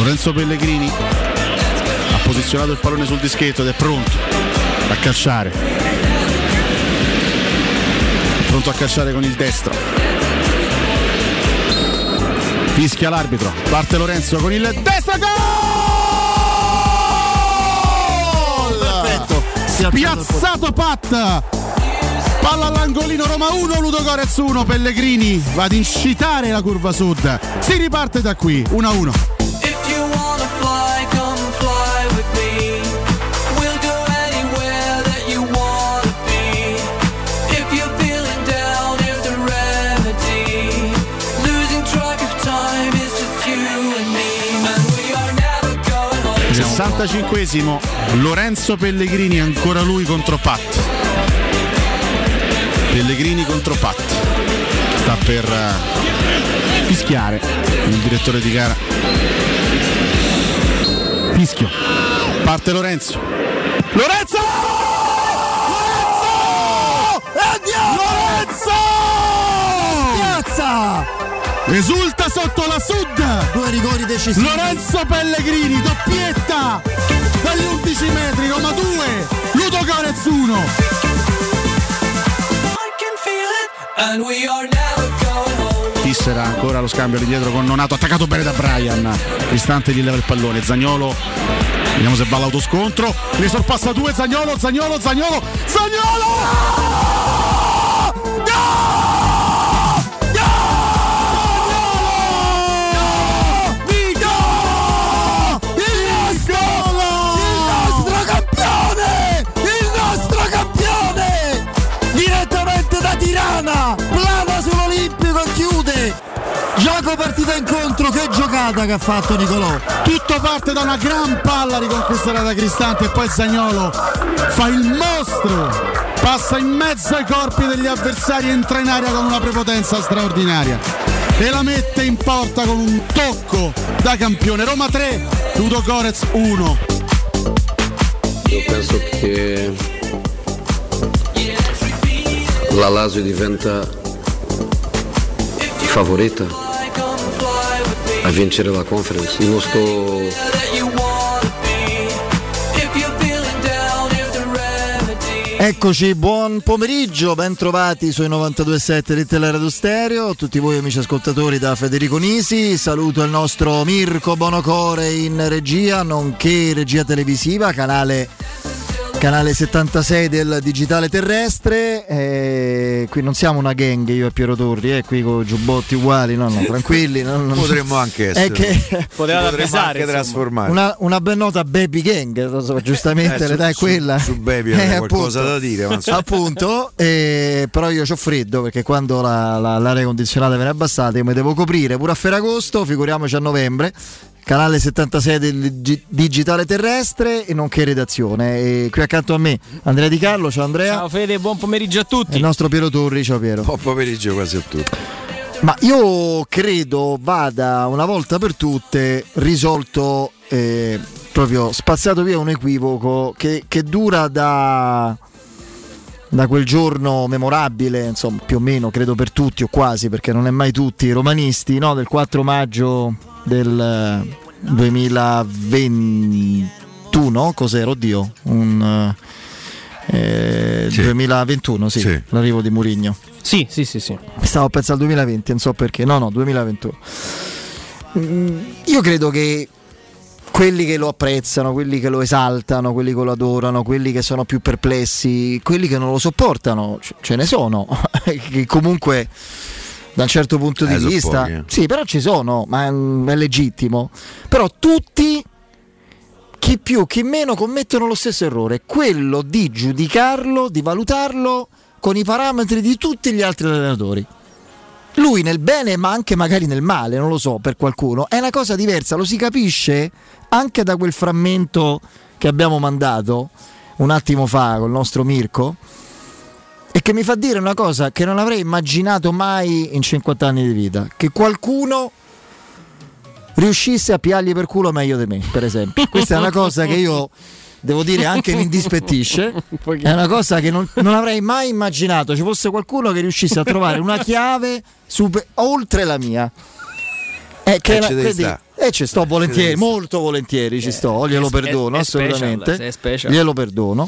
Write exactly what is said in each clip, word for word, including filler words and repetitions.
Lorenzo Pellegrini ha posizionato il pallone sul dischetto ed è pronto a calciare, pronto a calciare con il destro. Fischia l'arbitro, parte Lorenzo con il destro, gol! Perfetto, spiazzato Pat, palla all'angolino, Roma uno, Ludogorets uno, Pellegrini va ad incitare la curva sud, si riparte da qui, uno a uno. sessantacinquesimo, Lorenzo Pellegrini, ancora lui contro Pat. Pellegrini contro Pat. Sta per uh, fischiare il direttore di gara. Fischio. Parte Lorenzo. Lorenzo! Lorenzo! Lorenzo! Spiazza! Esulta sotto la Sud. Due rigori decisivi. Lorenzo Pellegrini, doppietta dagli undici metri, Roma due, Ludogorets uno. Tissera ancora lo scambio di dietro con Nonato, attaccato bene da Brian. Cristante gli leva il pallone, Zaniolo, vediamo se va all'autoscontro, ne sorpassa due, Zaniolo, Zaniolo, Zaniolo, Zaniolo! Plana sull'Olimpico e chiude. Gioco partita incontro, che giocata che ha fatto Nicolò. Tutto parte da una gran palla riconquistata da Cristante e poi Zaniolo fa il mostro, passa in mezzo ai corpi degli avversari, entra in aria con una prepotenza straordinaria e la mette in porta con un tocco da campione. Roma tre, Ludogorets uno. Io penso che la Lazio diventa favorita a vincere la Conference. Io non sto Eccoci, buon pomeriggio, ben trovati sui novantadue virgola sette di Teleradio Stereo, tutti voi amici ascoltatori da Federico Nisi. Saluto il nostro Mirko Bonocore in regia, nonché regia televisiva, canale Canale settantasei del digitale terrestre. Eh, qui non siamo una gang, io e Piero Torri, eh, qui con giubbotti uguali, no, no, tranquilli. Non, non... Potremmo anche essere, è che... potremmo avvisare, anche trasformare. Una, una ben nota baby gang, so, giustamente eh, l'età è quella. Su, su baby è eh, qualcosa appunto, da dire. Ma appunto, eh, però io c'ho freddo perché quando la, la, l'aria condizionata viene abbassata io mi devo coprire pure a Ferragosto, figuriamoci a novembre. Canale settantasei del digitale terrestre e nonché redazione. E qui accanto a me Andrea Di Carlo, ciao Andrea. Ciao Fede, buon pomeriggio a tutti. E il nostro Piero Torri, ciao Piero. Buon pomeriggio quasi a tutti. Ma io credo vada una volta per tutte risolto, eh, proprio spazzato via un equivoco che, che dura da, da quel giorno memorabile, insomma più o meno credo per tutti o quasi, perché non è mai tutti romanisti, no? Del quattro maggio del duemilaventuno, cos'era? Oddio, un eh, sì. duemilaventuno, sì, sì, l'arrivo di Mourinho. Sì, sì, sì, sì. Stavo a pensare al duemilaventi, non so perché. No, no, duemilaventuno. Mm, io credo che quelli che lo apprezzano, quelli che lo esaltano, quelli che lo adorano, quelli che sono più perplessi, quelli che non lo sopportano, ce ne sono, che comunque da un certo punto di eh, vista pochi, eh. Sì, però ci sono, ma è legittimo. Però tutti, chi più chi meno, commettono lo stesso errore, quello di giudicarlo, di valutarlo con i parametri di tutti gli altri allenatori. Lui nel bene ma anche magari nel male, non lo so, per qualcuno è una cosa diversa, lo si capisce anche da quel frammento che abbiamo mandato un attimo fa col nostro Mirko, e che mi fa dire una cosa che non avrei immaginato mai in cinquanta anni di vita, che qualcuno riuscisse a piargli per culo meglio di me, per esempio. Questa è una cosa che io devo dire anche mi indispettisce, è una cosa che non, non avrei mai immaginato ci fosse qualcuno che riuscisse a trovare una chiave super, oltre la mia. Eh, che eh, una, quindi, E ci sto volentieri, molto volentieri ci sto, glielo perdono, è, è assolutamente. Special, è special. Glielo perdono.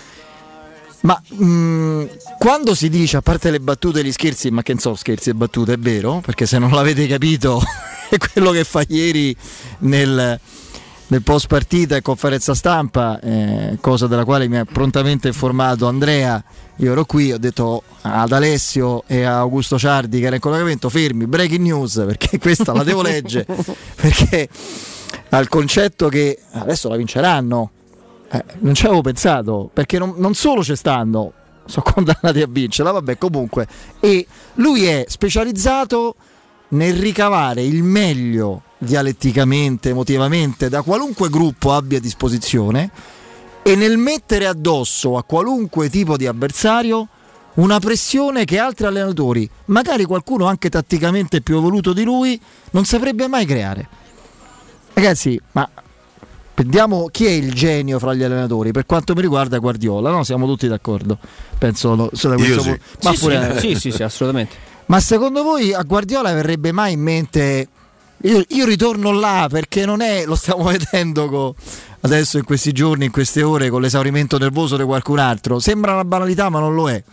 Ma mh, quando si dice, a parte le battute e gli scherzi, ma che ne so, scherzi e battute, è vero? Perché se non l'avete capito è quello che fa ieri nel, nel post partita e conferenza stampa, eh, cosa della quale mi ha prontamente informato Andrea. Io ero qui, ho detto ad Alessio e a Augusto Ciardi che era in collegamento: fermi, breaking news, perché questa la devo leggere, perché al concetto che adesso la vinceranno. Eh, non ci avevo pensato, perché non, non solo ci stanno, sono condannati a vincerla, vabbè, comunque. E lui è specializzato nel ricavare il meglio dialetticamente, emotivamente, da qualunque gruppo abbia a disposizione, e nel mettere addosso a qualunque tipo di avversario una pressione che altri allenatori, magari qualcuno anche tatticamente più evoluto di lui, non saprebbe mai creare. Ragazzi, ma vediamo chi è il genio fra gli allenatori. Per quanto mi riguarda Guardiola, no? Siamo tutti d'accordo. Penso no, da questo sì. punto. Ma sì, pure, sì, sì, sì, assolutamente. Ma secondo voi a Guardiola verrebbe mai in mente? Io, io ritorno là perché non è, lo stiamo vedendo co, adesso in questi giorni, in queste ore, con l'esaurimento nervoso di qualcun altro. Sembra una banalità, ma non lo è.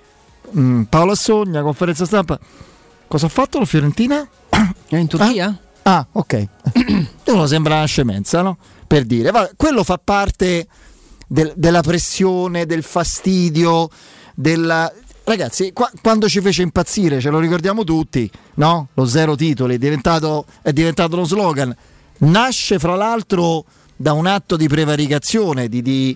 Mm, Paolo Assogna, conferenza stampa. Cosa ha fatto la Fiorentina? È in Turchia? Ah, ah ok. Uno sembra una scemenza, no? Per dire, va, quello fa parte del, della pressione, del fastidio, della... Ragazzi, qua, quando ci fece impazzire, ce lo ricordiamo tutti, no? Lo zero titoli è diventato, è diventato lo slogan. Nasce fra l'altro da un atto di prevaricazione, di, di,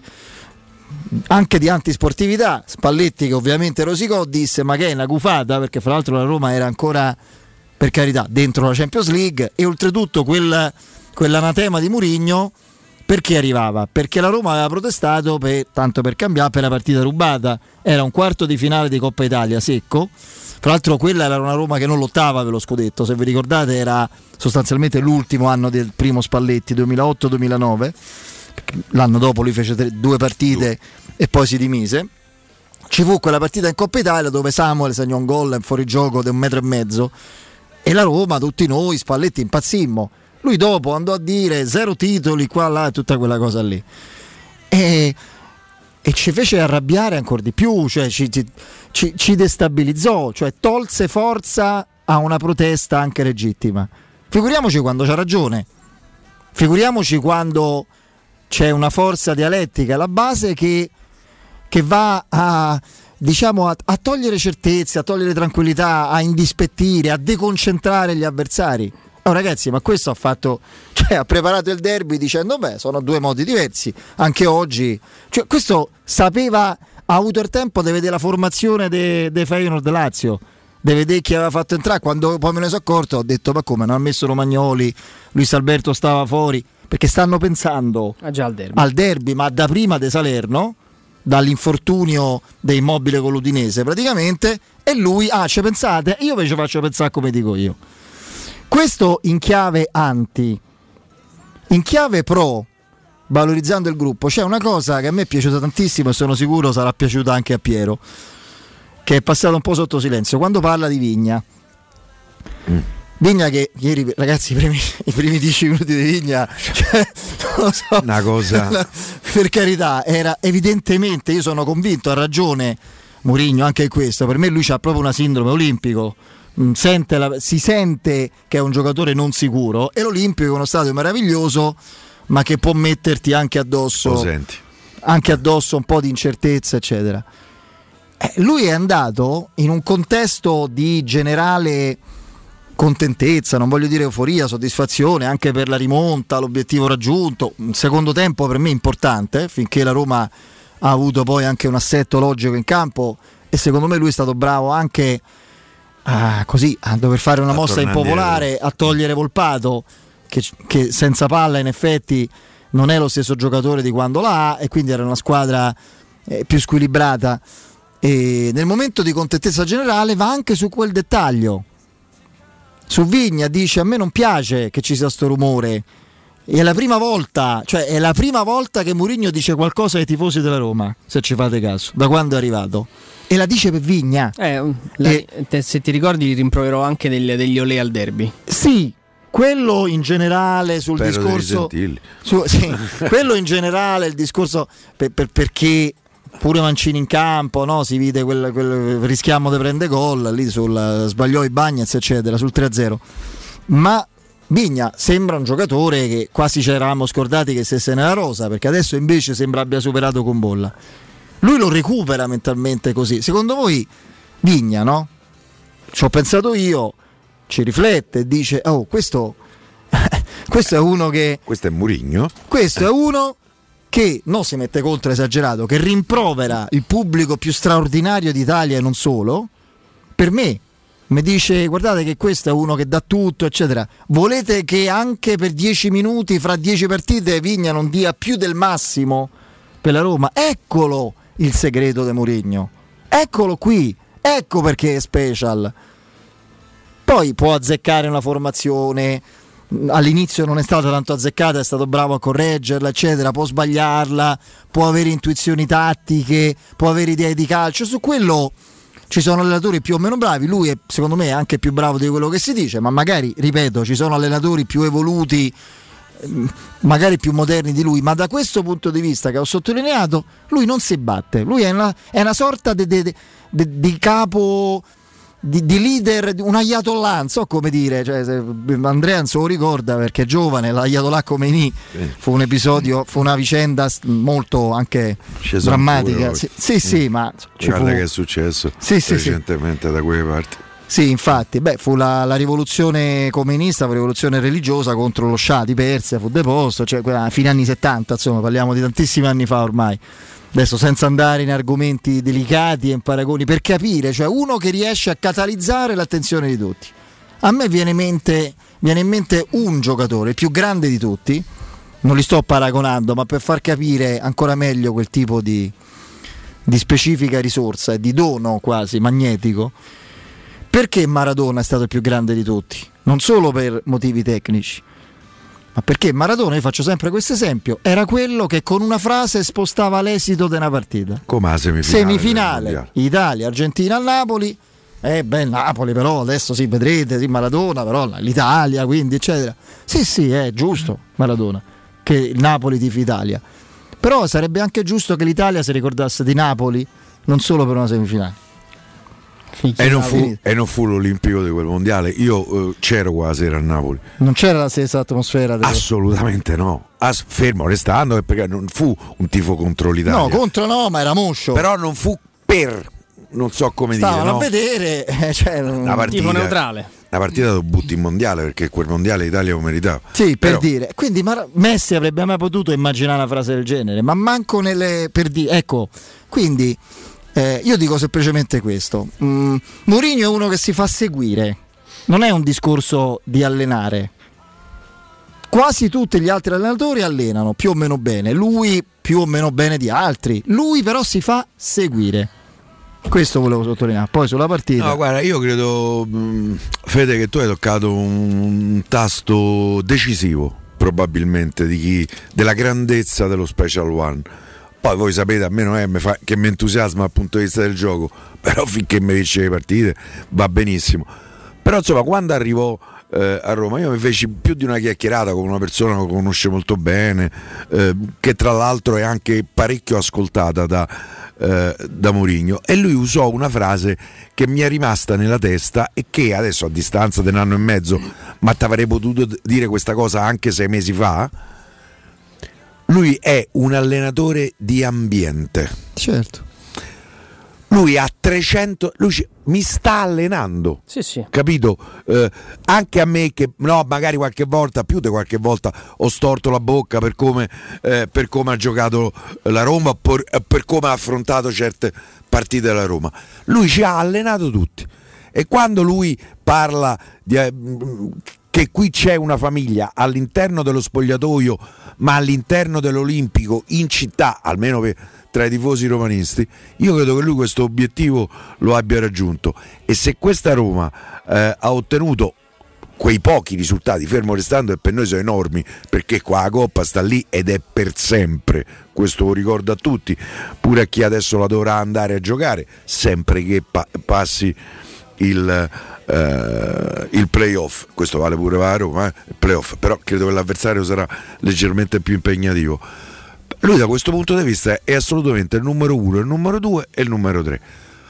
anche di antisportività. Spalletti, che ovviamente rosicò, disse ma che è una gufata, perché fra l'altro la Roma era ancora, per carità, dentro la Champions League, e oltretutto quel, quell'anatema di Mourinho perché arrivava? Perché la Roma aveva protestato per, tanto per cambiare, per la partita rubata. Era un quarto di finale di Coppa Italia secco. Tra l'altro quella era una Roma che non lottava per lo scudetto, se vi ricordate era sostanzialmente l'ultimo anno del primo Spalletti, duemilaotto duemilanove. L'anno dopo lui fece tre, due partite e poi si dimise. Ci fu quella partita in Coppa Italia dove Samuel segnò un gol in fuorigioco di un metro e mezzo e la Roma, tutti noi, Spalletti, impazzimmo. Lui dopo andò a dire zero titoli qua là, tutta quella cosa lì, e, e ci fece arrabbiare ancora di più, cioè ci, ci, ci destabilizzò, cioè tolse forza a una protesta anche legittima. Figuriamoci quando c'ha ragione, figuriamoci quando c'è una forza dialettica alla base che, che va a, diciamo, a, a togliere certezze, a togliere tranquillità, a indispettire, a deconcentrare gli avversari. Oh, ragazzi, ma questo ha fatto, cioè ha preparato il derby dicendo beh, sono due modi diversi anche oggi, cioè questo sapeva, ha avuto il tempo di vedere la formazione dei de Feyenoord Lazio, di vedere chi aveva fatto entrare. Quando poi me ne sono accorto ho detto ma come, non ha messo Romagnoli, Luis Alberto stava fuori, perché stanno pensando ah, già al derby. al derby, ma da prima di Salerno, dall'infortunio dei Immobile con l'Udinese praticamente, e lui, ah ci pensate? Io invece faccio pensare come dico io. Questo in chiave anti. In chiave pro, valorizzando il gruppo, c'è una cosa che a me è piaciuta tantissimo e sono sicuro sarà piaciuta anche a Piero, che è passato un po' sotto silenzio quando parla di Vigna. mm. Vigna che ieri, ragazzi, i primi, i primi dieci minuti di Vigna, cioè, non lo so, una cosa per carità, era evidentemente, io sono convinto, ha ragione Mourinho anche in questo, per me lui c'ha proprio una sindrome olimpico. Sente la, si sente che è un giocatore non sicuro, e l'Olimpico è uno stadio meraviglioso ma che può metterti anche addosso anche addosso un po' di incertezza eccetera. Eh, lui è andato in un contesto di generale contentezza, non voglio dire euforia, soddisfazione anche per la rimonta, l'obiettivo raggiunto, un secondo tempo per me importante, finché la Roma ha avuto poi anche un assetto logico in campo, e secondo me lui è stato bravo anche Ah, così a dover fare una a mossa impopolare, a togliere Volpato che, che senza palla in effetti non è lo stesso giocatore di quando la ha, e quindi era una squadra eh, più squilibrata, e nel momento di contentezza generale va anche su quel dettaglio. Su Vigna dice a me non piace che ci sia sto rumore, e è la prima volta, cioè è la prima volta che Mourinho dice qualcosa ai tifosi della Roma, se ci fate caso, da quando è arrivato. E la dice per Vigna. Eh, la, e, te, se ti ricordi rimproverò anche degli, degli olè al derby. Sì, quello in generale sul Spero discorso su, sì, quello in generale il discorso per, per, perché pure Mancini in campo, no? Si vide quel, quel rischiamo di prendere gol lì sul sbagliò i Bagnez eccetera sul tre a zero, ma Vigna sembra un giocatore che quasi ci eravamo scordati che stesse nella rosa, perché adesso invece sembra abbia superato con Bolla. Lui lo recupera mentalmente così. Secondo voi Vigna, no? Ci ho pensato io, ci riflette e dice oh questo questo è uno che questo è Mourinho, questo è uno che non si mette contro esagerato, che rimprovera il pubblico più straordinario d'Italia e non solo. Per me mi dice guardate che questo è uno che dà tutto eccetera, volete che anche per dieci minuti fra dieci partite Vigna non dia più del massimo per la Roma? Eccolo il segreto di Mourinho, eccolo qui, ecco perché è special. Poi può azzeccare una formazione, all'inizio non è stata tanto azzeccata, è stato bravo a correggerla eccetera, può sbagliarla, può avere intuizioni tattiche, può avere idee di calcio, su quello ci sono allenatori più o meno bravi, lui è, secondo me è anche più bravo di quello che si dice, ma magari, ripeto, ci sono allenatori più evoluti, magari più moderni di lui, ma da questo punto di vista che ho sottolineato, lui non si batte, lui è una, è una sorta di de, de, de, de capo, di, di leader, un ayatollah, non so come dire, cioè, se, Andrea non se lo ricorda perché è giovane, l'ayatollah Khomeini fu un episodio, fu una vicenda molto anche drammatica, sì sì, sì, ma ci guarda fu... che è successo sì, sì, recentemente sì. Da quelle parti. Sì, infatti, beh, fu la, la rivoluzione comunista, la rivoluzione religiosa contro lo Shah di Persia, fu deposto, cioè a fine anni settanta, insomma, parliamo di tantissimi anni fa ormai. Adesso senza andare in argomenti delicati e in paragoni, per capire, cioè uno che riesce a catalizzare l'attenzione di tutti. A me viene in mente, viene in mente un giocatore, il più grande di tutti, non li sto paragonando, ma per far capire ancora meglio quel tipo di, di specifica risorsa e di dono quasi magnetico. Perché Maradona è stato il più grande di tutti? Non solo per motivi tecnici, ma perché Maradona, io faccio sempre questo esempio, era quello che con una frase spostava l'esito di una partita. Come la semifinale? Semifinale, Italia, Argentina, Napoli. Eh beh, Napoli però adesso sì, vedrete, sì, Maradona, però l'Italia, quindi eccetera. Sì, sì, è giusto Maradona che il Napoli tifi Italia. Però sarebbe anche giusto che l'Italia si ricordasse di Napoli non solo per una semifinale. E non, fu, e non fu l'Olimpico di quel mondiale. Io eh, c'ero quella sera a Napoli. Non c'era la stessa atmosfera delle... Assolutamente no. As- fermo restando, perché non fu un tifo contro l'Italia. No, contro no, ma era moscio. Però non fu per, non so come Stavano dire, no? a vedere, eh, cioè, una partita, tifo neutrale. Una partita lo butti in mondiale, perché quel mondiale l'Italia lo meritava. Sì, per Però... dire. Quindi Mar- Messi avrebbe mai potuto immaginare una frase del genere, ma manco nelle... per dire. Ecco, quindi... Eh, io dico semplicemente questo. Mm, Mourinho è uno che si fa seguire, non è un discorso di allenare. Quasi tutti gli altri allenatori allenano più o meno bene, lui più o meno bene di altri, lui però si fa seguire. Questo volevo sottolineare. Poi sulla partita, no, guarda, io credo, mh, Fede, che tu hai toccato un, un tasto decisivo probabilmente di chi, della grandezza dello Special One. Poi voi sapete, a me non è fa, che mi entusiasma dal punto di vista del gioco, però finché mi vince le partite va benissimo. Però insomma, quando arrivò eh, a Roma, io mi feci più di una chiacchierata con una persona che conosce molto bene, eh, che tra l'altro è anche parecchio ascoltata da, eh, da Mourinho, e lui usò una frase che mi è rimasta nella testa e che adesso, a distanza di un anno e mezzo, ma ti avrei potuto dire questa cosa anche sei mesi fa. Lui è un allenatore di ambiente. certo. Lui ha trecento, lui ci, mi sta allenando. Sì, sì. Capito? Eh, anche a me che no, magari qualche volta, più di qualche volta ho storto la bocca per come eh, per come ha giocato la Roma, per, per come ha affrontato certe partite della Roma. Lui ci ha allenato tutti. E quando lui parla di eh, che qui c'è una famiglia all'interno dello spogliatoio, ma all'interno dell'Olimpico, in città, almeno per, tra i tifosi romanisti, io credo che lui questo obiettivo lo abbia raggiunto. E se questa Roma eh, ha ottenuto quei pochi risultati, fermo restando che per noi sono enormi, perché qua la Coppa sta lì ed è per sempre, questo lo ricordo a tutti, pure a chi adesso la dovrà andare a giocare, sempre che pa- passi il, eh, il playoff. Questo vale pure per la Roma, eh? Il playoff, però credo che l'avversario sarà leggermente più impegnativo. Lui da questo punto di vista è assolutamente il numero uno, il numero due e il numero tre.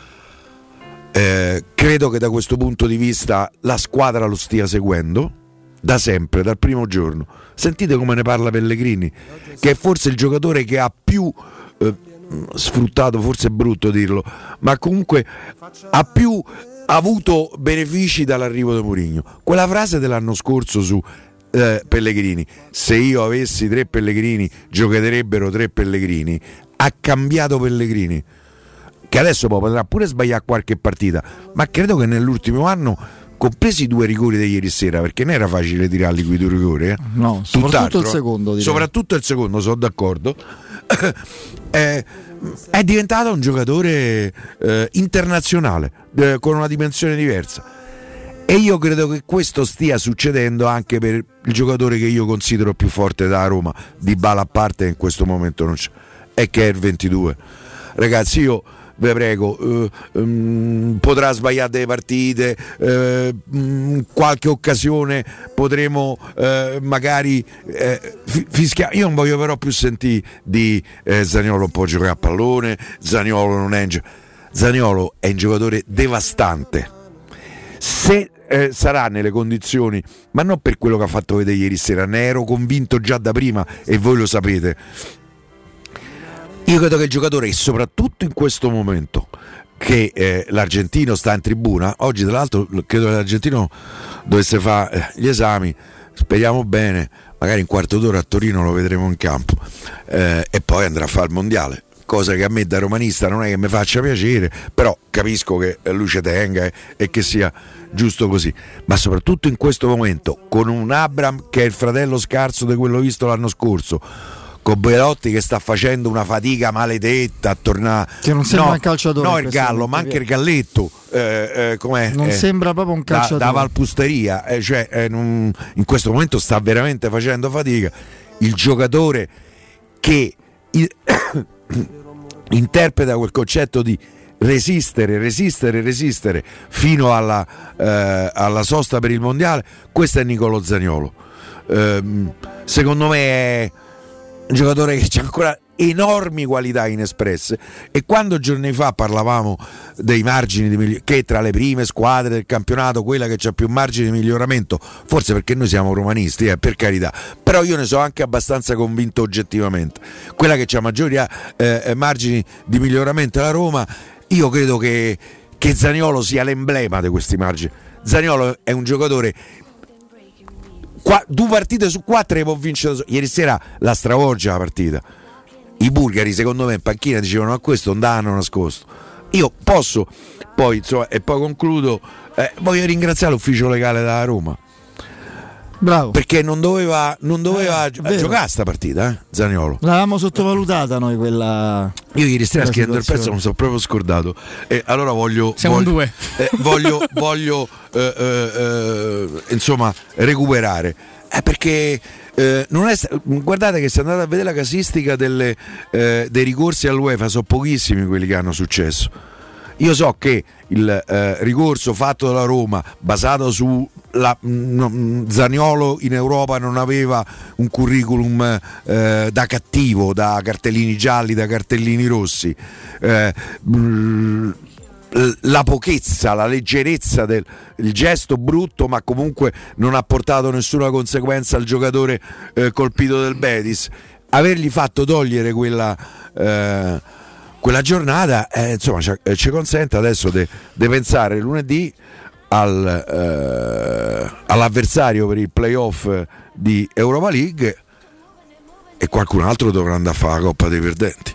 Eh, credo che da questo punto di vista la squadra lo stia seguendo da sempre, dal primo giorno. Sentite come ne parla Pellegrini, che è forse il giocatore che ha più eh, sfruttato, forse è brutto dirlo, ma comunque ha più avuto benefici dall'arrivo di Mourinho. Quella frase dell'anno scorso su eh, Pellegrini, se io avessi tre Pellegrini giocherebbero tre Pellegrini, ha cambiato Pellegrini, che adesso poi potrà pure sbagliare qualche partita, ma credo che nell'ultimo anno, compresi i due rigori di ieri sera, perché non era facile tirarli quei due rigori, eh? No, soprattutto il secondo, direi. Soprattutto il secondo, sono d'accordo. è, è diventato un giocatore eh, internazionale, eh, con una dimensione diversa, e io credo che questo stia succedendo anche per il giocatore che io considero più forte da Roma, Dybala a parte, che in questo momento non c'è, e che è il ventidue. Ragazzi, io vi prego, eh, um, potrà sbagliare delle partite, eh, um, qualche occasione potremo eh, magari eh, fischiare. Io non voglio però più sentire di eh, Zaniolo non può giocare a pallone, Zaniolo non è in... Zaniolo è un giocatore devastante. Se eh, sarà nelle condizioni, ma non per quello che ha fatto vedere ieri sera, ne ero convinto già da prima e voi lo sapete. Io credo che il giocatore, soprattutto in questo momento che eh, l'argentino sta in tribuna, oggi tra l'altro credo che l'argentino dovesse fare eh, gli esami, speriamo bene, magari in quarto d'ora a Torino lo vedremo in campo, eh, e poi andrà a fare il mondiale, cosa che a me da romanista non è che mi faccia piacere, però capisco che lui ci tenga eh, e che sia giusto così, ma soprattutto in questo momento con un Abraham che è il fratello scarso di quello visto l'anno scorso, con Belotti che sta facendo una fatica maledetta a tornare, che non sembra no, un calciatore, no il Gallo, ma anche il Galletto, eh, eh, com'è? non eh, sembra proprio un calciatore da, da Valpusteria, eh, cioè, eh, non, in questo momento sta veramente facendo fatica. Il giocatore che il, interpreta quel concetto di resistere, resistere, resistere fino alla, eh, alla sosta per il mondiale, questo è Niccolò Zaniolo. Eh, secondo me è un giocatore che ha ancora enormi qualità inespresse, e quando giorni fa parlavamo dei margini di miglioramento, che tra le prime squadre del campionato quella che c'ha più margini di miglioramento, forse perché noi siamo romanisti, eh, per carità, però io ne sono anche abbastanza convinto oggettivamente, quella che c'ha maggiori eh, margini di miglioramento è la Roma. Io credo che, che Zaniolo sia l'emblema di questi margini. Zaniolo è un giocatore, Qua, due partite su quattro che può vincere. Ieri sera la stravolge la partita. I bulgari secondo me in panchina dicevano a questo non danno nascosto. Io posso poi insomma, e poi concludo, eh, voglio ringraziare l'ufficio legale della Roma. Bravo. Perché non doveva, non doveva eh, gi- giocare sta partita, eh, Zaniolo. L'avevamo sottovalutata noi quella. Io ieri sera scrivendo il situazione. pezzo non sono proprio scordato. E allora voglio. Siamo voglio, due. Eh, voglio, voglio eh, eh, eh, insomma recuperare. Eh, perché eh, non è, guardate che se andate a vedere la casistica delle, eh, dei ricorsi all'UEFA, sono pochissimi quelli che hanno successo. Io so che il eh, ricorso fatto dalla Roma basato su la, mh, Zaniolo in Europa non aveva un curriculum eh, da cattivo, da cartellini gialli, da cartellini rossi, eh, mh, la pochezza, la leggerezza del il gesto brutto, ma comunque non ha portato nessuna conseguenza al giocatore eh, colpito del Betis, avergli fatto togliere quella eh, quella giornata eh, insomma ci, eh, ci consente adesso di pensare lunedì al, eh, all'avversario per il playoff di Europa League, e qualcun altro dovrà andare a fare la Coppa dei Perdenti.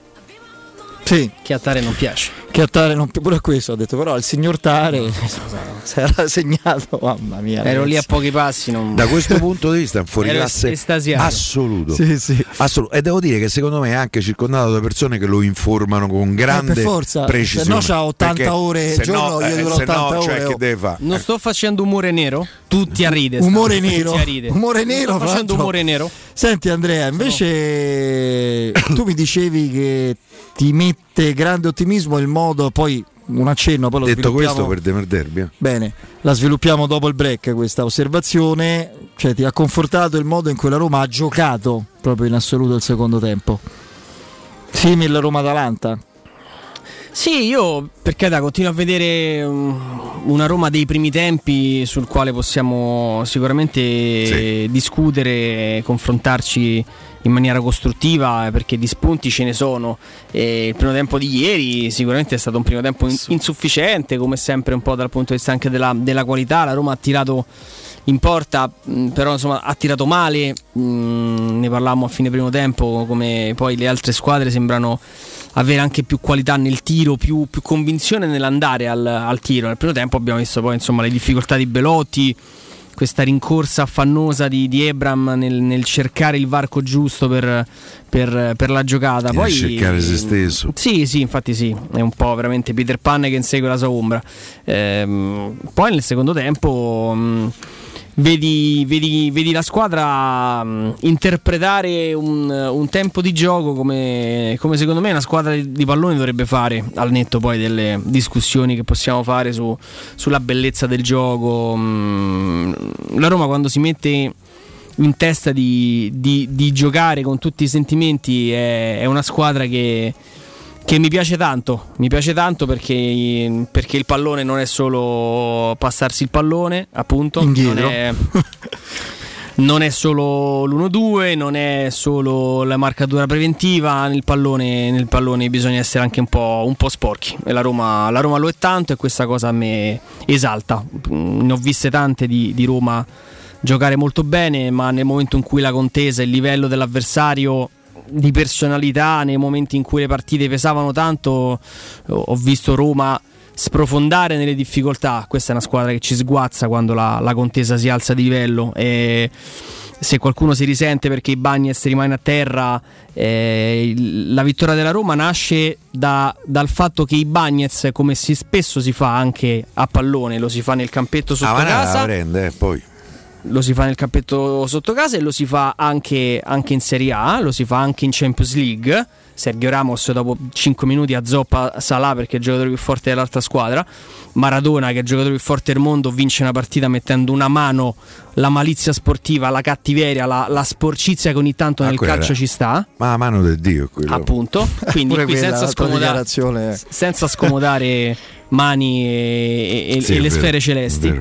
Sì, che a Tare non piace. Che a Tare non pure questo ho detto, però il signor Tare si era segnato, mamma mia. Ero ragazzi. lì a pochi passi. Non... Da questo punto di vista è un fuoriclasse assoluto. Sì, sì. assoluto. E devo dire che secondo me è anche circondato da persone che lo informano con grande eh, per forza. precisione. Se no c'ha ottanta ore al giorno, no, io eh, duro se ottanta no, ore. cioè, che deve fare? Non sto facendo umore nero? Tutti a ride. Umore stanno. nero. Tutti a ride. Umore nero. Sto facendo fatto. umore nero. Senti Andrea, invece tu mi dicevi che ti mette grande ottimismo il modo, poi un accenno, poi lo detto sviluppiamo. questo per Demer Derby. eh. Bene, la sviluppiamo dopo il break questa osservazione, cioè ti ha confortato il modo in cui la Roma ha giocato proprio in assoluto il secondo tempo. Simil Roma-Atalanta. Sì, io per carità continuo a vedere um, una Roma dei primi tempi sul quale possiamo sicuramente Sì. discutere, confrontarci in maniera costruttiva, perché di spunti ce ne sono. E il primo tempo di ieri sicuramente è stato un primo tempo in- insufficiente, come sempre un po' dal punto di vista anche della, della qualità. La Roma ha tirato in porta, mh, però insomma ha tirato male, mh, ne parlavamo a fine primo tempo, come poi le altre squadre sembrano avere anche più qualità nel tiro, più, più convinzione nell'andare al, al tiro. Nel primo tempo abbiamo visto poi insomma le difficoltà di Belotti, questa rincorsa affannosa di, di Ebram nel, nel cercare il varco giusto per, per, per la giocata. Nel Poi cercare se stesso. Sì, sì, infatti sì, è un po' veramente Peter Pan che insegue la sua ombra. Ehm, poi nel secondo tempo mh, Vedi, vedi, vedi la squadra mh, interpretare un, un tempo di gioco come, come secondo me una squadra di, di pallone dovrebbe fare, al netto poi delle discussioni che possiamo fare su, sulla bellezza del gioco. Mh, la Roma quando si mette in testa di, di, di giocare con tutti i sentimenti è, è una squadra che Che mi piace tanto, mi piace tanto perché, perché il pallone non è solo passarsi il pallone, appunto, non è, non è solo l'uno due, non è solo la marcatura preventiva, nel pallone, nel pallone bisogna essere anche un po', un po' sporchi e la Roma, la Roma lo è tanto e questa cosa a me esalta. Ne ho viste tante di, di Roma giocare molto bene, ma nel momento in cui la contesa, il livello dell'avversario di personalità, nei momenti in cui le partite pesavano tanto, ho visto Roma sprofondare nelle difficoltà. Questa è una squadra che ci sguazza quando la, la contesa si alza di livello, e se qualcuno si risente perché Ibañez rimane a terra, eh, la vittoria della Roma nasce da, dal fatto che Ibañez, come si spesso si fa anche a pallone, lo si fa nel campetto sotto ah, casa, la prende, eh, poi lo si fa nel campetto sotto casa e lo si fa anche, anche in Serie A, lo si fa anche in Champions League. Sergio Ramos dopo cinque minuti azzoppa Salah perché è il giocatore più forte dell'altra squadra. Maradona, che è il giocatore più forte del mondo, vince una partita mettendo una mano, la malizia sportiva, la cattiveria, la, la sporcizia che ogni tanto ah, nel quella. calcio ci sta, ma la mano del Dio quello. appunto. Quindi Pure qui quella, senza, scomoda- senza scomodare mani e, e, Sì, e le vero, sfere celesti.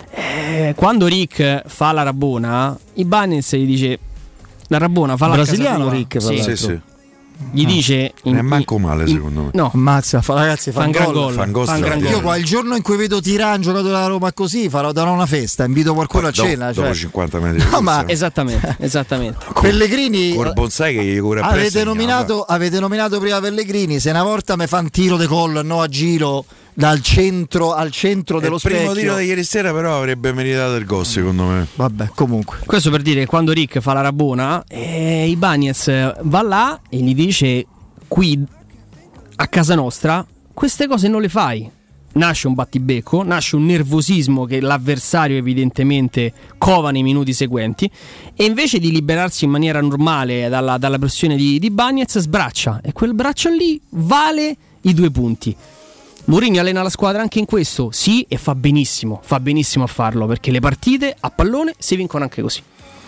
Eh, quando Rick fa la Rabona, Ibañez gli dice: la Rabona fa la brasiliano Rick, sì. sì, sì. Gli dice non è manco male in, secondo me. No, ammazza, fa, ragazzi, fa, fa un gran gol. gol, fa un gol fa un gran straordinario. Io qua il giorno in cui vedo Tirán giocatore della Roma così farò darò una festa, invito qualcuno Poi a dopo, cena, dopo cioè. cinquanta metri No, ma esattamente, esattamente. Pellegrini, col bonsai che gli cura avete presto, nominato, avete nominato prima Pellegrini, se una volta mi fa un tiro de gol, no, a giro dal centro al centro dello il specchio. primo tiro di ieri sera però avrebbe meritato il gol secondo me. Vabbè, comunque. Questo per dire che quando Rick fa la Rabona, eh, Ibañez va là e gli dice: qui a casa nostra queste cose non le fai. Nasce un battibecco, nasce un nervosismo che l'avversario evidentemente cova nei minuti seguenti, e invece di liberarsi in maniera normale dalla, dalla pressione di, di Ibañez, sbraccia, e quel braccio lì vale i due punti. Mourinho allena la squadra anche in questo, sì, e fa benissimo, fa benissimo a farlo, perché le partite a pallone si vincono anche così.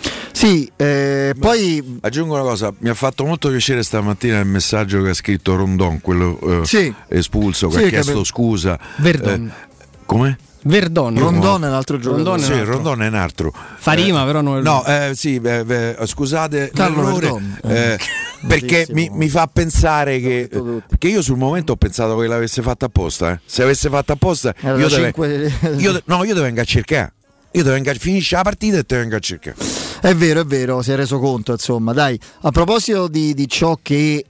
Sì, eh, poi aggiungo una cosa, mi ha fatto molto piacere stamattina il messaggio che ha scritto Rondon, quello eh, sì. espulso, che Sì, ha chiesto capi- scusa. Verdon. Eh, come? Verdon. Rondon è un altro giocatore. Rondon è Sì, un altro. Rondon è un altro. Fa rima, Eh, però non No, eh, sì, eh, eh, scusate Carlo l'errore, Verdon. eh, perché mi, mi fa pensare che detto tutto. perché io sul momento ho pensato che l'avesse fatta apposta, eh. Se avesse fatto apposta Era io da deve, cinque- io, no, io devo venire a cercare. Io devo venire, finisce la partita e te vengo a cercare. È vero, è vero, si è reso conto, insomma. Dai, a proposito di, di ciò che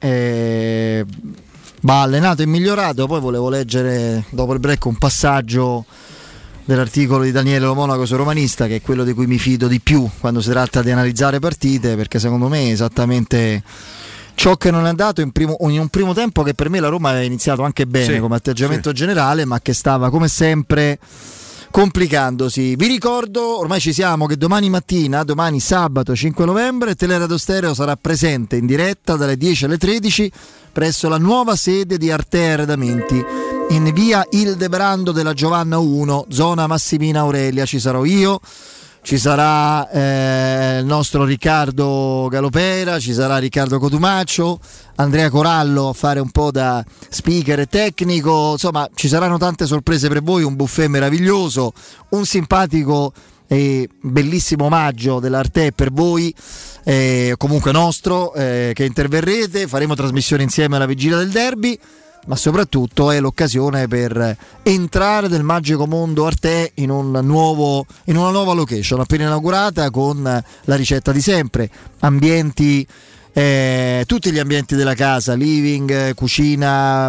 eh, va allenato e migliorato, poi volevo leggere dopo il break un passaggio dell'articolo di Daniele Lo Monaco su Romanista, che è quello di cui mi fido di più quando si tratta di analizzare partite, perché secondo me è esattamente ciò che non è andato in, primo, in un primo tempo che per me la Roma aveva iniziato anche bene Sì, come atteggiamento sì. generale, ma che stava come sempre complicandosi. Vi ricordo, ormai ci siamo, che domani mattina, domani sabato cinque novembre, Teleradio Stereo sarà presente in diretta dalle dieci alle tredici presso la nuova sede di Arte Arredamenti in via Ildebrando della Giovanna uno, zona Massimina Aurelia. Ci sarò io, ci sarà eh, il nostro Riccardo Galopera, ci sarà Riccardo Cotumaccio, Andrea Corallo a fare un po' da speaker e tecnico. Insomma, ci saranno tante sorprese per voi, un buffet meraviglioso, un simpatico e bellissimo omaggio dell'Arte per voi, eh, comunque nostro, eh, che interverrete. Faremo trasmissione insieme alla vigilia del derby, ma soprattutto è l'occasione per entrare nel magico mondo Arte in un nuovo, in una nuova location appena inaugurata, con la ricetta di sempre, ambienti, eh, tutti gli ambienti della casa, living, cucina,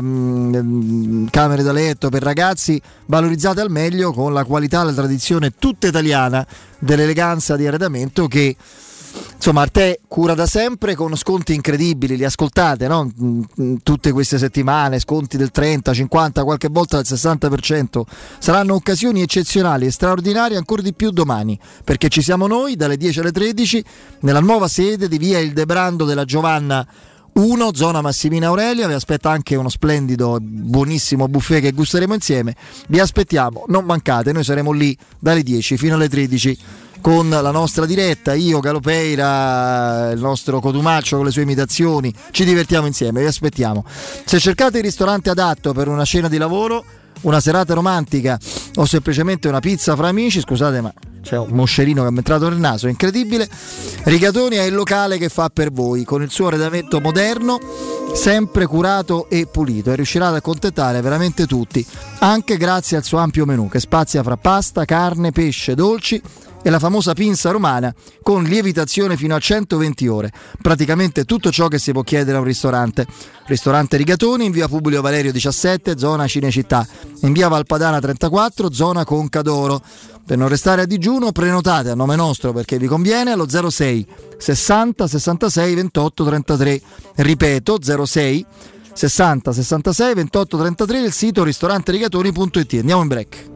mh, camere da letto per ragazzi, valorizzate al meglio con la qualità e la tradizione tutta italiana dell'eleganza di arredamento che, insomma, Arte cura da sempre, con sconti incredibili. Li ascoltate, no? Tutte queste settimane, sconti del trenta, cinquanta, qualche volta del sessanta per cento. Saranno occasioni eccezionali e straordinarie ancora di più domani, perché ci siamo noi dalle dieci alle tredici nella nuova sede di via Ildebrando della Giovanna uno, zona Massimina Aurelia. Vi aspetta anche uno splendido, buonissimo buffet che gusteremo insieme. Vi aspettiamo, non mancate, noi saremo lì dalle dieci fino alle tredici con la nostra diretta, io, Galopeira, il nostro Cotumaccio con le sue imitazioni. Ci divertiamo insieme, vi aspettiamo. Se cercate il ristorante adatto per una cena di lavoro, una serata romantica o semplicemente una pizza fra amici, scusate ma c'è un moscerino che mi è entrato nel naso, è incredibile, Rigatoni è il locale che fa per voi, con il suo arredamento moderno, sempre curato e pulito, e riuscirà ad accontentare veramente tutti, anche grazie al suo ampio menù che spazia fra pasta, carne, pesce, dolci e la famosa pinza romana con lievitazione fino a centoventi ore. Praticamente tutto ciò che si può chiedere a un ristorante. Ristorante Rigatoni in via Publio Valerio diciassette, zona Cinecittà, in via Valpadana trentaquattro, zona Conca d'Oro. Per non restare a digiuno, prenotate a nome nostro, perché vi conviene, allo zero sei sessanta sessantasei ventotto trentatré. Ripeto, zero sei sessanta sessantasei ventotto trentatré, il sito ristoranterigatoni punto it. Andiamo in break.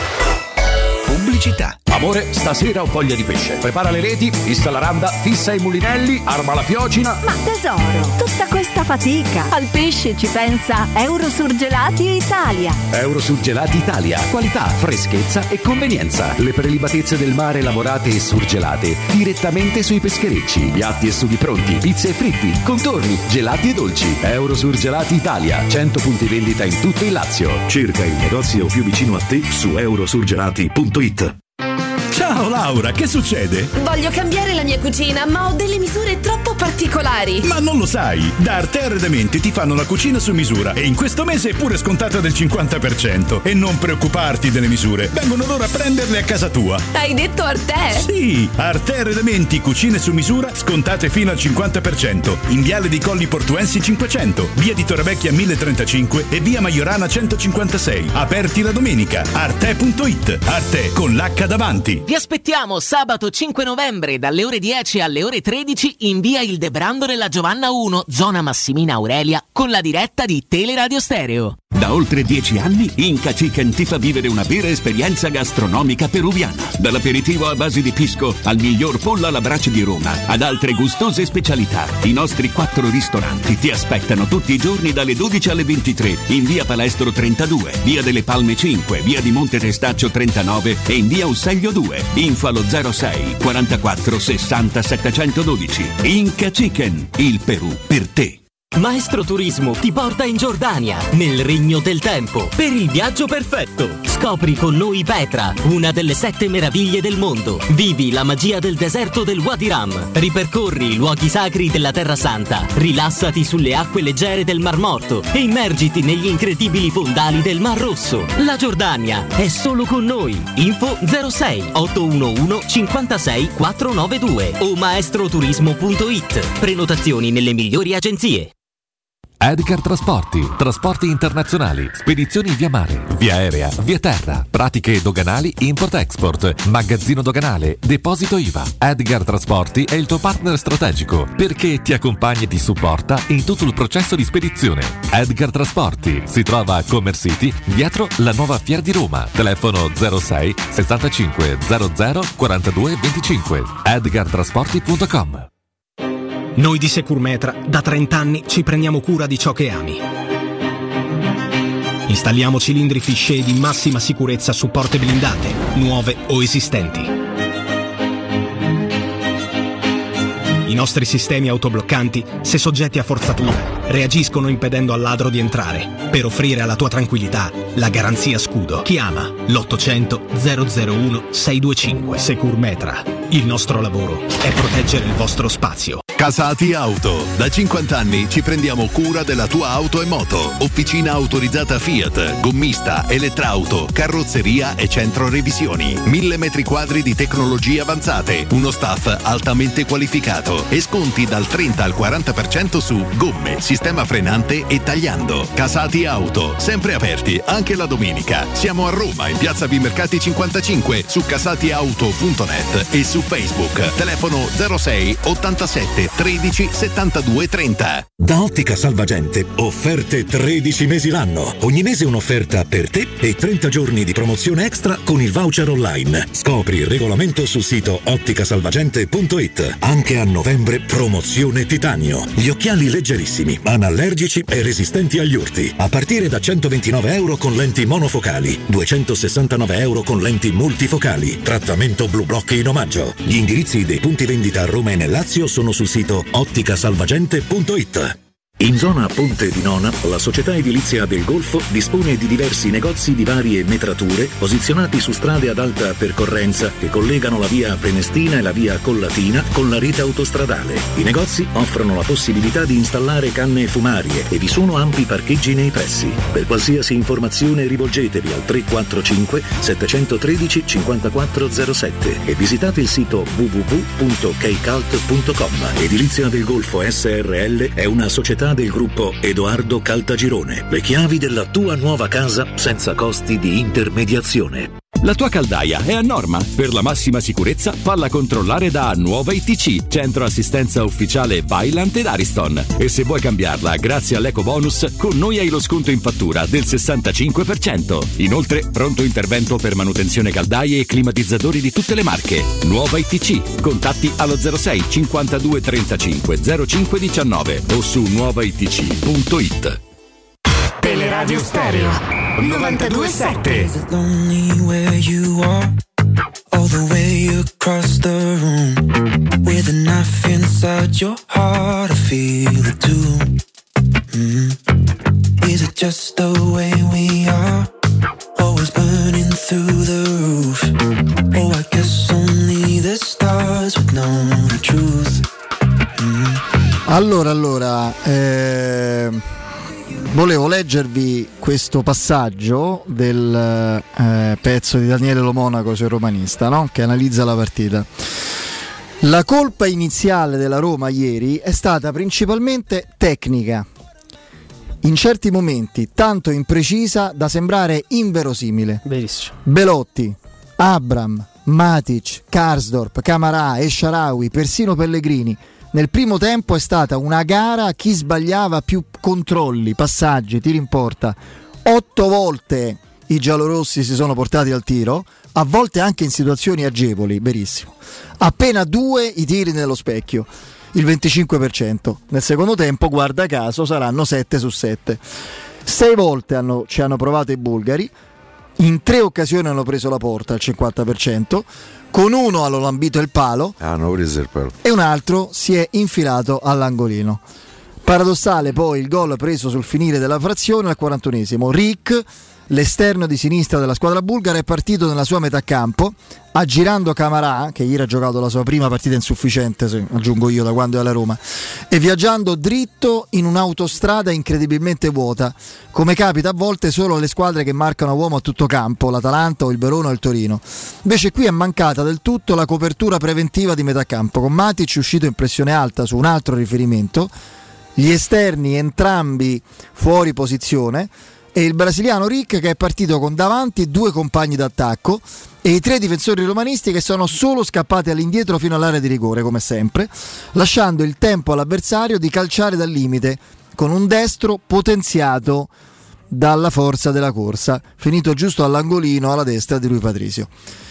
Pubblicità. Amore, stasera ho voglia di pesce. Prepara le reti, fissa la randa, fissa i mulinelli, arma la fiocina. Ma tesoro, tutta questa fatica. Al pesce ci pensa Eurosurgelati Italia. Eurosurgelati Italia. Qualità, freschezza e convenienza. Le prelibatezze del mare lavorate e surgelate direttamente sui pescherecci. Piatti e sughi pronti, pizze e fritti, contorni, gelati e dolci. Eurosurgelati Italia. cento punti vendita in tutto il Lazio. Cerca il negozio più vicino a te su eurosurgelati punto it. Ciao Laura, che succede? Voglio cambiare la mia cucina, ma ho delle misure troppo particolari. Ma non lo sai, da Arte Arredamenti ti fanno la cucina su misura e in questo mese è pure scontata del cinquanta per cento. E non preoccuparti delle misure, vengono loro a prenderle a casa tua. Hai detto Arte? Sì, Arte Arredamenti, cucine su misura, scontate fino al cinquanta per cento. In Viale dei Colli Portuensi cinquecento, via di Torrevecchia mille trentacinque e via Maiorana centocinquantasei. Aperti la domenica. Arte punto it. Arte con l'H davanti. Vi aspettiamo sabato cinque novembre dalle ore dieci alle ore tredici in via Ildebrando nella Giovanna uno, zona Massimina Aurelia, con la diretta di Teleradio Stereo. Da oltre dieci anni Inca Chicken ti fa vivere una vera esperienza gastronomica peruviana. Dall'aperitivo a base di pisco al miglior pollo alla brace di Roma, ad altre gustose specialità. I nostri quattro ristoranti ti aspettano tutti i giorni dalle dodici alle ventitré in via Palestro trentadue, via delle Palme cinque, via di Monte Testaccio trentanove e in via Usseglio due. Info allo zero sei quarantaquattro sessanta settecentododici. Inca Chicken, il Perù per te. Maestro Turismo ti porta in Giordania, nel Regno del Tempo, per il viaggio perfetto. Scopri con noi Petra, una delle sette meraviglie del mondo. Vivi la magia del deserto del Wadi Ram. Ripercorri i luoghi sacri della Terra Santa. Rilassati sulle acque leggere del Mar Morto e immergiti negli incredibili fondali del Mar Rosso. La Giordania è solo con noi. Info zero sei otto uno uno cinquantasei quattrocentonovantanovue o maestroturismo punto it. Prenotazioni nelle migliori agenzie. Edgar Trasporti, trasporti internazionali, spedizioni via mare, via aerea, via terra, pratiche doganali import-export, magazzino doganale, deposito I V A. Edgar Trasporti è il tuo partner strategico perché ti accompagna e ti supporta in tutto il processo di spedizione. Edgar Trasporti si trova a Commerce City, dietro la nuova Fiera di Roma. Telefono zero sei sessantacinque zero zero quarantadue venticinque. edgar trasporti punto com. Noi di Securmetra da trenta anni ci prendiamo cura di ciò che ami. Installiamo cilindri Fichet di massima sicurezza su porte blindate, nuove o esistenti. I nostri sistemi autobloccanti, se soggetti a forzatura, reagiscono impedendo al ladro di entrare, per offrire alla tua tranquillità la garanzia scudo. Chiama l'ottocento zero zero uno sei due cinque. Securmetra. Il nostro lavoro è proteggere il vostro spazio. Casati Auto. Da cinquanta anni ci prendiamo cura della tua auto e moto. Officina autorizzata Fiat, gommista, elettrauto, carrozzeria e centro revisioni. Mille metri quadri di tecnologie avanzate. Uno staff altamente qualificato. E sconti dal trenta al quaranta per cento su gomme, sistema frenante e tagliando. Casati Auto. Sempre aperti anche la domenica. Siamo a Roma in piazza Vimercati cinquantacinque, su casatiauto punto net e su Facebook. Telefono zero sei ottantasette tredici settantadue trenta. Da Ottica Salvagente, offerte tredici mesi l'anno. Ogni mese un'offerta per te e trenta giorni di promozione extra con il voucher online. Scopri il regolamento sul sito otticasalvagente punto it. Anche a novembre promozione titanio. Gli occhiali leggerissimi, anallergici e resistenti agli urti. A partire da centoventinove euro con lenti monofocali, duecentosessantanove euro con lenti multifocali. Trattamento Blue Block in omaggio. Gli indirizzi dei punti vendita a Roma e nel Lazio sono sul sito otticasalvagente punto it. In zona Ponte di Nona, la società edilizia del Golfo dispone di diversi negozi di varie metrature posizionati su strade ad alta percorrenza che collegano la via Prenestina e la via Collatina con la rete autostradale. I negozi offrono la possibilità di installare canne fumarie e vi sono ampi parcheggi nei pressi. Per qualsiasi informazione rivolgetevi al tre quattro cinque sette uno tre cinque zero zero sette e visitate il sito w w w punto keicalt punto com. Edilizia del Golfo S R L è una società del gruppo Edoardo Caltagirone. Le chiavi della tua nuova casa senza costi di intermediazione. La tua caldaia è a norma. Per la massima sicurezza falla controllare da Nuova I T C, centro assistenza ufficiale Vaillant ed Ariston. E se vuoi cambiarla grazie all'eco bonus, con noi hai lo sconto in fattura del sessantacinque per cento. Inoltre pronto intervento per manutenzione caldaie e climatizzatori di tutte le marche. Nuova I T C. Contatti allo zero sei cinquantadue trentacinque zero cinque diciannove o su nuova i t c punto it. Teleradio Stereo novantadue sette. Is it lonely where you are? All the way across the room, with a knife inside your heart, I feel it too. Mm. Is it just the way we are? Always burning through the roof. Oh, I guess only the stars would know the truth. Mm. Allora, allora, eh... volevo leggervi questo passaggio del eh, pezzo di Daniele Lo Monaco sul Romanista, no? Che analizza la partita. La colpa iniziale della Roma ieri è stata principalmente tecnica, in certi momenti tanto imprecisa da sembrare inverosimile. Benissimo. Belotti, Abram, Matic, Karsdorp, Camarà, Esharawi, persino Pellegrini. Nel primo tempo è stata una gara a chi sbagliava più controlli, passaggi, tiri in porta. Otto volte i giallorossi si sono portati al tiro, a volte anche in situazioni agevoli, verissimo. Appena due i tiri nello specchio, il venticinque per cento. Nel secondo tempo, guarda caso, saranno sette su sette. Sei volte hanno, ci hanno provato i bulgari, in tre occasioni hanno preso la porta al cinquanta per cento. Con uno hanno lambito il palo, ah, hanno preso il palo e un altro si è infilato all'angolino. Paradossale poi il gol preso sul finire della frazione al quarantunesimo. Rick, l'esterno di sinistra della squadra bulgara, è partito nella sua metà campo, aggirando Camarà, che ieri ha giocato la sua prima partita insufficiente, se aggiungo io, da quando è alla Roma, e viaggiando dritto in un'autostrada incredibilmente vuota, come capita a volte solo alle squadre che marcano uomo a tutto campo, l'Atalanta o il Verona o il Torino. Invece qui è mancata del tutto la copertura preventiva di metà campo, con Matic uscito in pressione alta su un altro riferimento, gli esterni entrambi fuori posizione, e il brasiliano Rick che è partito con davanti due compagni d'attacco e i tre difensori romanisti che sono solo scappati all'indietro fino all'area di rigore, come sempre, lasciando il tempo all'avversario di calciare dal limite con un destro potenziato dalla forza della corsa, finito giusto all'angolino alla destra di Rui Patricio.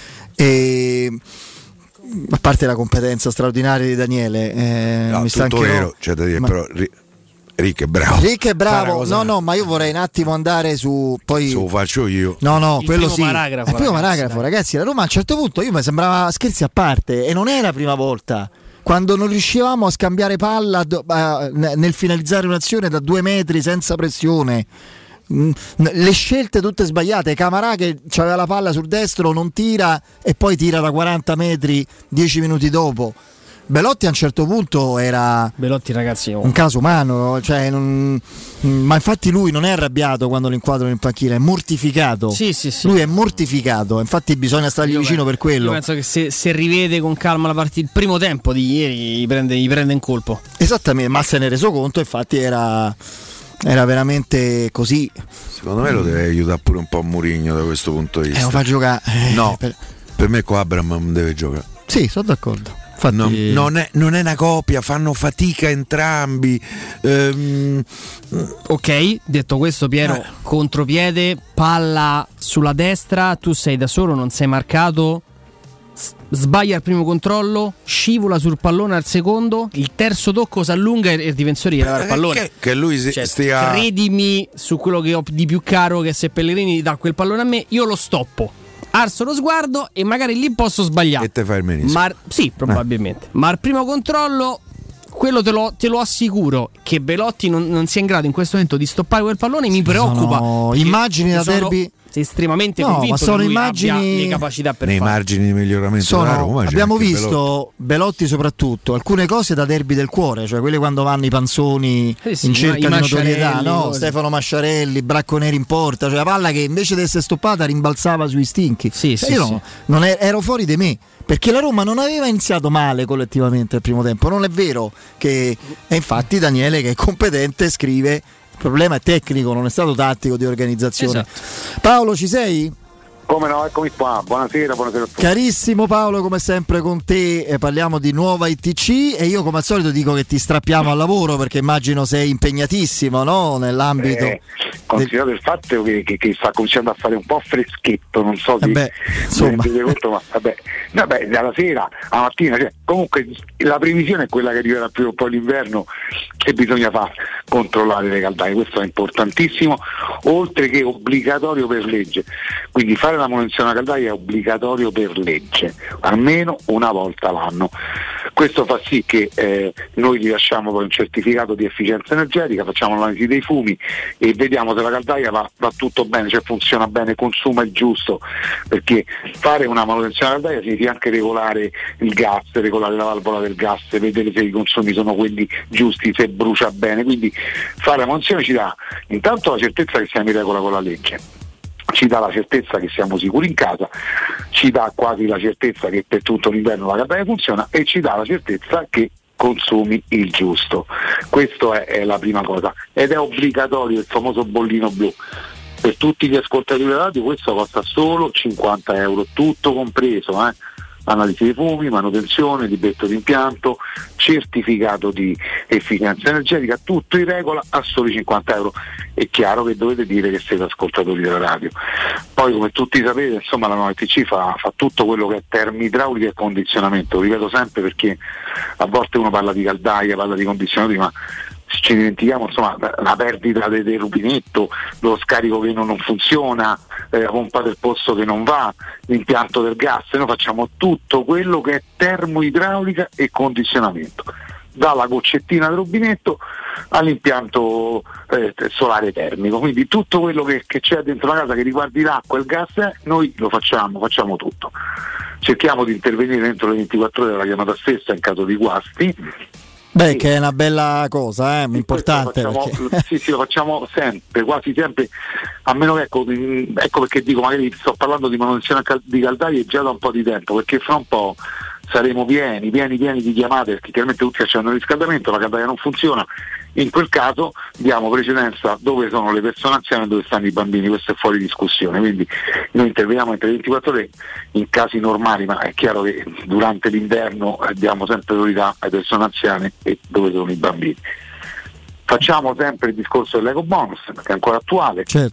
E a parte la competenza straordinaria di Daniele, eh, no, mi tutto stancherò, vero, cioè da dire, ma... però ri- Rick è bravo. Rick è bravo. No, no, ma io vorrei un attimo andare su. Poi. Se lo faccio io. No, no, il quello primo sì. Paragrafo, il primo ragazzi, paragrafo, dai. ragazzi. La Roma a un certo punto io mi sembrava scherzi a parte. E non è la prima volta. Quando non riuscivamo a scambiare palla do, uh, nel finalizzare un'azione da due metri senza pressione. Mm, le scelte tutte sbagliate. Camarà che aveva la palla sul destro, non tira e poi tira da quaranta metri dieci minuti dopo. Belotti a un certo punto era Belotti, ragazzi, oh. un caso umano, cioè non, ma infatti lui non è arrabbiato quando lo inquadrano in panchina, è mortificato. Sì, sì, sì. Lui è mortificato, infatti bisogna stargli Io vicino penso, per quello. Io penso che se, se rivede con calma la partita, il primo tempo di ieri, gli prende, gli prende in colpo. Esattamente, ma se ne è reso conto, infatti era, era veramente così. Secondo me lo deve aiutare pure un po' Mourinho da questo punto di vista. Eh, lo fa giocare. Eh, no, per... per me qua Abraham non deve giocare. Sì, sono d'accordo. Infatti... No, non, è, non è una coppia, fanno fatica entrambi. Ehm... Ok, detto questo, Piero, eh. contropiede, palla sulla destra, tu sei da solo, non sei marcato, sbaglia il primo controllo, scivola sul pallone al secondo, il terzo tocco si allunga e il difensore gli dà il pallone. Che, che lui si, cioè, stia... Credimi su quello che ho di più caro, che se Pellegrini dà quel pallone a me, io lo stoppo. Alzo lo sguardo e magari lì posso sbagliare. E te fai il menisco. Ma, sì, probabilmente. Eh. Ma al primo controllo, quello te lo, te lo assicuro, che Belotti non, non sia in grado in questo momento di stoppare quel pallone, mi preoccupa. Sono immagini da derby. Estremamente no, convinto ma sono che lui immagini abbia le capacità per nei fare. margini di miglioramento sono, della Roma, abbiamo visto Belotti. Belotti soprattutto alcune cose da derby del cuore, cioè quelle quando vanno i panzoni eh sì, in cerca di notorietà, no? Cose. Stefano Masciarelli, Bracconieri in porta, cioè la palla che invece di essere stoppata rimbalzava sui stinchi. Sì, cioè sì, io sì. No, non è, ero fuori di me. Perché la Roma non aveva iniziato male collettivamente il primo tempo, non è vero che e infatti Daniele, che è competente, scrive: il problema è tecnico, non è stato tattico di organizzazione. Esatto. Paolo, ci sei? Come no, eccomi qua, buonasera, buonasera a tutti. Carissimo Paolo, come sempre con te eh, parliamo di nuova I T C e io come al solito dico che ti strappiamo al lavoro perché immagino sei impegnatissimo, no? Nell'ambito eh, considerato del... il fatto che, che, che sta cominciando a fare un po' freschetto, non so se eh beh, insomma. vi conto, ma vabbè, vabbè, dalla sera alla mattina, cioè, comunque la previsione è quella che arriverà più o poi l'inverno e bisogna far controllare le caldaie, questo è importantissimo, oltre che obbligatorio per legge, quindi fare la manutenzione alla caldaia è obbligatorio per legge, almeno una volta l'anno. Questo fa sì che eh, noi rilasciamo poi un certificato di efficienza energetica, facciamo l'analisi dei fumi e vediamo se la caldaia va, va tutto bene, cioè funziona bene, consuma il giusto, perché fare una manutenzione alla caldaia significa anche regolare il gas, regolare la valvola del gas, vedere se i consumi sono quelli giusti, se brucia bene, quindi fare la manutenzione ci dà intanto la certezza che siamo in regola con la legge, ci dà la certezza che siamo sicuri in casa, ci dà quasi la certezza che per tutto l'inverno la caldaia funziona e ci dà la certezza che consumi il giusto. Questo è, è la prima cosa ed è obbligatorio il famoso bollino blu. Per tutti gli ascoltatori della radio questo costa solo cinquanta euro, tutto compreso, eh? Analisi dei fumi, manutenzione, libretto d'impianto, certificato di efficienza energetica, tutto in regola a soli cinquanta euro. È chiaro che dovete dire che siete ascoltatori della radio. Poi, come tutti sapete, insomma, la nuova I T C fa, fa tutto quello che è termoidraulica e condizionamento, lo ripeto sempre perché a volte uno parla di caldaia, parla di condizionatori, ma ci dimentichiamo, insomma, la perdita del, del rubinetto, lo scarico che non, non funziona, eh, la pompa del pozzo che non va, l'impianto del gas. Noi facciamo tutto quello che è termoidraulica e condizionamento, dalla goccettina del rubinetto all'impianto eh, solare termico, quindi tutto quello che, che c'è dentro la casa che riguardi l'acqua e il gas, eh, noi lo facciamo, facciamo tutto. Cerchiamo di intervenire dentro le ventiquattro ore della chiamata stessa in caso di guasti. Beh, sì. Che è una bella cosa, eh, sì, importante. Lo facciamo, perché... sì, sì, lo facciamo sempre, quasi sempre, a meno che ecco, ecco perché dico, magari sto parlando di manutenzione di caldaie già da un po' di tempo, perché fra un po' saremo pieni, pieni, pieni di chiamate, perché chiaramente tutti hanno il riscaldamento, la caldaia non funziona. In quel caso diamo precedenza dove sono le persone anziane e dove stanno i bambini, questo è fuori discussione, quindi noi interveniamo entro le ventiquattro ore in casi normali, ma è chiaro che durante l'inverno diamo sempre priorità alle persone anziane e dove sono i bambini. Facciamo sempre il discorso dell'eco bonus, che è ancora attuale. Certo.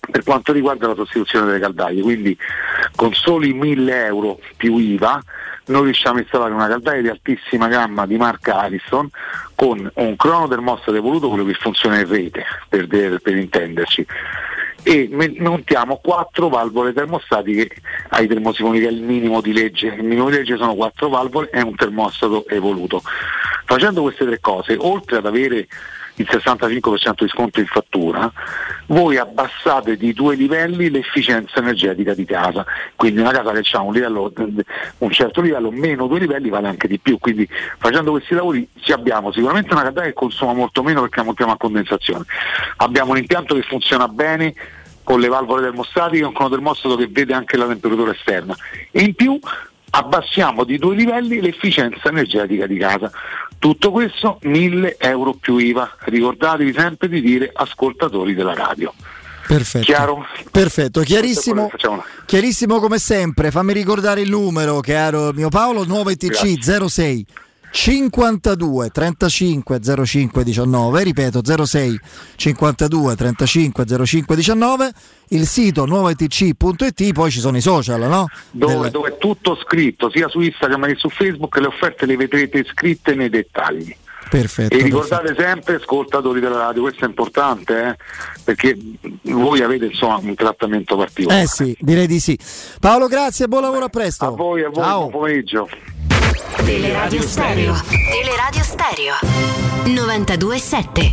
per quanto riguarda la sostituzione delle caldaie, quindi con soli mille euro più I V A noi riusciamo a installare una caldaia di altissima gamma di marca Ariston con un cronotermostato evoluto, quello che funziona in rete, per, per, per intenderci, e montiamo quattro valvole termostatiche ai termosifoni, che è il minimo di legge. Il minimo di legge sono quattro valvole e un termostato evoluto. Facendo queste tre cose, oltre ad avere il sessantacinque per cento di sconto in fattura, voi abbassate di due livelli l'efficienza energetica di casa. Quindi una casa che ha un livello, un certo livello, meno due livelli vale anche di più. Quindi facendo questi lavori ci abbiamo sicuramente una caldaia che consuma molto meno perché la montiamo a condensazione, abbiamo un impianto che funziona bene con le valvole termostatiche, con un termostato che vede anche la temperatura esterna, e in più abbassiamo di due livelli l'efficienza energetica di casa. Tutto questo mille euro più I V A. Ricordatevi sempre di dire ascoltatori della radio. Perfetto. Chiaro? Perfetto, chiarissimo, chiarissimo come sempre. Fammi ricordare il numero, caro mio Paolo, nuovo I T C zero sei cinquantadue trentacinque zero cinque diciannove, ripeto zero sei cinquantadue trentacinque zero cinque diciannove, il sito nuova i t c punto i t, poi ci sono i social, no? Dove, Del... dove è tutto scritto, sia su Instagram che su Facebook, le offerte le vedrete scritte nei dettagli. Perfetto, e ricordate perfetto. sempre, ascoltatori della radio, questo è importante, eh? Perché voi avete insomma un trattamento particolare. Eh sì, direi di sì. Paolo, grazie, buon lavoro, a presto. A voi, a voi, Ciao. buon pomeriggio. Teleradio Stereo. Teleradio Stereo. novantadue sette.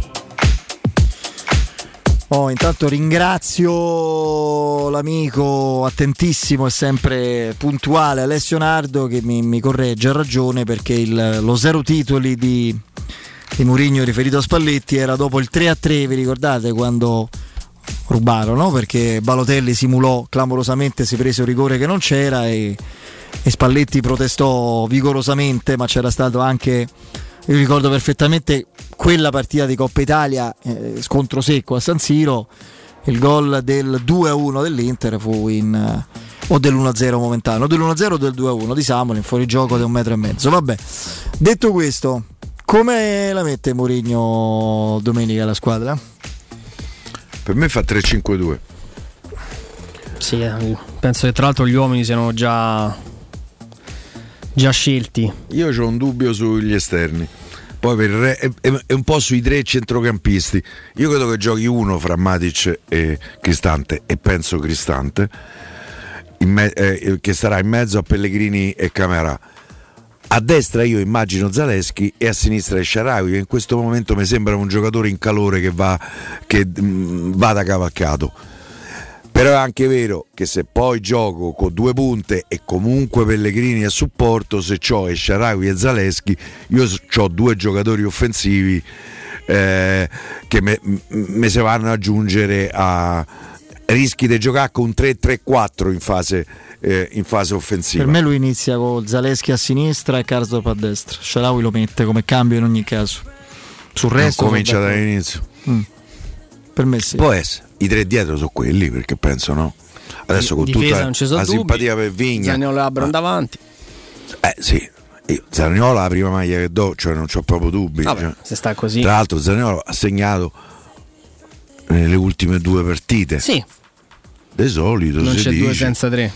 Oh, intanto ringrazio l'amico attentissimo e sempre puntuale Alessio Nardo che mi, mi corregge, ha ragione, perché il, lo zero titoli di, di Mourinho riferito a Spalletti era dopo il tre a tre, vi ricordate, quando rubarono, perché Balotelli simulò clamorosamente, si prese un rigore che non c'era e, e Spalletti protestò vigorosamente, ma c'era stato anche, io ricordo perfettamente quella partita di Coppa Italia, eh, scontro secco a San Siro, il gol del due a uno dell'Inter fu in eh, o dell'uno a zero momentaneo, o dell'uno a zero o del due a uno di Samuel in fuorigioco di un metro e mezzo. Vabbè, detto questo, come la mette Mourinho domenica la squadra? Per me fa tre cinque due. Sì, penso che tra l'altro gli uomini siano già già scelti. Io ho un dubbio sugli esterni. Poi per il re, è, è un po' sui tre centrocampisti. Io credo che giochi uno fra Matic e Cristante, e penso Cristante in me, eh, che starà in mezzo a Pellegrini e Camerà. A destra io immagino Zaleschi e a sinistra El Shaarawy, che in questo momento mi sembra un giocatore in calore che va che mh, vada cavalcato. Però è anche vero che se poi gioco con due punte e comunque Pellegrini a supporto, se c'ho El Shaarawy e Zaleschi, io ho due giocatori offensivi eh, che mi si vanno ad aggiungere a rischi di giocare con un tre tre quattro in fase, eh, in fase offensiva. Per me lui inizia con Zaleschi a sinistra e Karsdorp a destra. Shaarawy lo mette come cambio in ogni caso. Sul resto non comincia dall'inizio. Mm. Per me sì. Può essere. I tre dietro sono quelli, perché penso, no? Adesso con tutta la dubbi. simpatia per Vigna, Zaniolo e Abram davanti. Eh sì, io, Zaniolo la prima maglia che do, cioè non c'ho proprio dubbi. Vabbè, cioè. Se sta così. Tra l'altro Zaniolo ha segnato nelle ultime due partite. Sì. De solito non si c'è dice. due senza tre.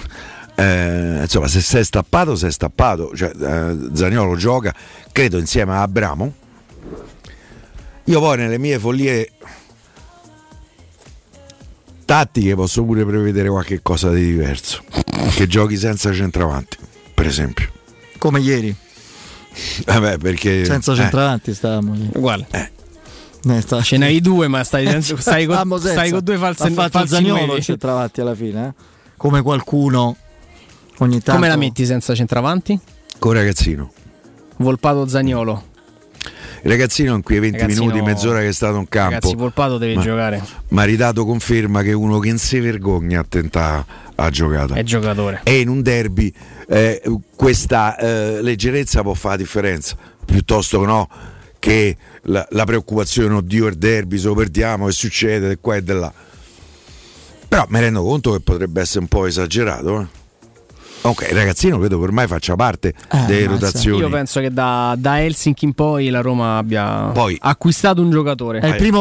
Eh, insomma, se sei stappato, sei stappato. Cioè, eh, Zaniolo gioca, credo, insieme a Abramo. Io poi nelle mie follie tattiche posso pure prevedere qualche cosa di diverso, che giochi senza centravanti, per esempio, come ieri. Vabbè, perché senza centravanti eh. stavamo ieri. Uguale. Eh. Eh, sta... Ce n'hai due, ma stai, senza, stai, con, stai con due false, falsi Zaniolo centravanti alla fine, eh? Come qualcuno ogni tanto. Come la metti senza centravanti? Con Ragazzino. Volpato Zaniolo. Il ragazzino in quei venti ragazzino, minuti, mezz'ora che è stato in campo, ragazzi, Volpato deve ma, giocare. Mi ha ridato conferma che uno che non si vergogna a tentare a giocata. È giocatore. E in un derby eh, questa eh, leggerezza può fare la differenza, piuttosto che no che la, la preoccupazione, oddio il derby, se lo perdiamo, che succede, di qua e di là. Però mi rendo conto che potrebbe essere un po' esagerato, eh. Ok, il ragazzino credo che ormai faccia parte eh, delle rotazioni. Io penso che da, da Helsinki in poi la Roma abbia poi, acquistato un giocatore. È il primo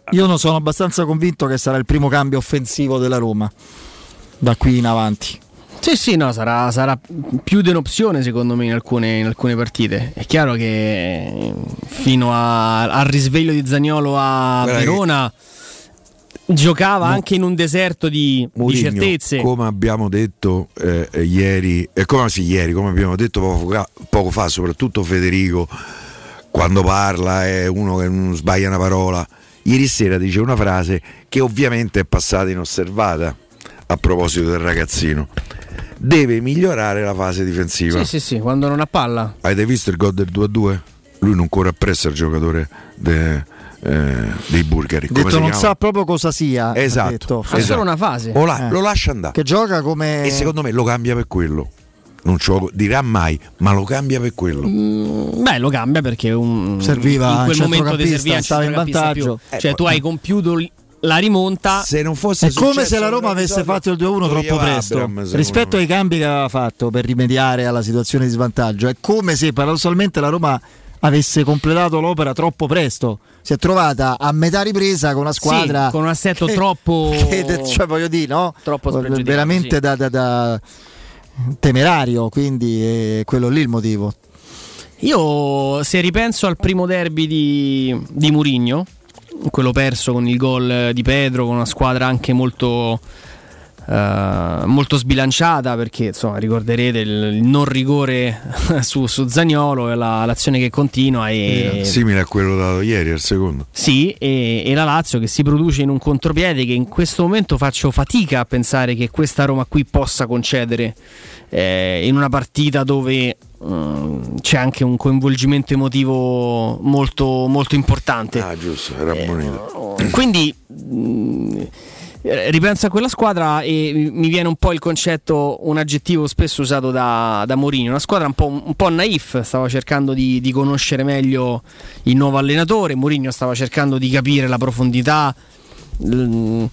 io non sono abbastanza convinto che sarà il primo cambio offensivo della Roma da qui in avanti. Sì, sì, no, sarà, sarà più di un'opzione secondo me in alcune, in alcune partite. È chiaro che fino a, al risveglio di Zaniolo a Guarda Verona che... giocava Mo... anche in un deserto di, di certezze. Come abbiamo detto eh, ieri, e eh, come sì, ieri, come abbiamo detto poco, poco fa, soprattutto Federico, quando parla è uno che non sbaglia una parola. Ieri sera dice una frase che ovviamente è passata inosservata a proposito del ragazzino. Deve migliorare la fase difensiva. Sì, sì, sì, quando non ha palla. Avete visto il gol del due a due? Lui non corre appresso al giocatore de, eh, dei bulgari. Come detto, non chiama? Sa proprio cosa sia. Esatto. Detto. È solo una fase. O la, eh. Lo lascia andare. Che gioca come. E secondo me lo cambia per quello. Non ce lo dirà mai, ma lo cambia per quello. Mm, beh, lo cambia perché un, serviva in quel momento ti serviva, stava in vantaggio. Eh, cioè, tu hai compiuto la rimonta. Se non fosse è come se la Roma avesse fatto il due a uno troppo presto Abram, rispetto ai cambi che aveva fatto per rimediare alla situazione di svantaggio. È come se paradossalmente la Roma avesse completato l'opera troppo presto. Si è trovata a metà ripresa con una squadra sì, con un assetto che, troppo che, cioè voglio dire, no? Troppo veramente sì. da, da, da temerario, quindi è quello lì il motivo. Io se ripenso al primo derby di, di Mourinho, quello perso con il gol di Pedro, con una squadra anche molto uh, molto sbilanciata, perché insomma ricorderete il, il non rigore su, su Zaniolo e la, l'azione che continua e, eh, simile a quello dato ieri al secondo. Sì, e, e la Lazio che si produce in un contropiede che in questo momento faccio fatica a pensare che questa Roma qui possa concedere eh, in una partita dove c'è anche un coinvolgimento emotivo molto, molto importante. Ah, giusto, era ammonito. Eh, quindi mh, ripenso a quella squadra e mi viene un po' il concetto, un aggettivo spesso usato da, da Mourinho, una squadra un po', un po' naif, stava cercando di, di conoscere meglio il nuovo allenatore. Mourinho stava cercando di capire la profondità, l,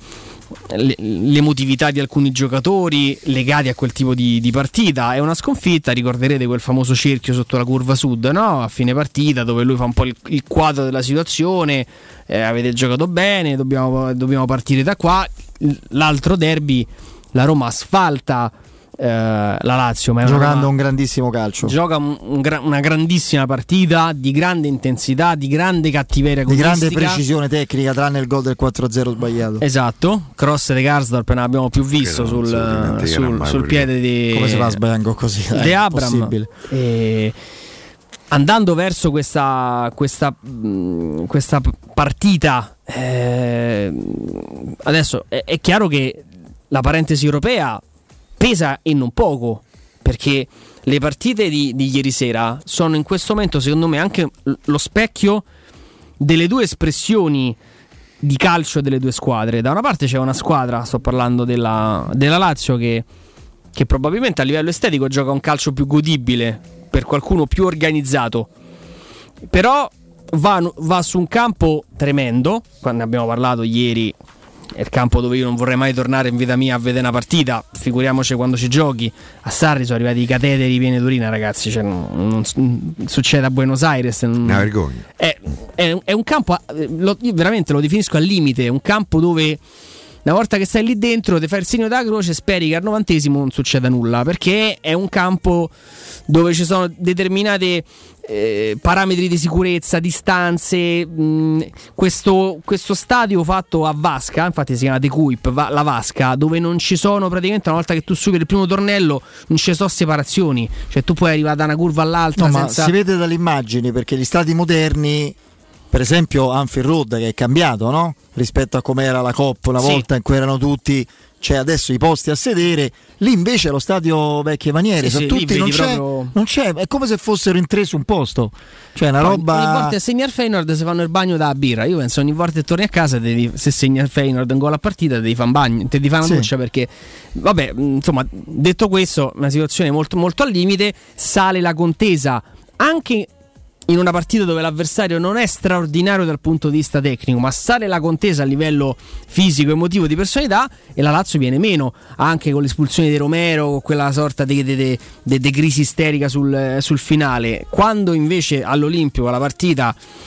l'emotività di alcuni giocatori legati a quel tipo di, di partita. È una sconfitta, ricorderete quel famoso cerchio sotto la curva sud, no? A fine partita, dove lui fa un po' il, il quadro della situazione, eh, avete giocato bene, dobbiamo, dobbiamo partire da qua. L'altro derby la Roma asfalta eh, la Lazio, ma giocando Roma, un grandissimo calcio, gioca un, un, una grandissima partita di grande intensità, di grande cattiveria di grande precisione tecnica, tranne il gol del quattro a zero sbagliato. Esatto, cross di Karsdorp non abbiamo più visto sul, sul, sul piede di come si fa a sbagliare così di Abram. E andando verso questa questa, questa partita eh, adesso è, è chiaro che la parentesi europea pesa e non poco, perché le partite di, di ieri sera sono in questo momento secondo me anche lo specchio delle due espressioni di calcio delle due squadre. Da una parte c'è una squadra, sto parlando della, della Lazio, che, che probabilmente a livello estetico gioca un calcio più godibile, per qualcuno più organizzato, però va, va su un campo tremendo. Quando ne abbiamo parlato ieri, è il campo dove io non vorrei mai tornare in vita mia a vedere una partita, figuriamoci quando ci giochi. A Sarri sono arrivati i cateteri pieni d'urina, ragazzi, cioè, non, non, non succede a Buenos Aires, non, una vergogna. È, è, è un campo, lo, io veramente lo definisco al limite, un campo dove una volta che stai lì dentro ti fai il segno della croce e speri che al novantesimo non succeda nulla, perché è un campo dove ci sono determinate eh, parametri di sicurezza, distanze. Mh, questo, questo stadio fatto a vasca, infatti si chiama De Kuip, va, la vasca, dove non ci sono praticamente, una volta che tu superi il primo tornello non ci sono separazioni, cioè tu puoi arrivare da una curva all'altra. No, senza... ma si vede dalle immagini, perché gli stadi moderni, per esempio Anfield Road, che è cambiato, no? Rispetto a come era la Coppa una sì. volta, in cui erano tutti, c'è adesso i posti a sedere, lì invece lo stadio vecchie maniere, sì, sono sì, tutti, non c'è, proprio... non c'è, è come se fossero in tre su un posto, cioè una Poi, roba. Ogni volta a segnare Feyenoord si fanno il bagno da birra. Io penso ogni volta che torni a casa devi, se segna il Feyenoord un gol a partita devi fare un bagno, devi fare una sì. doccia, perché vabbè, insomma, detto questo, una situazione molto molto al limite. Sale la contesa anche in una partita dove l'avversario non è straordinario dal punto di vista tecnico, ma sale la contesa a livello fisico, emotivo, di personalità, e la Lazio viene meno, anche con l'espulsione di Romero, con quella sorta di, di, di, di, di crisi isterica sul, sul finale. Quando invece all'Olimpico la partita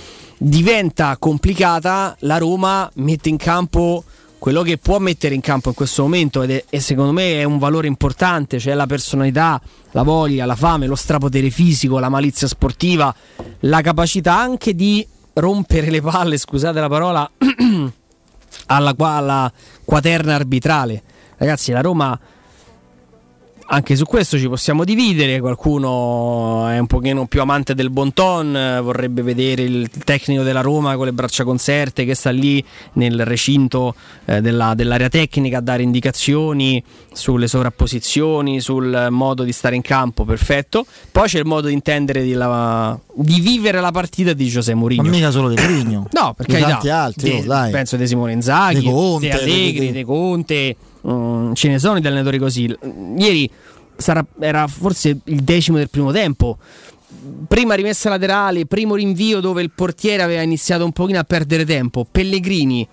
diventa complicata, la Roma mette in campo quello che può mettere in campo in questo momento ed è, e secondo me è un valore importante, cioè la personalità, la voglia, la fame, lo strapotere fisico, la malizia sportiva, la capacità anche di rompere le palle, scusate la parola, alla, alla quaterna arbitrale. Ragazzi, la Roma, anche su questo ci possiamo dividere, qualcuno è un pochino più amante del bon ton, vorrebbe vedere il tecnico della Roma con le braccia conserte che sta lì nel recinto eh, della, dell'area tecnica a dare indicazioni sulle sovrapposizioni, sul modo di stare in campo, perfetto. Poi c'è il modo di intendere di, la, di vivere la partita di José Mourinho. Ma mica solo di Mourinho. No, perché di tanti altri, de, oh, dai. penso di Simone Inzaghi, De Conte, De Allegri, De, De Conte. Mm, ce ne sono di allenatori così. Ieri sarà, era forse il decimo del primo tempo, prima rimessa laterale, primo rinvio dove il portiere aveva iniziato un pochino a perdere tempo. Pellegrini,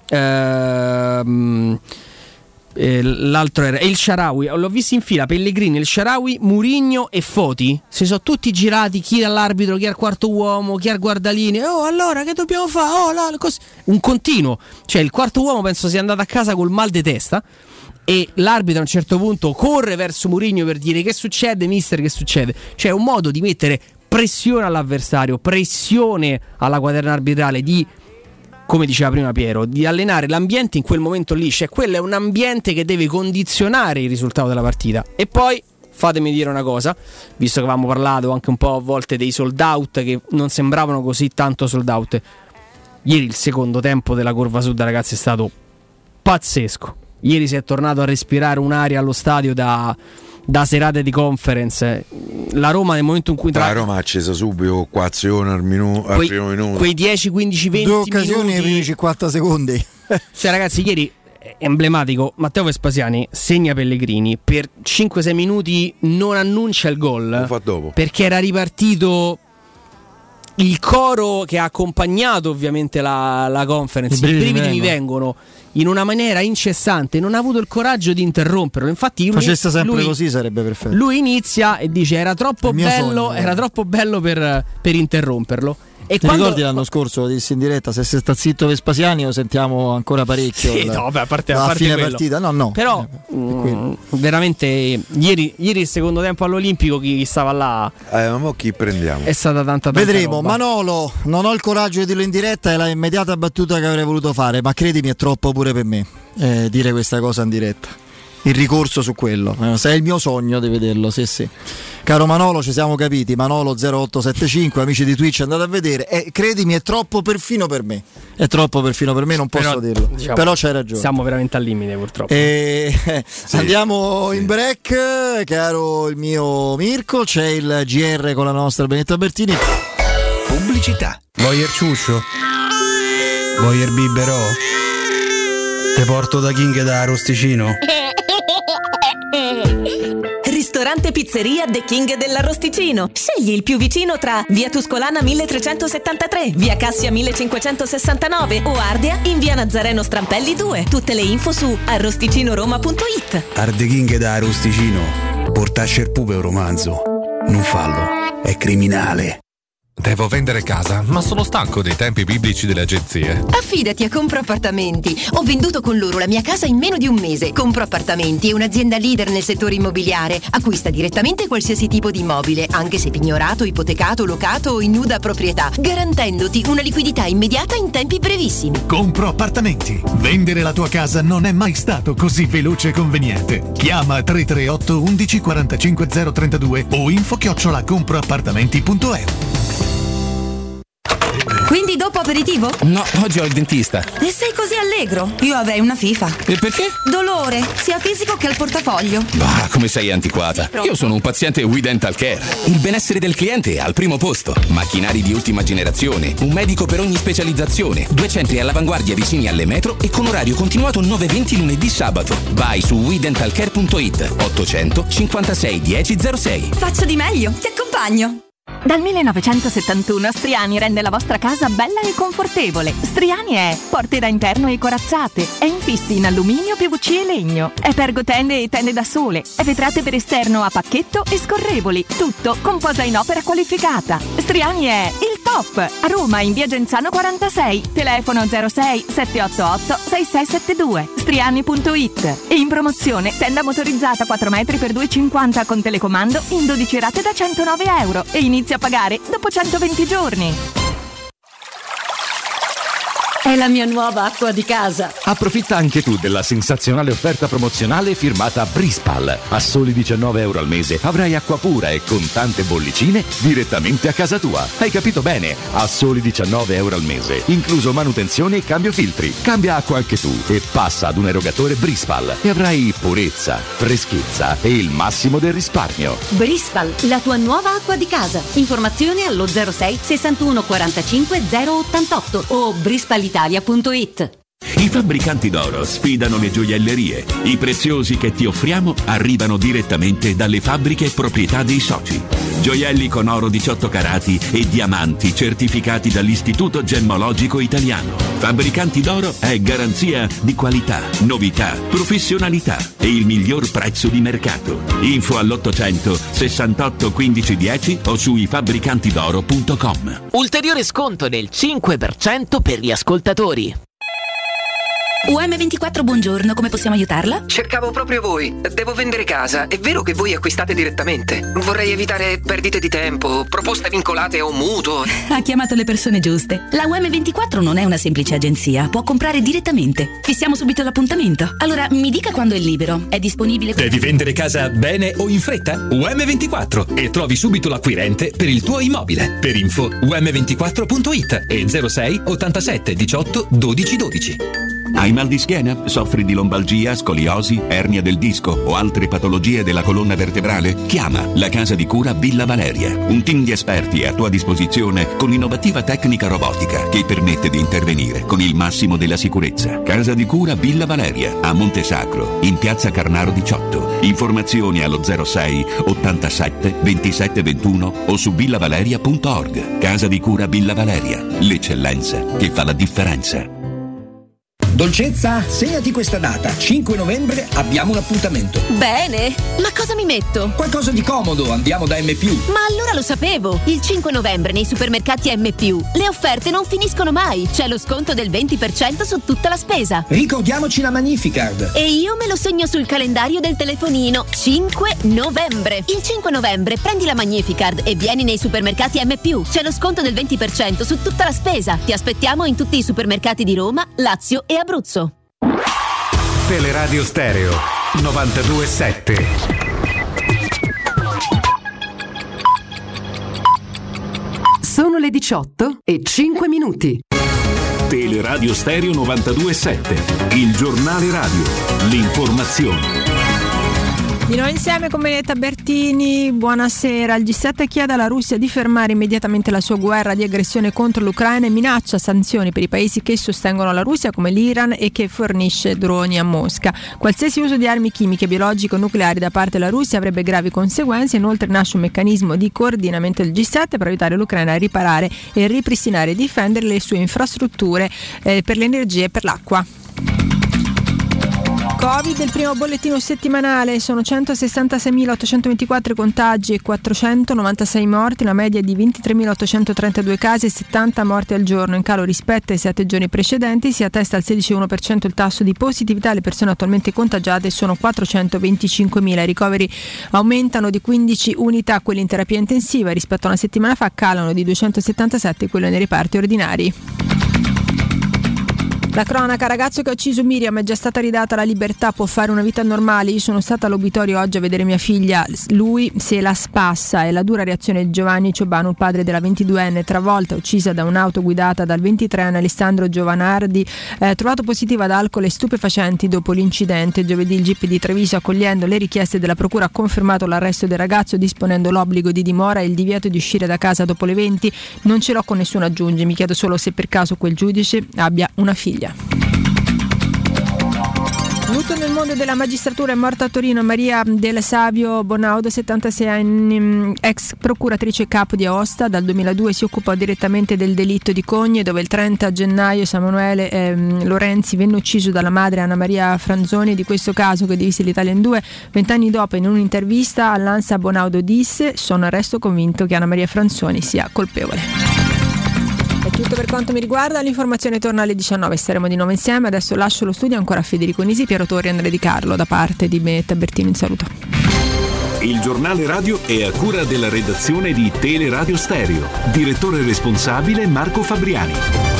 ehm, eh, l'altro era El Shaarawy, l'ho visto in fila, Pellegrini, El Shaarawy, Mourinho e Foti, si sono tutti girati, chi dall'arbitro, chi al quarto uomo, chi al guardalinee. Oh, allora che dobbiamo fare? Oh, là, cos- un continuo, cioè il quarto uomo penso sia andato a casa col mal di testa e l'arbitro a un certo punto corre verso Mourinho per dire: che succede mister, che succede? Cioè un modo di mettere pressione all'avversario, pressione alla quaterna arbitrale, di, come diceva prima Piero, di allenare l'ambiente in quel momento lì. Cioè quello è un ambiente che deve condizionare il risultato della partita. E poi fatemi dire una cosa, visto che avevamo parlato anche un po' a volte dei sold out che non sembravano così tanto sold out, ieri il secondo tempo della Curva Sud, ragazzi, è stato pazzesco. Ieri si è tornato a respirare un'aria allo stadio da, da serate di conference. La Roma nel momento in cui tra... la Roma ha acceso subito qua azione al, minu- al quei, primo minuto, quei dieci, quindici, venti due occasioni minuti. nei primi cinquanta secondi. Cioè ragazzi, ieri è emblematico, Matteo Vespasiani segna Pellegrini, per cinque sei minuti non annuncia il gol, lo fa dopo, perché era ripartito il coro che ha accompagnato ovviamente la, la conference. I brividi, I brividi mi vengono in una maniera incessante, non ha avuto il coraggio di interromperlo. Infatti lui, facesse sempre lui, così sarebbe perfetto. Lui inizia e dice era troppo bello, sogno, era eh. troppo bello per, per interromperlo. E ti quando... ricordi l'anno scorso, lo dissi in diretta, se si sta zitto Vespasiani lo sentiamo ancora parecchio. Sì, la, no, beh, a parte, a la parte fine quello. partita, no, no. Però eh, mh, veramente ieri, ieri il secondo tempo all'Olimpico, chi stava là eh, ma mo chi prendiamo? È stata tanta, tanta vedremo. roba. Manolo, non ho il coraggio di dirlo in diretta, è la immediata battuta che avrei voluto fare, ma credimi è troppo pure per me eh, dire questa cosa in diretta. Il ricorso su quello, eh, se è il mio sogno di vederlo, sì sì. Caro Manolo, ci siamo capiti, Manolo zero otto sette cinque, amici di Twitch, andate a vedere, eh, credimi è troppo perfino per me, è troppo perfino per me, non posso però, dirlo, diciamo, però c'hai ragione. Siamo veramente al limite purtroppo. E, eh, sì, andiamo sì. in break, caro il mio Mirko, c'è il G R con la nostra Benetta Bertini. Pubblicità. Voyer ciuccio? Voyer biberò? Te porto da King da Arrosticino? Ristorante Pizzeria The King dell'Arrosticino. Scegli il più vicino tra via Tuscolana milletrecentosettantatré, via Cassia millecinquecentosessantanove o Ardea in via Nazareno Strampelli due. Tutte le info su arrosticinoroma punto it. Arde King da Arrosticino. Portasce il pupe un romanzo. Non fallo, è criminale. Devo vendere casa, ma sono stanco dei tempi biblici delle agenzie. Affidati a Compro Appartamenti. Ho venduto con loro la mia casa in meno di un mese. Compro Appartamenti è un'azienda leader nel settore immobiliare. Acquista direttamente qualsiasi tipo di immobile, anche se pignorato, ipotecato, locato o in nuda proprietà, garantendoti una liquidità immediata in tempi brevissimi. Compro Appartamenti. Vendere la tua casa non è mai stato così veloce e conveniente. Chiama tre tre otto undici quarantacinque zero trentadue o info chiocciola comproappartamenti punto e u. Quindi dopo aperitivo? No, oggi ho il dentista. E sei così allegro? Io avrei una FIFA. E perché? Dolore, sia fisico che al portafoglio. Bah, come sei antiquata. Io sono un paziente We Dental Care. Il benessere del cliente è al primo posto. Macchinari di ultima generazione, un medico per ogni specializzazione, due centri all'avanguardia vicini alle metro e con orario continuato nove venti lunedì sabato. Vai su we dental care punto it. ottocento cinquantasei dieci zero sei. Faccio di meglio, ti accompagno. Dal millenovecentosettantuno Striani rende la vostra casa bella e confortevole. Striani è porte da interno e corazzate, è infissi in alluminio, P V C e legno, è pergotende e tende da sole, è vetrate per esterno a pacchetto e scorrevoli, tutto con posa in opera qualificata. Striani è il top Coop, a Roma in via Genzano quarantasei, telefono zero sei sette otto otto sei sei sette due, striani punto it. E in promozione tenda motorizzata quattro metri per due e cinquanta con telecomando in dodici rate da centonove euro e inizia a pagare dopo centoventi giorni. È la mia nuova acqua di casa. Approfitta anche tu della sensazionale offerta promozionale firmata Brispal. A soli diciannove euro al mese avrai acqua pura e con tante bollicine direttamente a casa tua. Hai capito bene? A soli diciannove euro al mese, incluso manutenzione e cambio filtri. Cambia acqua anche tu e passa ad un erogatore Brispal e avrai purezza, freschezza e il massimo del risparmio. Brispal, la tua nuova acqua di casa. Informazioni allo zero sei sessantuno quarantacinque zero ottantotto o brispal italia punto it. I fabbricanti d'oro sfidano le gioiellerie. I preziosi che ti offriamo arrivano direttamente dalle fabbriche proprietà dei soci. Gioielli con oro diciotto carati e diamanti certificati dall'Istituto Gemmologico Italiano. Fabbricanti d'oro è garanzia di qualità, novità, professionalità e il miglior prezzo di mercato. Info all'ottocento sessantotto quindici dieci o su i fabbricantidoro punto com. Ulteriore sconto del cinque per cento per gli ascoltatori. U M ventiquattro, buongiorno, come possiamo aiutarla? Cercavo proprio voi. Devo vendere casa. È vero che voi acquistate direttamente? Vorrei evitare perdite di tempo, proposte vincolate a un mutuo. Ha chiamato le persone giuste. La U M ventiquattro non è una semplice agenzia, può comprare direttamente. Fissiamo subito l'appuntamento. Allora, mi dica quando è libero. È disponibile? Devi vendere casa bene o in fretta? U M ventiquattro e trovi subito l'acquirente per il tuo immobile. Per info u m ventiquattro punto it e zero sei ottantasette diciotto dodici dodici. Hai mal di schiena? Soffri di lombalgia, scoliosi, ernia del disco o altre patologie della colonna vertebrale? Chiama la Casa di Cura Villa Valeria. Un team di esperti è a tua disposizione con innovativa tecnica robotica che permette di intervenire con il massimo della sicurezza. Casa di Cura Villa Valeria a Montesacro, in piazza Carnaro diciotto. Informazioni allo zero sei ottantasette ventisette ventuno o su villavaleria punto org. Casa di Cura Villa Valeria, l'eccellenza che fa la differenza. Dolcezza, segnati questa data. cinque novembre abbiamo un appuntamento. Bene, ma cosa mi metto? Qualcosa di comodo, andiamo da M+. Ma allora lo sapevo. Il cinque novembre nei supermercati M+, le offerte non finiscono mai. C'è lo sconto del venti per cento su tutta la spesa. Ricordiamoci la Magnificard. E io me lo segno sul calendario del telefonino. cinque novembre. Il cinque novembre prendi la Magnificard e vieni nei supermercati M+. C'è lo sconto del venti per cento su tutta la spesa. Ti aspettiamo in tutti i supermercati di Roma, Lazio e Abruzzo. Teleradio Stereo novantadue sette. Sono le diciotto e cinque minuti. Teleradio Stereo novantadue sette, il giornale radio, l'informazione. Di noi insieme con Benedetta Bertini, buonasera. Il G sette chiede alla Russia di fermare immediatamente la sua guerra di aggressione contro l'Ucraina e minaccia sanzioni per i paesi che sostengono la Russia come l'Iran e che fornisce droni a Mosca. Qualsiasi uso di armi chimiche, biologiche o nucleari da parte della Russia avrebbe gravi conseguenze. Inoltre nasce un meccanismo di coordinamento del G sette per aiutare l'Ucraina a riparare e ripristinare e difendere le sue infrastrutture eh, per l'energia e per l'acqua. Covid, il primo bollettino settimanale, sono centosessantaseimilaottocentoventiquattro contagi e quattrocentonovantasei morti, una media di ventitremilaottocentotrentadue casi e settanta morti al giorno, in calo rispetto ai sette giorni precedenti. Si attesta al sedici virgola uno per cento il tasso di positività, le persone attualmente contagiate sono quattrocentoventicinquemila, i ricoveri aumentano di quindici unità quelli in terapia intensiva, rispetto a una settimana fa calano di duecentosettantasette quelli nei reparti ordinari. La cronaca, ragazzo che ha ucciso Miriam è già stata ridata la libertà, può fare una vita normale. Io sono stata all'obitorio oggi a vedere mia figlia, lui se la spassa. È la dura reazione di Giovanni Ciobanu, il padre della ventiduenne travolta, uccisa da un'auto guidata dal ventitreenne Alessandro Giovanardi, eh, trovato positiva ad alcol e stupefacenti dopo l'incidente. Giovedì il G P di Treviso, accogliendo le richieste della procura, ha confermato l'arresto del ragazzo disponendo l'obbligo di dimora e il divieto di uscire da casa dopo le venti. Non ce l'ho con nessuno, aggiunge, mi chiedo solo se per caso quel giudice abbia una figlia. Lutto nel mondo della magistratura, è morta a Torino Maria del Savio Bonaudo, settantasei anni, ex procuratrice capo di Aosta. Dal duemiladue si occupò direttamente del delitto di Cogne, dove il trenta gennaio Samuele ehm, Lorenzi venne ucciso dalla madre Anna Maria Franzoni. Di questo caso, che divise l'Italia in due, vent'anni dopo, in un'intervista all'Ansa, Bonaudo disse: sono resto convinto che Anna Maria Franzoni sia colpevole. Tutto per quanto mi riguarda, l'informazione torna alle diciannove, staremo di nuovo insieme. Adesso lascio lo studio ancora a Federico Nisi, Piero Torri e Andrea Di Carlo. Da parte di Benetta Bertino, in saluto. Il giornale radio è a cura della redazione di Teleradio Stereo. Direttore responsabile Marco Fabriani.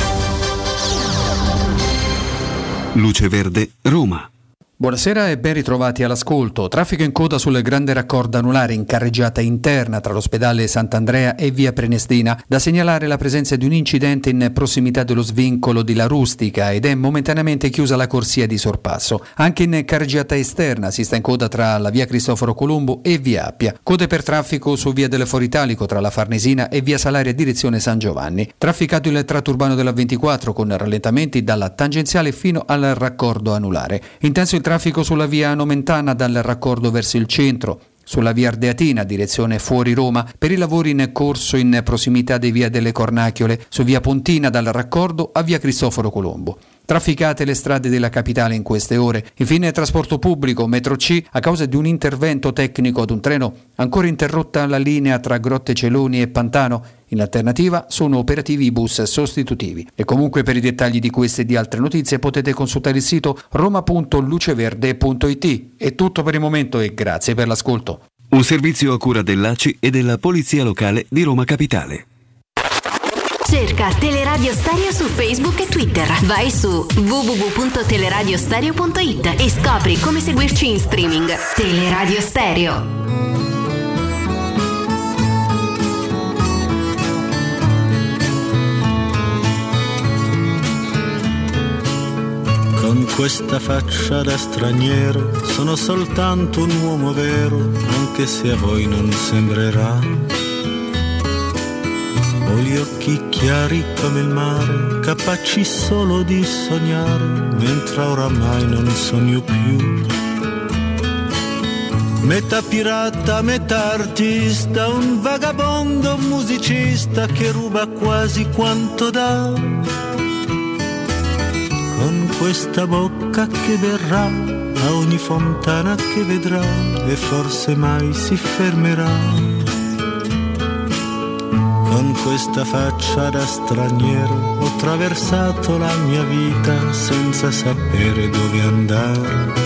Luce Verde, Roma. Buonasera e ben ritrovati all'ascolto. Traffico in coda sul grande raccordo anulare in carreggiata interna tra l'ospedale Sant'Andrea e via Prenestina. Da segnalare la presenza di un incidente in prossimità dello svincolo di La Rustica ed è momentaneamente chiusa la corsia di sorpasso. Anche in carreggiata esterna si sta in coda tra la via Cristoforo Colombo e via Appia. Code per traffico su via delle Foritalico tra la Farnesina e via Salaria direzione San Giovanni. Trafficato il tratto urbano della ventiquattro con rallentamenti dalla tangenziale fino al raccordo anulare. Intenso il traffico sulla via Nomentana dal raccordo verso il centro, sulla via Ardeatina direzione fuori Roma per i lavori in corso in prossimità di via delle Cornacchiole, su via Pontina dal raccordo a via Cristoforo Colombo. Trafficate le strade della capitale in queste ore. Infine trasporto pubblico, metro C, a causa di un intervento tecnico ad un treno, ancora interrotta la linea tra Grotte Celoni e Pantano. In alternativa sono operativi i bus sostitutivi. E comunque per i dettagli di queste e di altre notizie potete consultare il sito roma punto luceverde punto it. È tutto per il momento e grazie per l'ascolto. Un servizio a cura dell'A C I e della Polizia Locale di Roma Capitale. Cerca Teleradio Stereo su Facebook e Twitter. Vai su w w w punto teleradiostereo punto it e scopri come seguirci in streaming. Teleradio Stereo. Con questa faccia da straniero sono soltanto un uomo vero, anche se a voi non sembrerà. Ho gli occhi chiari come il mare, capaci solo di sognare, mentre oramai non sogno più. Metà pirata, metà artista, un vagabondo musicista che ruba quasi quanto dà. Con questa bocca che berrà a ogni fontana che vedrà e forse mai si fermerà. Con questa faccia da straniero ho attraversato la mia vita senza sapere dove andare.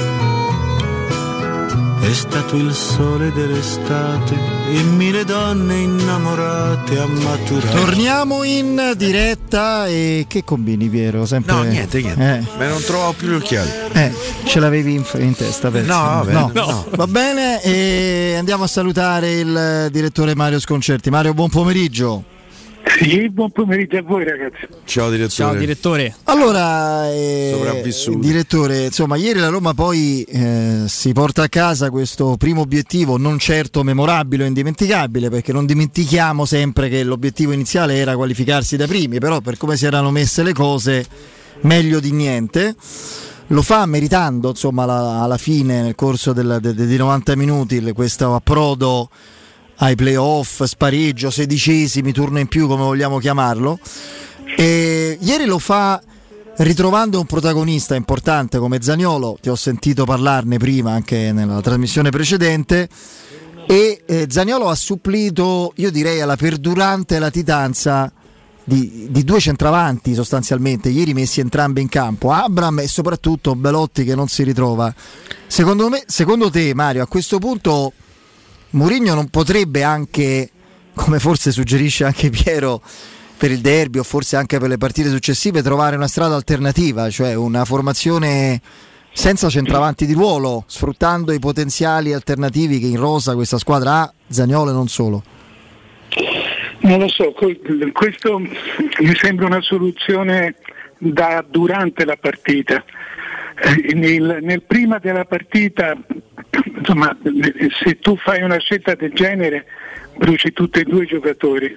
È stato il sole dell'estate e mille donne innamorate a maturare. Torniamo in diretta e che combini, Piero? Sempre... No, niente, niente. Eh. Ma non trovavo più gli occhiali. Eh, ce l'avevi in, in testa, penso. No, vabbè, no. no. no. Va bene, e andiamo a salutare il direttore Mario Sconcerti. Mario, buon pomeriggio. Sì, buon pomeriggio a voi ragazzi. Ciao direttore. Ciao direttore. Allora, eh, direttore, insomma, ieri la Roma poi eh, si porta a casa questo primo obiettivo non certo memorabile o indimenticabile, perché non dimentichiamo sempre che l'obiettivo iniziale era qualificarsi da primi, però per come si erano messe le cose meglio di niente. Lo fa meritando, insomma, la, alla fine, nel corso del, de, de, dei novanta minuti, questo approdo ai playoff, spareggio, sedicesimi, turno in più, come vogliamo chiamarlo. E ieri lo fa ritrovando un protagonista importante come Zaniolo. Ti ho sentito parlarne prima anche nella trasmissione precedente, e eh, Zaniolo ha supplito, io direi, alla perdurante latitanza di, di due centravanti sostanzialmente, ieri messi entrambi in campo, Abraham e soprattutto Belotti che non si ritrova. Secondo me, secondo te, Mario, a questo punto Mourinho non potrebbe anche, come forse suggerisce anche Piero, per il derby o forse anche per le partite successive, trovare una strada alternativa, cioè una formazione senza centravanti di ruolo, sfruttando i potenziali alternativi che in rosa questa squadra ha, Zaniolo e non solo? Non lo so, questo mi sembra una soluzione da durante la partita. Nel, nel prima della partita, insomma, se tu fai una scelta del genere bruci tutti e due i giocatori.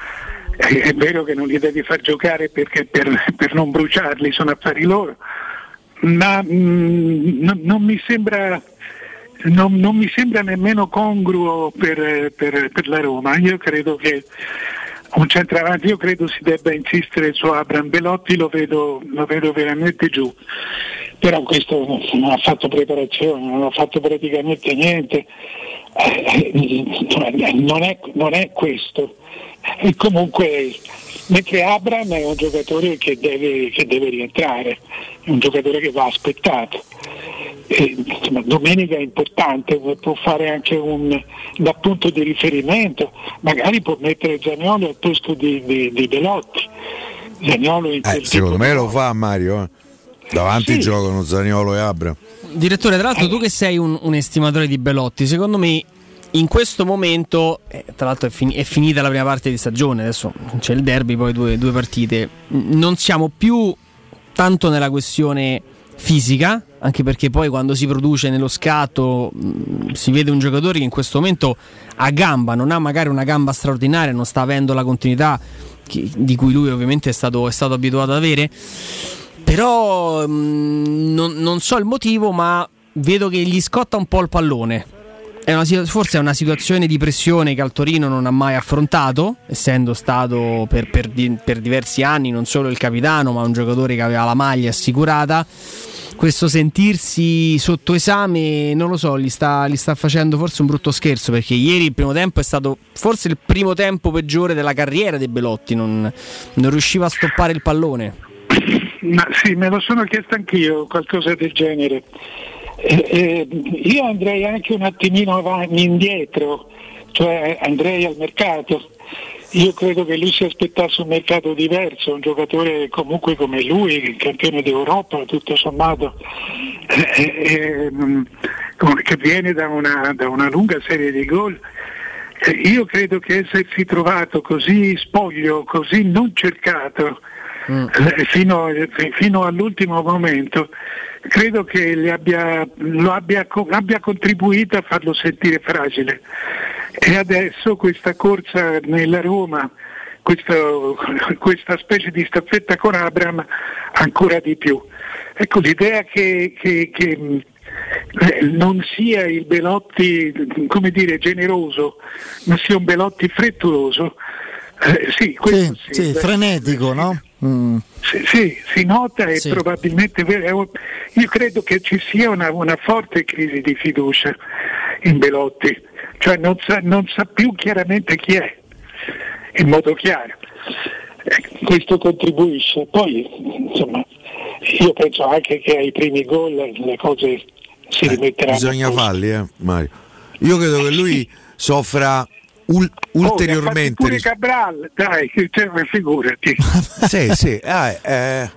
È vero che non li devi far giocare perché per, per non bruciarli, sono affari loro, ma mh, non, non mi sembra non, non mi sembra nemmeno congruo per, per, per la Roma. Io credo che un centravanti, io credo si debba insistere su Abraham. Belotti lo vedo, lo vedo veramente giù, però questo non ha fatto preparazione, non ha fatto praticamente niente, eh, non, è, non è questo. E comunque mentre Abraham è un giocatore che deve, che deve rientrare, è un giocatore che va aspettato. E, insomma, domenica è importante, può fare anche un da punto di riferimento, magari può mettere Zaniolo al posto di, di, di Belotti. Zaniolo in eh, secondo me lo fa Mario, eh. davanti sì. giocano Zaniolo e Abraham. Direttore, tra l'altro tu che sei un, un estimatore di Belotti, secondo me in questo momento, eh, tra l'altro è, fin- è finita la prima parte di stagione, adesso c'è il derby, poi due, due partite, non siamo più tanto nella questione fisica, anche perché poi quando si produce nello scatto mh, si vede un giocatore che in questo momento ha gamba, non ha magari una gamba straordinaria, non sta avendo la continuità che, di cui lui ovviamente è stato, è stato abituato ad avere, però mh, non, non so il motivo, ma vedo che gli scotta un po' il pallone. È una, forse è una situazione di pressione che al Torino non ha mai affrontato, essendo stato per, per, per diversi anni non solo il capitano, ma un giocatore che aveva la maglia assicurata. Questo sentirsi sotto esame, non lo so, gli sta, gli sta facendo forse un brutto scherzo, perché ieri il primo tempo è stato forse il primo tempo peggiore della carriera dei Belotti, non, non riusciva a stoppare il pallone. Ma sì, me lo sono chiesto anch'io, qualcosa del genere. Eh, eh, io andrei anche un attimino avanti, indietro, cioè andrei al mercato. Io credo che lui si aspettasse un mercato diverso, un giocatore comunque come lui, campione d'Europa tutto sommato, eh, eh, che viene da una, da una lunga serie di gol. Eh, io credo che essersi trovato così spoglio, così non cercato mm. eh, fino, fino all'ultimo momento, credo che le abbia, lo abbia, abbia contribuito a farlo sentire fragile. E adesso questa corsa nella Roma, questo, questa specie di staffetta con Abraham, ancora di più. Ecco, l'idea che, che, che non sia il Belotti, come dire, generoso, ma sia un Belotti frettoloso, eh, sì, questo sì, sì, sì, beh, frenetico, no? Mm. Sì, sì, si nota e sì. probabilmente io credo che ci sia una, una forte crisi di fiducia in Belotti, cioè non sa, non sa più chiaramente chi è, in modo chiaro. Eh, questo contribuisce. Poi insomma io penso anche che ai primi gol le cose si eh, rimetteranno. Bisogna farli, eh, Mario. Io credo che lui soffra ul- ulteriormente. Oh, pure Cabral, dai, cioè, figurati. sì, sì. Eh, eh,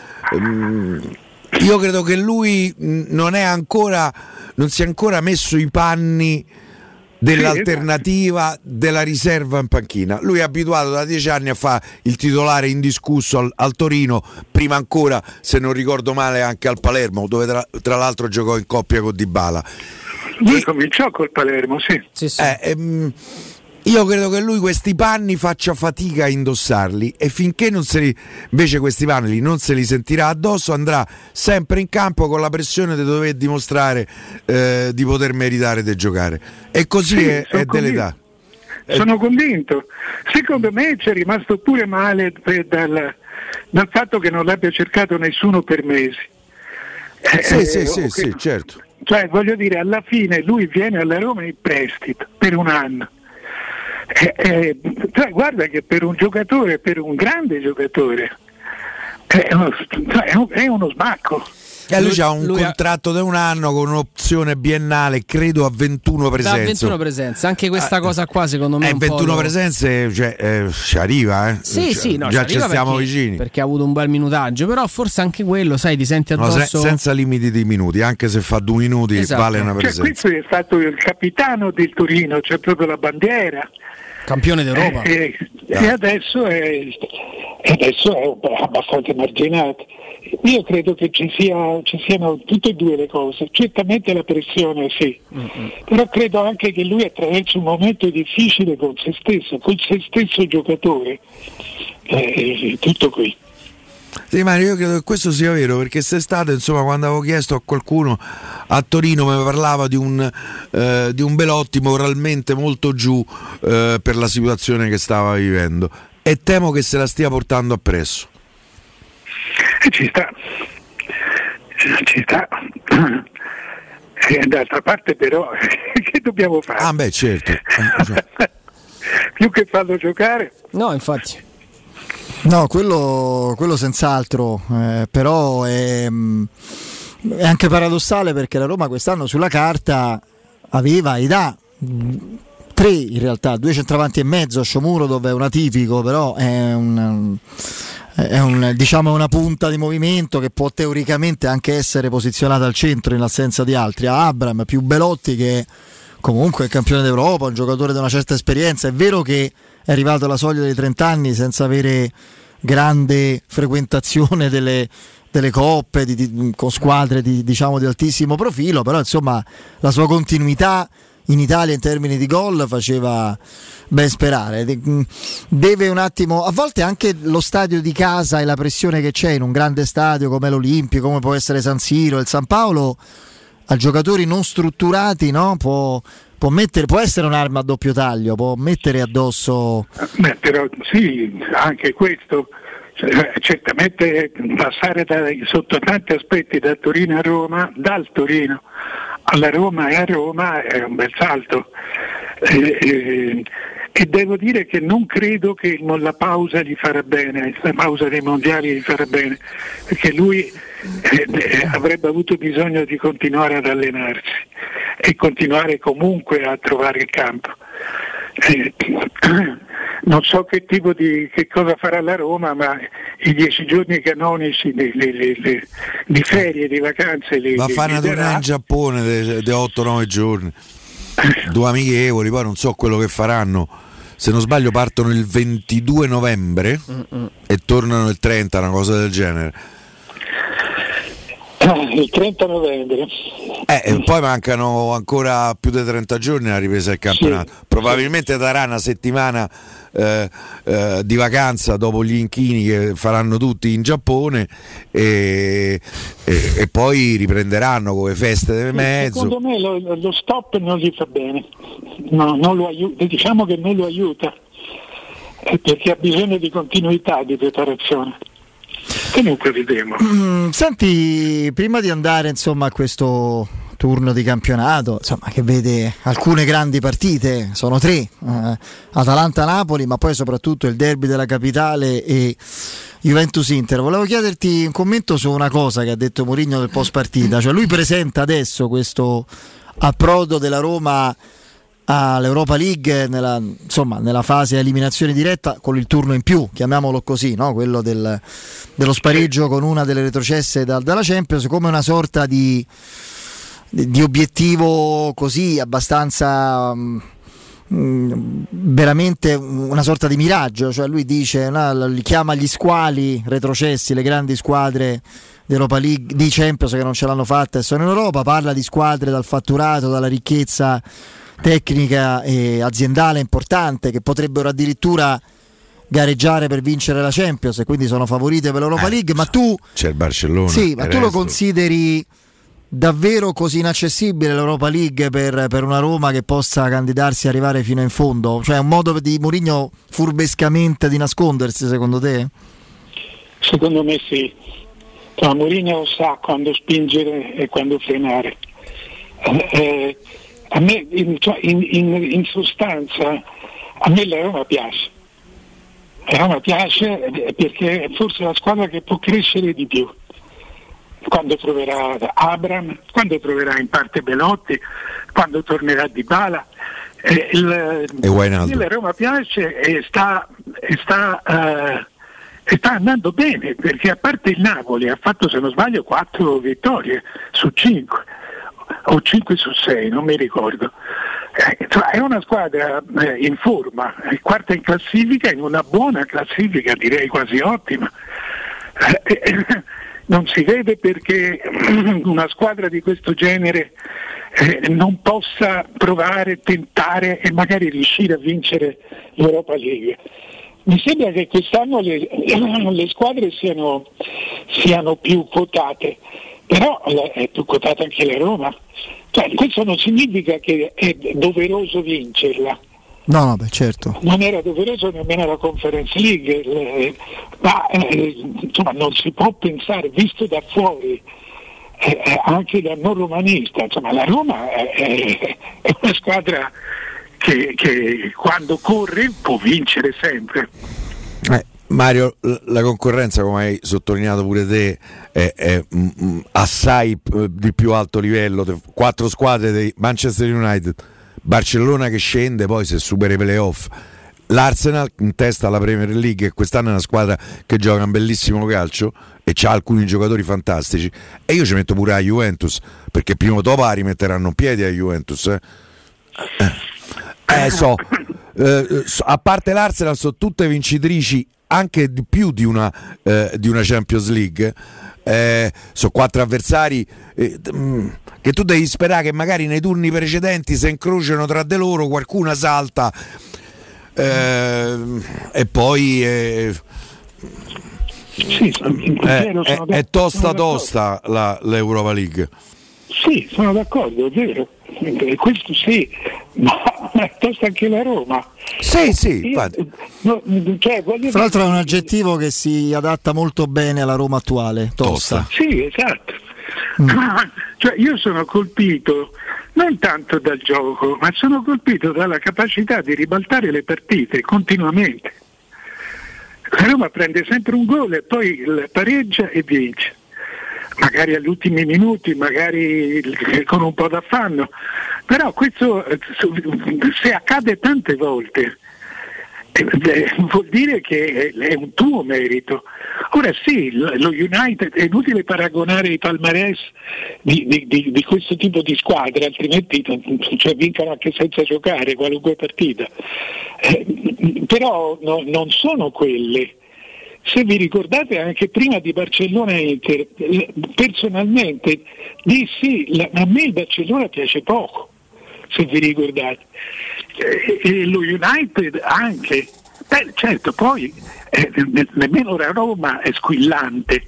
um, io credo che lui non è ancora, non si è ancora messo i panni dell'alternativa, della riserva in panchina. Lui è abituato da dieci anni a fare il titolare indiscusso al, al Torino, prima ancora, se non ricordo male, anche al Palermo, dove tra, tra l'altro giocò in coppia con Dybala. Lui e, cominciò col Palermo, sì. sì, sì. Eh, ehm, io credo che lui questi panni faccia fatica a indossarli, e finché non se li, invece questi panni non se li sentirà addosso, andrà sempre in campo con la pressione di dover dimostrare eh, di poter meritare di giocare, e così sì, è, è dell'età. Sono eh. convinto. Secondo me c'è rimasto pure male dal, dal fatto che non l'abbia cercato nessuno per mesi. Eh, sì, eh, sì, sì, che, sì, certo. Cioè, voglio dire, alla fine lui viene alla Roma in prestito per un anno. Eh, eh, cioè, guarda che per un giocatore, per un grande giocatore, è uno, è uno, è uno smacco. E lui, lui ha un lui contratto di un anno con un'opzione biennale, credo a ventuno presenze. Da ventuno presenze, anche questa ah, cosa qua secondo me è un ventuno po' presenze, cioè, eh, ci arriva, eh. Sì, cioè, sì, no, già ci ci stiamo perché, vicini. Perché ha avuto un bel minutaggio, però forse anche quello, sai, ti senti addosso. No, se, senza limiti di minuti, anche se fa due minuti, esatto, vale una presenza. Cioè, questo è stato il capitano del Torino, c'è proprio la bandiera. Campione d'Europa. Eh, eh, e adesso è, adesso è abbastanza marginato. Io credo che ci, sia, ci siano tutte e due le cose. Certamente la pressione sì, mm-hmm. però credo anche che lui attraverso un momento difficile con se stesso, con se stesso giocatore. Eh, tutto qui. Sì, Mario, io credo che questo sia vero, perché quest'estate, insomma, quando avevo chiesto a qualcuno a Torino, mi parlava di un, eh, di un Belotti moralmente molto giù eh, per la situazione che stava vivendo, e temo che se la stia portando appresso. E ci sta, ci sta. E d'altra parte però che dobbiamo fare? Ah beh, certo. Più che farlo giocare. No, infatti. No, quello, quello senz'altro, eh, però è, è anche paradossale perché la Roma quest'anno sulla carta aveva ed ha tre in realtà, due centravanti e mezzo, Sciomuro dove è un atipico, però è un, è un diciamo una punta di movimento che può teoricamente anche essere posizionata al centro in assenza di altri. A Abraham più Belotti che comunque è campione d'Europa, un giocatore di una certa esperienza. È vero che è arrivato alla soglia dei trenta anni senza avere grande frequentazione delle, delle coppe di, di, con squadre di, diciamo, di altissimo profilo, però insomma la sua continuità in Italia in termini di gol faceva ben sperare. Deve un attimo, a volte anche lo stadio di casa e la pressione che c'è in un grande stadio come l'Olimpico, come può essere San Siro, il San Paolo, a giocatori non strutturati, no? può, può, mettere, può essere un'arma a doppio taglio, può mettere addosso. Beh, però sì, anche questo, cioè, certamente passare da, sotto tanti aspetti da Torino a Roma, dal Torino alla Roma e a Roma è un bel salto. Eh, eh, e devo dire che non credo che la pausa gli farà bene, la pausa dei mondiali gli farà bene, perché lui eh, eh, avrebbe avuto bisogno di continuare ad allenarsi e continuare comunque a trovare il campo. Eh, non so che tipo di che cosa farà la Roma, ma i dieci giorni canonici di, di, di, di ferie, di vacanze li, va a fare una tournée in Giappone di otto nove giorni, due amichevoli, poi non so quello che faranno. Se non sbaglio partono il ventidue novembre Mm-mm. e tornano il trenta, una cosa del genere. Il trenta novembre. Eh, e poi mancano ancora più di trenta giorni alla ripresa del campionato. Sì. Probabilmente darà una settimana eh, eh, di vacanza dopo gli inchini che faranno tutti in Giappone e, e, e poi riprenderanno con le feste del mezzo. Secondo me lo, lo stop non gli fa bene, no, non lo aiuta, diciamo che non lo aiuta, perché ha bisogno di continuità di preparazione. Comunque vedremo. Mm, senti, prima di andare insomma a questo turno di campionato, insomma, che vede alcune grandi partite, sono tre, eh, Atalanta-Napoli, ma poi soprattutto il derby della capitale e Juventus-Inter. Volevo chiederti un commento su una cosa che ha detto Mourinho del post partita, cioè lui presenta adesso questo approdo della Roma all'Europa League nella, insomma, nella fase eliminazione diretta con il turno in più, chiamiamolo così, no? Quello del, dello spareggio con una delle retrocesse da, dalla Champions, come una sorta di, di, di obiettivo così abbastanza mh, veramente una sorta di miraggio, cioè lui dice, no, li chiama gli squali retrocessi, le grandi squadre d'Europa League, di Champions che non ce l'hanno fatta e sono in Europa, parla di squadre dal fatturato, dalla ricchezza tecnica e aziendale importante che potrebbero addirittura gareggiare per vincere la Champions e quindi sono favorite per l'Europa eh, League, ma tu c'è il Barcellona, sì, ma tu lo consideri davvero così inaccessibile l'Europa League per, per una Roma che possa candidarsi a arrivare fino in fondo? Cioè è un modo di Mourinho furbescamente di nascondersi, secondo te? Secondo me sì. Ma Mourinho sa quando spingere e quando frenare. Eh, eh, A me in, in, in, in sostanza a me la Roma piace, la Roma piace perché è forse la squadra che può crescere di più quando troverà Abraham, quando troverà in parte Belotti, quando tornerà Dybala. Eh, il, e Wijnaldum. La Roma piace e sta, e sta uh, e sta andando bene, perché a parte il Napoli ha fatto, se non sbaglio, quattro vittorie su cinque o cinque su sei, non mi ricordo. Eh, è una squadra eh, in forma, è quarta in classifica, in una buona classifica, direi quasi ottima. Eh, eh, non si vede perché una squadra di questo genere eh, non possa provare, tentare e magari riuscire a vincere l'Europa League. Mi sembra che quest'anno le, le squadre siano, siano più quotate, però è più quotata anche la Roma. Cioè, questo non significa che è doveroso vincerla. No, no, beh, certo. Non era doveroso nemmeno la Conference League, eh, ma eh, insomma non si può pensare, visto da fuori, eh, anche da non romanista, insomma la Roma è, è una squadra che, che quando corre può vincere sempre. Eh, Mario, la concorrenza, come hai sottolineato pure te, è, è mm, assai di più alto livello. Quattro squadre di Manchester United, Barcellona che scende, poi se supera i playoff, l'Arsenal in testa alla Premier League, e quest'anno è una squadra che gioca un bellissimo calcio e c'ha alcuni giocatori fantastici, e io ci metto pure la Juventus, perché prima o dopo la rimetteranno in piedi a Juventus, eh, eh, eh so eh, a parte l'Arsenal sono tutte vincitrici anche di più di una, eh, di una Champions League. Eh, sono quattro avversari eh, che tu devi sperare che magari nei turni precedenti si incrociano tra di loro, qualcuna salta, eh, e poi eh, sì, è, è, è tosta tosta la, l'Europa League. Sì, sono d'accordo, è vero, questo sì, ma è tosta anche la Roma. Sì, sì, Io, no, cioè, fra l'altro è un aggettivo che si adatta molto bene alla Roma attuale, tosta. tosta. Sì, esatto. Mm. Cioè, io sono colpito non tanto dal gioco, ma sono colpito dalla capacità di ribaltare le partite continuamente. La Roma prende sempre un gol e poi pareggia e vince. Magari agli ultimi minuti, magari con un po' d'affanno, però questo se accade tante volte eh, vuol dire che è un tuo merito. Ora sì, lo United è inutile paragonare i palmarès di, di, di, di questo tipo di squadre, altrimenti cioè, vincono anche senza giocare qualunque partita, eh, però no, non sono quelle. Se vi ricordate, anche prima di Barcellona e Inter, personalmente dissi, la, a me il Barcellona piace poco, se vi ricordate, e, e lo United anche. Beh, certo, poi eh, nemmeno la Roma è squillante,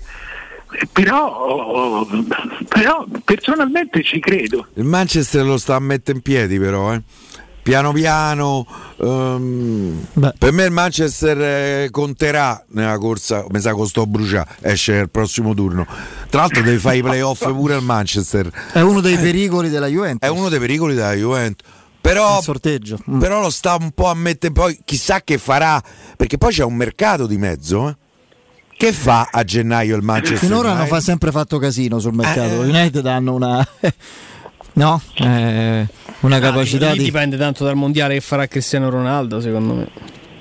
però, però personalmente ci credo. Il Manchester lo sta a mettere in piedi però, eh. Piano piano, um, per me il Manchester eh, conterà nella corsa, mi sa che sto bruciato, esce il prossimo turno. Tra l'altro deve fare i playoff pure al Manchester. È uno dei pericoli della Juventus. È uno dei pericoli della Juventus. Però, il sorteggio. Mm. però lo sta un po' a mettere, poi chissà che farà, perché poi c'è un mercato di mezzo, eh? Che fa a gennaio il Manchester? Finora hanno fa sempre fatto casino sul mercato. Eh. United hanno una no? Eh, una ah, capacità di... dipende tanto dal mondiale che farà Cristiano Ronaldo, secondo me.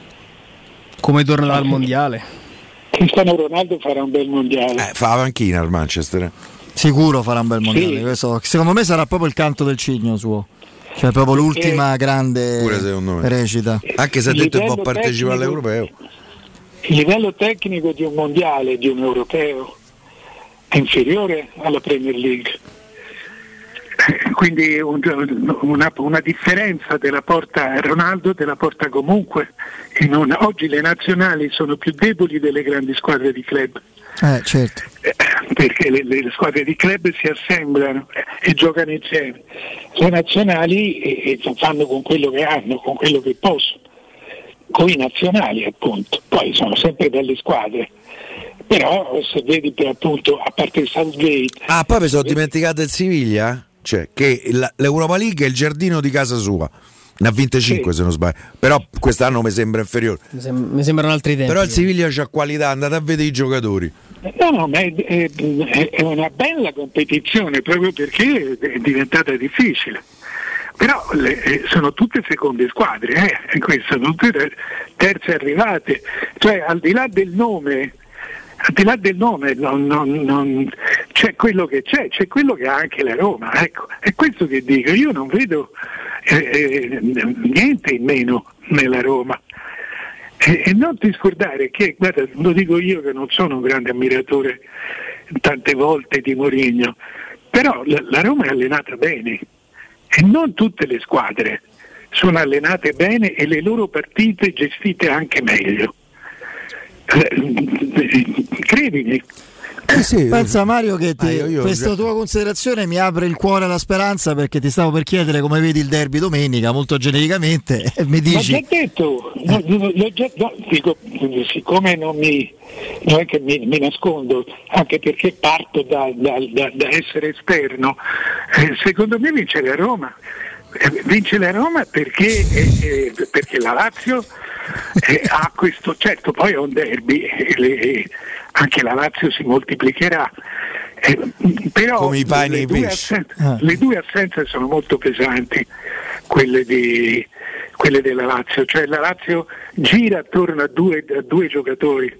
Come tornerà al mondiale? Cristiano Ronaldo farà un bel mondiale. Eh, fa la panchina al Manchester. Sicuro farà un bel mondiale. Sì. Questo, secondo me sarà proprio il canto del cigno suo. Cioè proprio l'ultima eh, grande recita. Anche se ha detto che può partecipare all'europeo. Il livello tecnico di un mondiale, di un europeo, è inferiore alla Premier League. Quindi un, una, una differenza te la porta Ronaldo, te la porta comunque. In una, oggi le nazionali sono più deboli delle grandi squadre di club. Eh, certo. Eh, perché le, le squadre di club si assemblano eh, e giocano insieme. Le nazionali eh, fanno con quello che hanno, con quello che possono, con i nazionali appunto. Poi sono sempre belle squadre. Però se vedi per appunto, a parte il Southgate. Ah, poi mi sono dimenticato il Siviglia? Cioè che l'Europa League è il giardino di casa sua, ne ha vinte cinque sì. Se non sbaglio, però quest'anno mi sembra inferiore, mi, sem- mi sembrano altri tempi. Però il Siviglia c'ha qualità, andate a vedere i giocatori. No, no, ma è, è, è una bella competizione proprio perché è diventata difficile. Però le, sono tutte seconde squadre, eh? Queste sono tutte terze arrivate, cioè al di là del nome. Al di là del nome non, non, non, c'è quello che c'è, c'è quello che ha anche la Roma, ecco, è questo che dico, io non vedo eh, eh, niente in meno nella Roma. E, e non ti scordare che, guarda, lo dico io che non sono un grande ammiratore tante volte di Mourinho, però la, la Roma è allenata bene e non tutte le squadre sono allenate bene e le loro partite gestite anche meglio. Credimi. Eh sì, pensa Mario che ti, ah, io, io, questa io... tua considerazione mi apre il cuore alla speranza, perché ti stavo per chiedere come vedi il derby domenica molto genericamente e mi dici l'ho già detto no, l'ho già, no, dico, siccome non mi non è che mi, mi nascondo, anche perché parto da, da, da, da essere esterno, eh, secondo me vince la Roma, Eh, vince la Roma perché, eh, eh, perché la Lazio eh, ha questo, certo poi è un derby, eh, le, anche la Lazio si moltiplicherà, eh, però come i pani le, e i due pesci. assenze, le due assenze sono molto pesanti, quelle, di, quelle della Lazio, cioè la Lazio gira attorno a due, a due giocatori.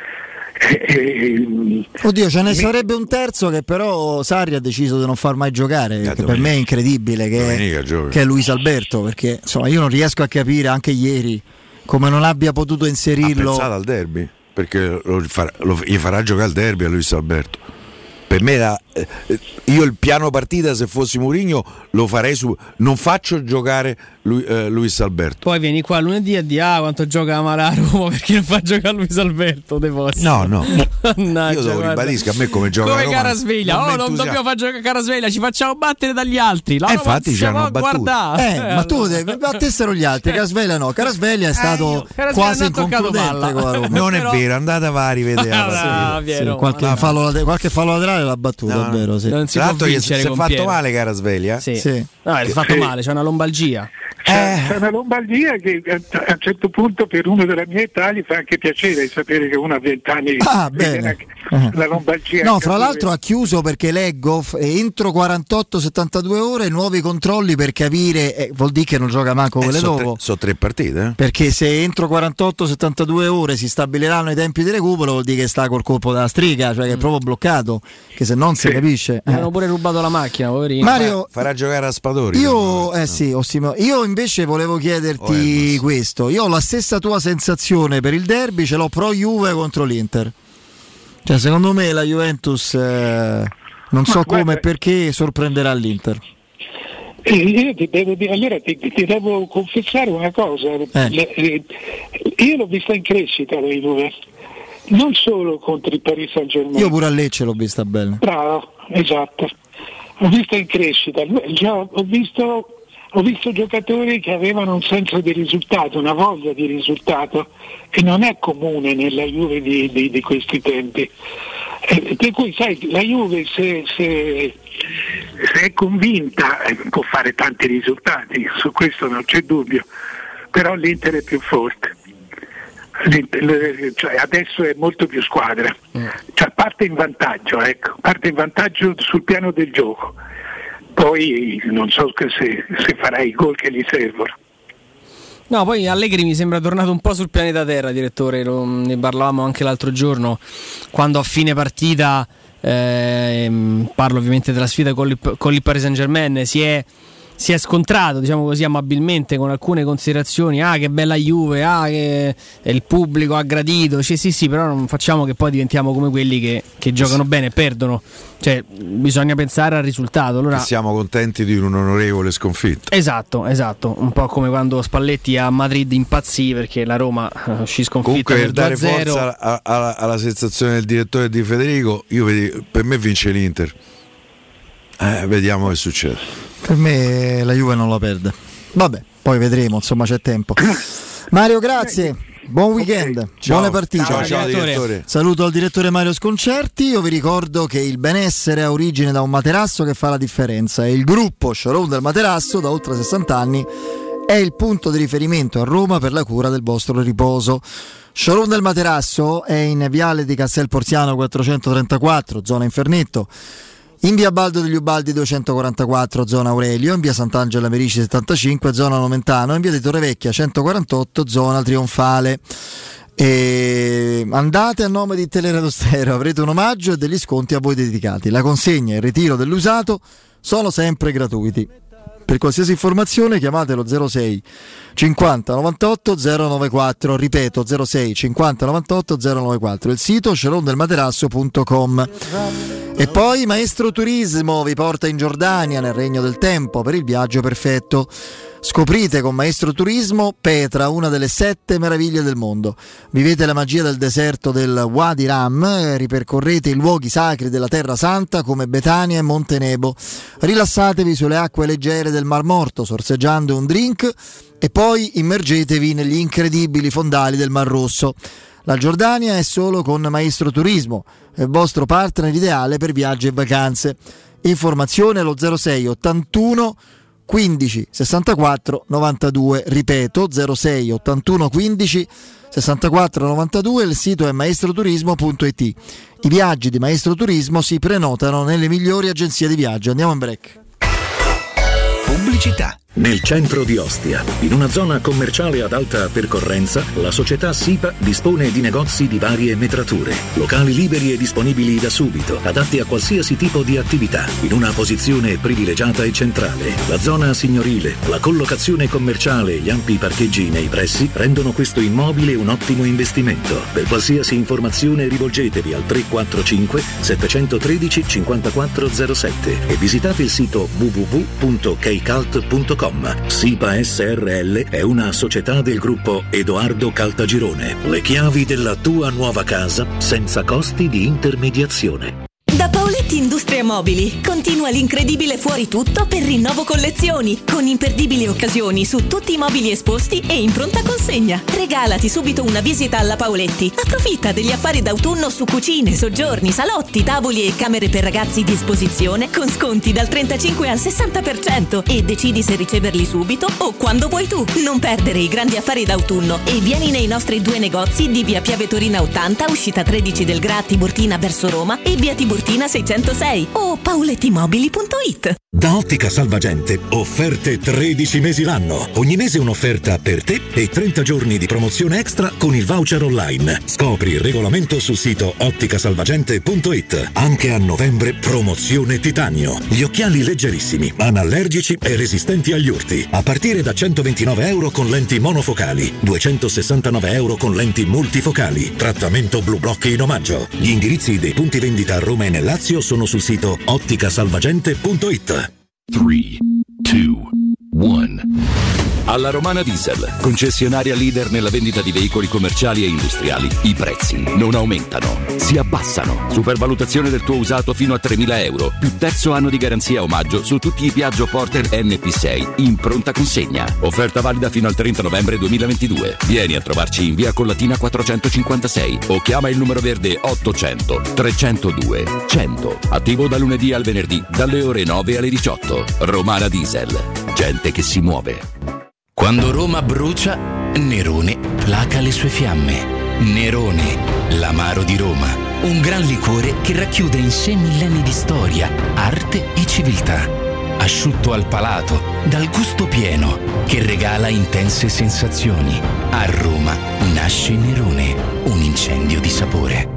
Oddio, ce ne sarebbe un terzo che però Sarri ha deciso di non far mai giocare, che per me è incredibile, che è, che è Luis Alberto, perché insomma io non riesco a capire anche ieri come non abbia potuto inserirlo. Ha pensato al derby, perché lo farà, lo, gli farà giocare al derby a Luis Alberto. Per me era, eh, io il piano partita, se fossi Mourinho lo farei su, non faccio giocare lui, eh, Luis Alberto. Poi vieni qua lunedì e di ah quanto gioca Mala a Roma, perché non fa giocare Luis Alberto, te posso. No, no. Mannaggia, io lo ribadisco, a me come gioca come Roma, Carasveglia, non oh non dobbiamo far giocare Carasveglia, ci facciamo battere dagli altri. La eh, Roma infatti ci hanno guardare. Eh, ma tu devi, battessero gli altri, Carasveglia no, Carasveglia è stato eh, io, quasi non inconcludente con la Roma. Non Però... è vero, andate a va rivedere ah, sì, sì, qualche, fallo, qualche fallo laterale l'ha battuto, no, vero, sì. Non si Tra può l'altro vincere si è con fatto Piero. male Carasveglia? Sì. sì. No, è fatto sì. male, c'è una lombalgia. C'è, eh. c'è una lombalgia che a un certo punto per uno della mia età gli fa anche piacere sapere che uno a vent'anni ah, bene. la lombalgia. No, fra l'altro ha chiuso perché leggo eh, entro quarantotto settantadue ore nuovi controlli per capire, eh, vuol dire che non gioca manco quelle eh, so dopo. Sono so tre partite. Eh? Perché se entro quarantotto settantadue ore si stabiliranno i tempi di recupero, vuol dire che sta col colpo della striga, cioè che è proprio bloccato, che se non si sì. capisce. Mi eh. hanno pure rubato la macchina, poverino. Mario, farà giocare a Spadori. Io, eh sì, Ossimo, io invece volevo chiederti oh, questo. Io ho la stessa tua sensazione per il derby, ce l'ho pro Juve contro l'Inter. Cioè, secondo me la Juventus eh, non so guarda, come e perché sorprenderà l'Inter. Eh, io ti devo dire, allora ti, ti devo confessare una cosa. Eh. Le, eh, io l'ho vista in crescita la Juve, non solo contro il Paris Saint-Germain. Io pure a Lecce l'ho vista bene. Bravo, esatto. Ho vista in crescita. Già, ho visto Ho visto giocatori che avevano un senso di risultato, una voglia di risultato che non è comune nella Juve di, di, di questi tempi. Eh, per cui sai, la Juve se, se, se è convinta eh, può fare tanti risultati, su questo non c'è dubbio, però l'Inter è più forte. L'Inter, cioè, adesso è molto più squadra, cioè, parte in vantaggio, ecco, parte in vantaggio sul piano del gioco. Poi non so se, se farà i gol che gli servono. No, poi Allegri mi sembra tornato un po' sul pianeta Terra, direttore, lo, ne parlavamo anche l'altro giorno, quando a fine partita, eh, parlo ovviamente della sfida con il, con il Paris Saint-Germain, si è, si è scontrato, diciamo così, amabilmente con alcune considerazioni, ah che bella Juve, ah che il pubblico ha gradito, cioè, sì sì, però non facciamo che poi diventiamo come quelli che, che giocano bene e perdono, cioè bisogna pensare al risultato. Allora, siamo contenti di un onorevole sconfitto. Esatto, esatto, un po' come quando Spalletti a Madrid impazzì perché la Roma uscì sconfitta. Comunque per dare forza a, a, alla sensazione del direttore Di Federico, io vedi, per me vince l'Inter, eh, vediamo che succede. Per me la Juve non la perde. Vabbè, poi vedremo, insomma c'è tempo. Mario, grazie. Buon weekend, okay. Buone partite. Ciao, ciao, direttore. Saluto al direttore Mario Sconcerti. Io vi ricordo che il benessere ha origine da un materasso che fa la differenza e il gruppo Showroom del Materasso da oltre sessanta anni è il punto di riferimento a Roma per la cura del vostro riposo. Showroom del Materasso è in Viale di Castel Porziano quattrocentotrentaquattro, zona Infernetto, in via Baldo degli Ubaldi duecentoquarantaquattro, zona Aurelio, in via Sant'Angela Merici settantacinque, zona Nomentano, in via di Torrevecchia centoquarantotto, zona Trionfale. E andate a nome di Teleradio Stereo, avrete un omaggio e degli sconti a voi dedicati. La consegna e il ritiro dell'usato sono sempre gratuiti. Per qualsiasi informazione chiamate lo zero sei cinquanta novantotto zero novantaquattro, ripeto zero sei cinquanta novantotto zero novantaquattro, il sito showroom del materasso punto com. E poi Maestro Turismo vi porta in Giordania, nel Regno del Tempo, per il viaggio perfetto. Scoprite con Maestro Turismo Petra, una delle sette meraviglie del mondo. Vivete la magia del deserto del Wadi Ram, ripercorrete i luoghi sacri della Terra Santa come Betania e Monte Nebo. Rilassatevi sulle acque leggere del Mar Morto, sorseggiando un drink e poi immergetevi negli incredibili fondali del Mar Rosso. La Giordania è solo con Maestro Turismo, è il vostro partner ideale per viaggi e vacanze. Informazione allo zero sei ottantuno quindici sessantaquattro novantadue, ripeto zero sei ottantuno quindici sessantaquattro novantadue. Il sito è maestroturismo punto it. I viaggi di Maestro Turismo si prenotano nelle migliori agenzie di viaggio. Andiamo in break. Pubblicità. Nel centro di Ostia, in una zona commerciale ad alta percorrenza, la società SIPA dispone di negozi di varie metrature, locali liberi e disponibili da subito, adatti a qualsiasi tipo di attività, in una posizione privilegiata e centrale. La zona signorile, la collocazione commerciale e gli ampi parcheggi nei pressi rendono questo immobile un ottimo investimento. Per qualsiasi informazione rivolgetevi al tre quattro cinque sette uno tre cinque zero sette e visitate il sito w w w punto keycult punto com. SIPA S R L è una società del gruppo Edoardo Caltagirone. Le chiavi della tua nuova casa senza costi di intermediazione. Da Paoletti Industria Mobili continua l'incredibile fuori tutto per rinnovo collezioni, con imperdibili occasioni su tutti i mobili esposti e in pronta consegna. Regalati subito una visita alla Paoletti. Approfitta degli affari d'autunno su cucine, soggiorni, salotti, tavoli e camere per ragazzi di esposizione con sconti dal trentacinque al sessanta per cento e decidi se riceverli subito o quando vuoi tu. Non perdere i grandi affari d'autunno e vieni nei nostri due negozi di via Piave Torina ottanta, uscita tredici del Gra Tiburtina verso Roma e via Tiburtina seicentosei o paolettimobili punto it. Da Ottica Salvagente, offerte tredici mesi l'anno. Ogni mese un'offerta per te e trenta giorni di promozione extra con il voucher online. Scopri il regolamento sul sito otticasalvagente punto it. Anche a novembre promozione titanio. Gli occhiali leggerissimi, anallergici e resistenti agli urti. A partire da centoventinove euro con lenti monofocali, duecentosessantanove euro con lenti multifocali. Trattamento Blue Block in omaggio. Gli indirizzi dei punti vendita a Roma e nel Lazio sono sul sito otticasalvagente punto it. tre, due, uno. Alla Romana Diesel, concessionaria leader nella vendita di veicoli commerciali e industriali, i prezzi non aumentano, si abbassano. Supervalutazione del tuo usato fino a tremila euro, più terzo anno di garanzia omaggio su tutti i Piaggio Porter N P sei in pronta consegna. Offerta valida fino al trenta novembre duemilaventidue. Vieni a trovarci in via Collatina quattrocentocinquantasei o chiama il numero verde ottocento trecentodue cento. Attivo da lunedì al venerdì dalle ore nove alle diciotto. Romana Diesel, gente che si muove. Quando Roma brucia, Nerone placa le sue fiamme. Nerone, l'amaro di Roma. Un gran liquore che racchiude in sé millenni di storia, arte e civiltà. Asciutto al palato, dal gusto pieno, che regala intense sensazioni. A Roma nasce Nerone, un incendio di sapore.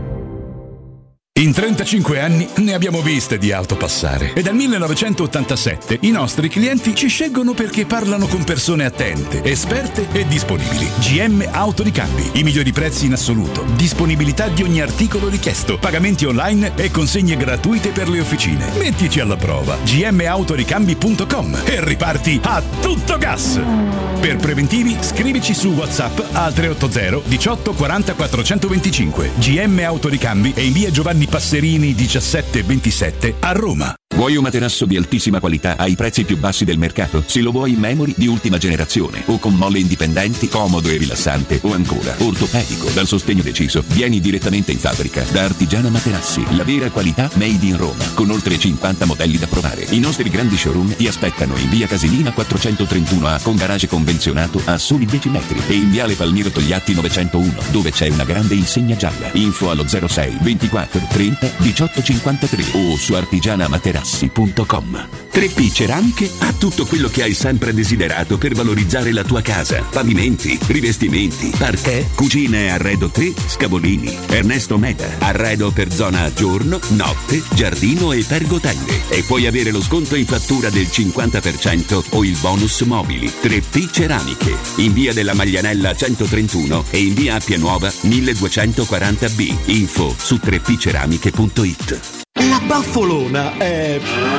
In trentacinque anni ne abbiamo viste di auto passare e dal millenovecentottantasette i nostri clienti ci scelgono perché parlano con persone attente, esperte e disponibili. G M Autoricambi, i migliori prezzi in assoluto, disponibilità di ogni articolo richiesto, pagamenti online e consegne gratuite per le officine. Mettici alla prova. g m autoricambi punto com e riparti a tutto gas. Per preventivi scrivici su WhatsApp al tre otto zero diciotto quaranta quattrocentoventicinque. G M Autoricambi e in via Giovanni Passerini diciassette ventisette a Roma. Vuoi un materasso di altissima qualità ai prezzi più bassi del mercato? Se lo vuoi in memory di ultima generazione o con molle indipendenti, comodo e rilassante o ancora ortopedico dal sostegno deciso, vieni direttamente in fabbrica da Artigiana Materassi, la vera qualità made in Roma, con oltre cinquanta modelli da provare. I nostri grandi showroom ti aspettano in via Casilina quattrocentotrentuno A con garage convenzionato a soli dieci metri e in viale Palmiro Togliatti novecentouno dove c'è una grande insegna gialla. Info allo zero sei ventiquattro trenta diciotto cinquantatré o su artigiana materassi punto com. tre P Ceramiche ha tutto quello che hai sempre desiderato per valorizzare la tua casa: pavimenti, rivestimenti, parquet, cucine e arredo tre, Scavolini, Ernesto Meda, arredo per zona giorno, notte, giardino e pergotelle, e puoi avere lo sconto in fattura del cinquanta per cento o il bonus mobili. tre P Ceramiche, in via della Maglianella centotrentuno e in via Appia Nuova milleduecentoquaranta B. Info su tre p ceramiche punto it. La Baffolona è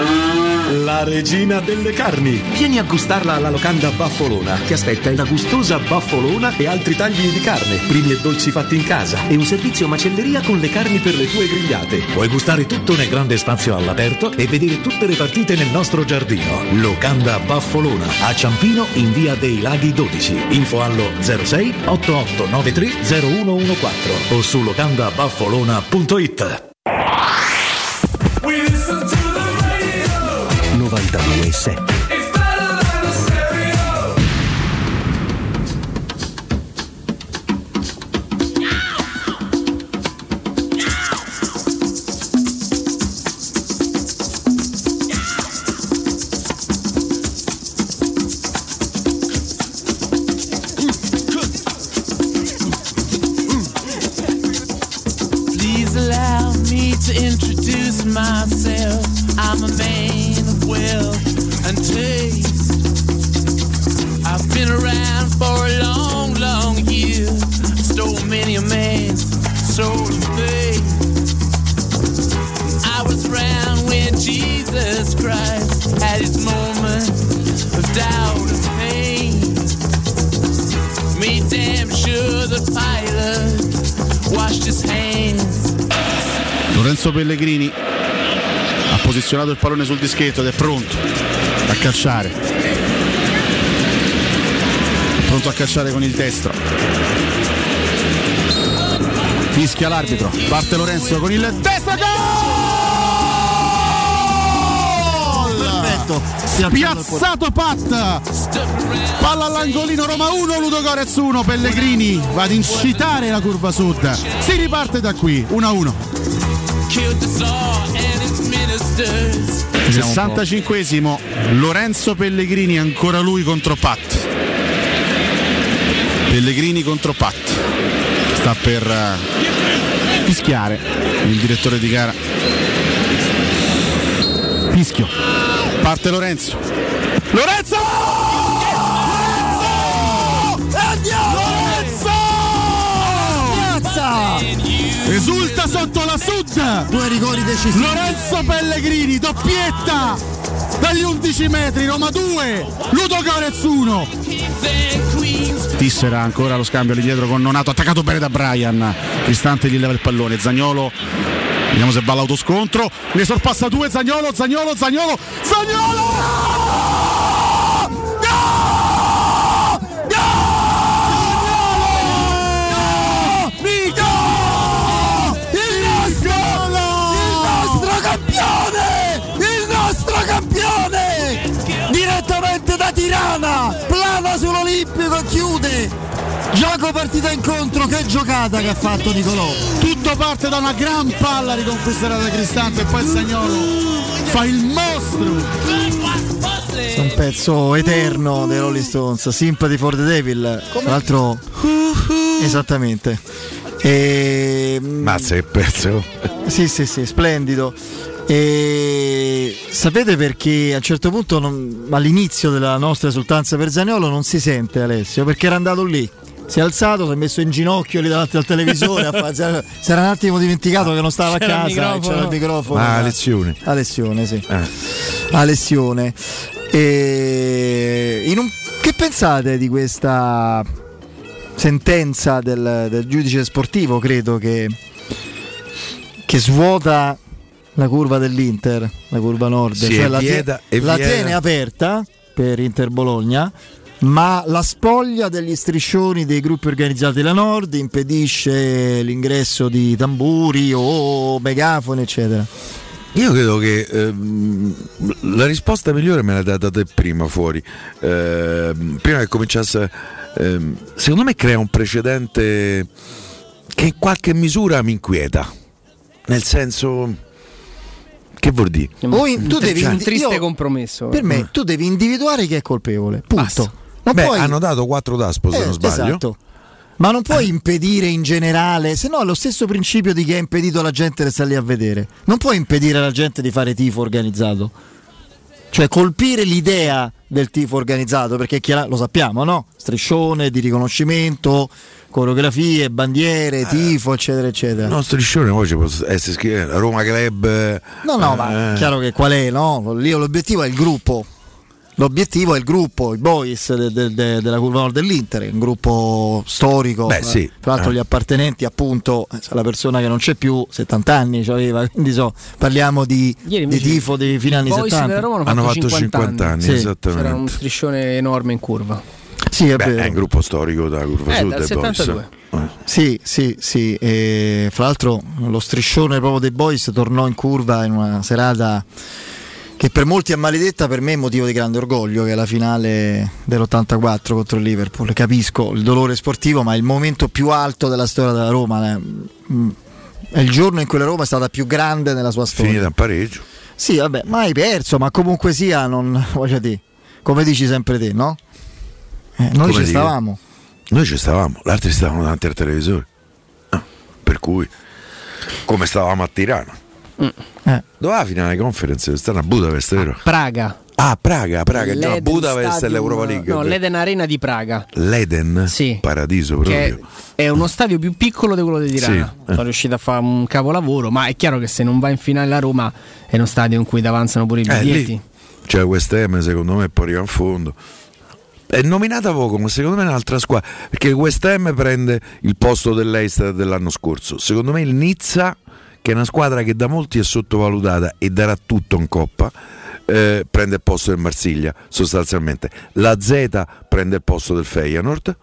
la regina delle carni. Vieni a gustarla alla locanda Baffolona. Ti aspetta una gustosa baffolona e altri tagli di carne, primi e dolci fatti in casa e un servizio macelleria con le carni per le tue grigliate. Puoi gustare tutto nel grande spazio all'aperto e vedere tutte le partite nel nostro giardino. Locanda Baffolona a Ciampino in via dei Laghi dodici. Info allo zero sei ottantotto novantatré zero uno uno quattro o su locanda baffolona punto it. novantadue sette Please allow me to introduce myself. I'm a man of wealth and taste. I've been around for a long, long year. Stole many a man's soul of faith. I was around when Jesus Christ had his moment of doubt and pain. Made damn sure the pilot washed his hands. Lorenzo Pellegrini ha posizionato il pallone sul dischetto ed è pronto a calciare. È pronto a calciare con il destro. Fischia l'arbitro. Parte Lorenzo con il destro. Gol! Perfetto. Piazzato Pat. Palla all'angolino, Roma uno, Ludogorets uno. Pellegrini va ad incitare la curva sud. Si riparte da qui, uno a uno. sessantacinquesimo, Lorenzo Pellegrini, ancora lui contro Pat. Pellegrini contro Pat. Sta per uh, fischiare il direttore di gara. Fischio. Parte Lorenzo. Lorenzo! Lorenzo! Lorenzo! Esulta sotto la sud. Due rigori decisivi. Lorenzo Pellegrini, doppietta dagli undici metri, Roma due, Ludogorets uno. Tissera ancora lo scambio all'indietro con Nonato, attaccato bene da Brian. Cristante gli leva il pallone, Zaniolo, vediamo se va l'autoscontro, ne sorpassa due, Zaniolo, Zaniolo, Zaniolo, Zaniolo! Direttamente da Tirana, plana sull'Olimpico, chiude. Gioco partita incontro, che giocata che ha fatto Nicolò. Tutto parte da una gran palla riconquistata da Cristante e poi Zaniolo fa il mostro. È un pezzo eterno dei Rolling Stones, Sympathy for the Devil. Tra l'altro, esattamente. E... Mazza che pezzo. Sì, sì, sì, splendido. E sapete perché a un certo punto non, all'inizio della nostra esultanza per Zaniolo non si sente Alessio? Perché era andato lì, si è alzato, si è messo in ginocchio lì davanti al televisore, a fare, si era un attimo dimenticato che non stava c'era a casa, c'era il microfono. Ah, a lezione. A lezione, sì. Eh. A lezione. E in un, che pensate di questa sentenza del, del giudice sportivo, credo che, che svuota la curva dell'Inter, la curva nord, sì, cioè la, vieta, tie- la vieta. tiene aperta per Inter Bologna, ma la spoglia degli striscioni dei gruppi organizzati della Nord, impedisce l'ingresso di tamburi o megafoni, eccetera. Io credo che ehm, la risposta migliore me l'ha data te prima fuori, ehm, prima che cominciasse, ehm, secondo me crea un precedente che in qualche misura mi inquieta, nel senso... Che vuol dire? O in, tu devi un indi- triste io, compromesso. Per me, tu devi individuare chi è colpevole. Punto. Non Beh, puoi... hanno dato quattro daspo se eh, non sbaglio. Esatto. Ma non puoi impedire in generale, se no è lo stesso principio di chi ha impedito alla gente di stare lì a vedere. Non puoi impedire alla gente di fare tifo organizzato. Cioè colpire l'idea del tifo organizzato, perché chiaro, lo sappiamo, no? Striscione di riconoscimento, coreografie, bandiere, tifo, eccetera, eccetera. No, striscione poi ci può essere scritto Roma Club. No, no, eh. ma chiaro che qual è, no? Lì l'obiettivo è il gruppo. L'obiettivo è il gruppo, i boys de, de, de, della curva nord dell'Inter, un gruppo storico. Beh, sì. Tra l'altro, eh. gli appartenenti, appunto, la persona che non c'è più, settanta anni aveva, quindi so, parliamo di, di tifo dei fine anni settanta. I boys della Roma hanno, hanno fatto, fatto cinquanta anni, sì. esattamente. C'era un striscione enorme in curva. Sì, è Beh, vero. È un gruppo storico da curva eh, sud dal settantadue. Eh. Sì, sì, sì. E, fra l'altro, lo striscione proprio dei boys tornò in curva in una serata che per molti è maledetta, per me è motivo di grande orgoglio, che è la finale dell'ottantaquattro contro il Liverpool. Capisco il dolore sportivo, ma è il momento più alto della storia della Roma. È il giorno in cui la Roma è stata più grande nella sua storia. Finita in pareggio. Sì, vabbè, mai perso, ma comunque sia, non voglio dire, come dici sempre te, no? Eh, noi ci stavamo. Noi ci stavamo, gli altri stavano davanti al televisore. Ah, per cui come stavamo a Tirana. Mm. Eh. Dove va la finale conference? Stanno a Budapest, vero? Praga. Ah, Praga, Praga, già L'Eden Budapest Stadium, e l'Europa League. No, l'Eden Arena di Praga. L'Eden? Sì. Paradiso Che proprio. è uno stadio più piccolo di quello di Tirana. Sì, eh. Sono riuscito a fare un capolavoro, ma è chiaro che se non va in finale la Roma è uno stadio in cui avanzano pure i Eh, biglietti. lì. Cioè West Ham secondo me poi arriva in fondo. È nominata poco, ma secondo me è un'altra squadra. Perché il West Ham prende il posto dell'Eister dell'anno scorso. Secondo me il Nizza, che è una squadra che da molti è sottovalutata e darà tutto in Coppa, eh, prende il posto del Marsiglia sostanzialmente. La Z prende il posto del Feyenoord.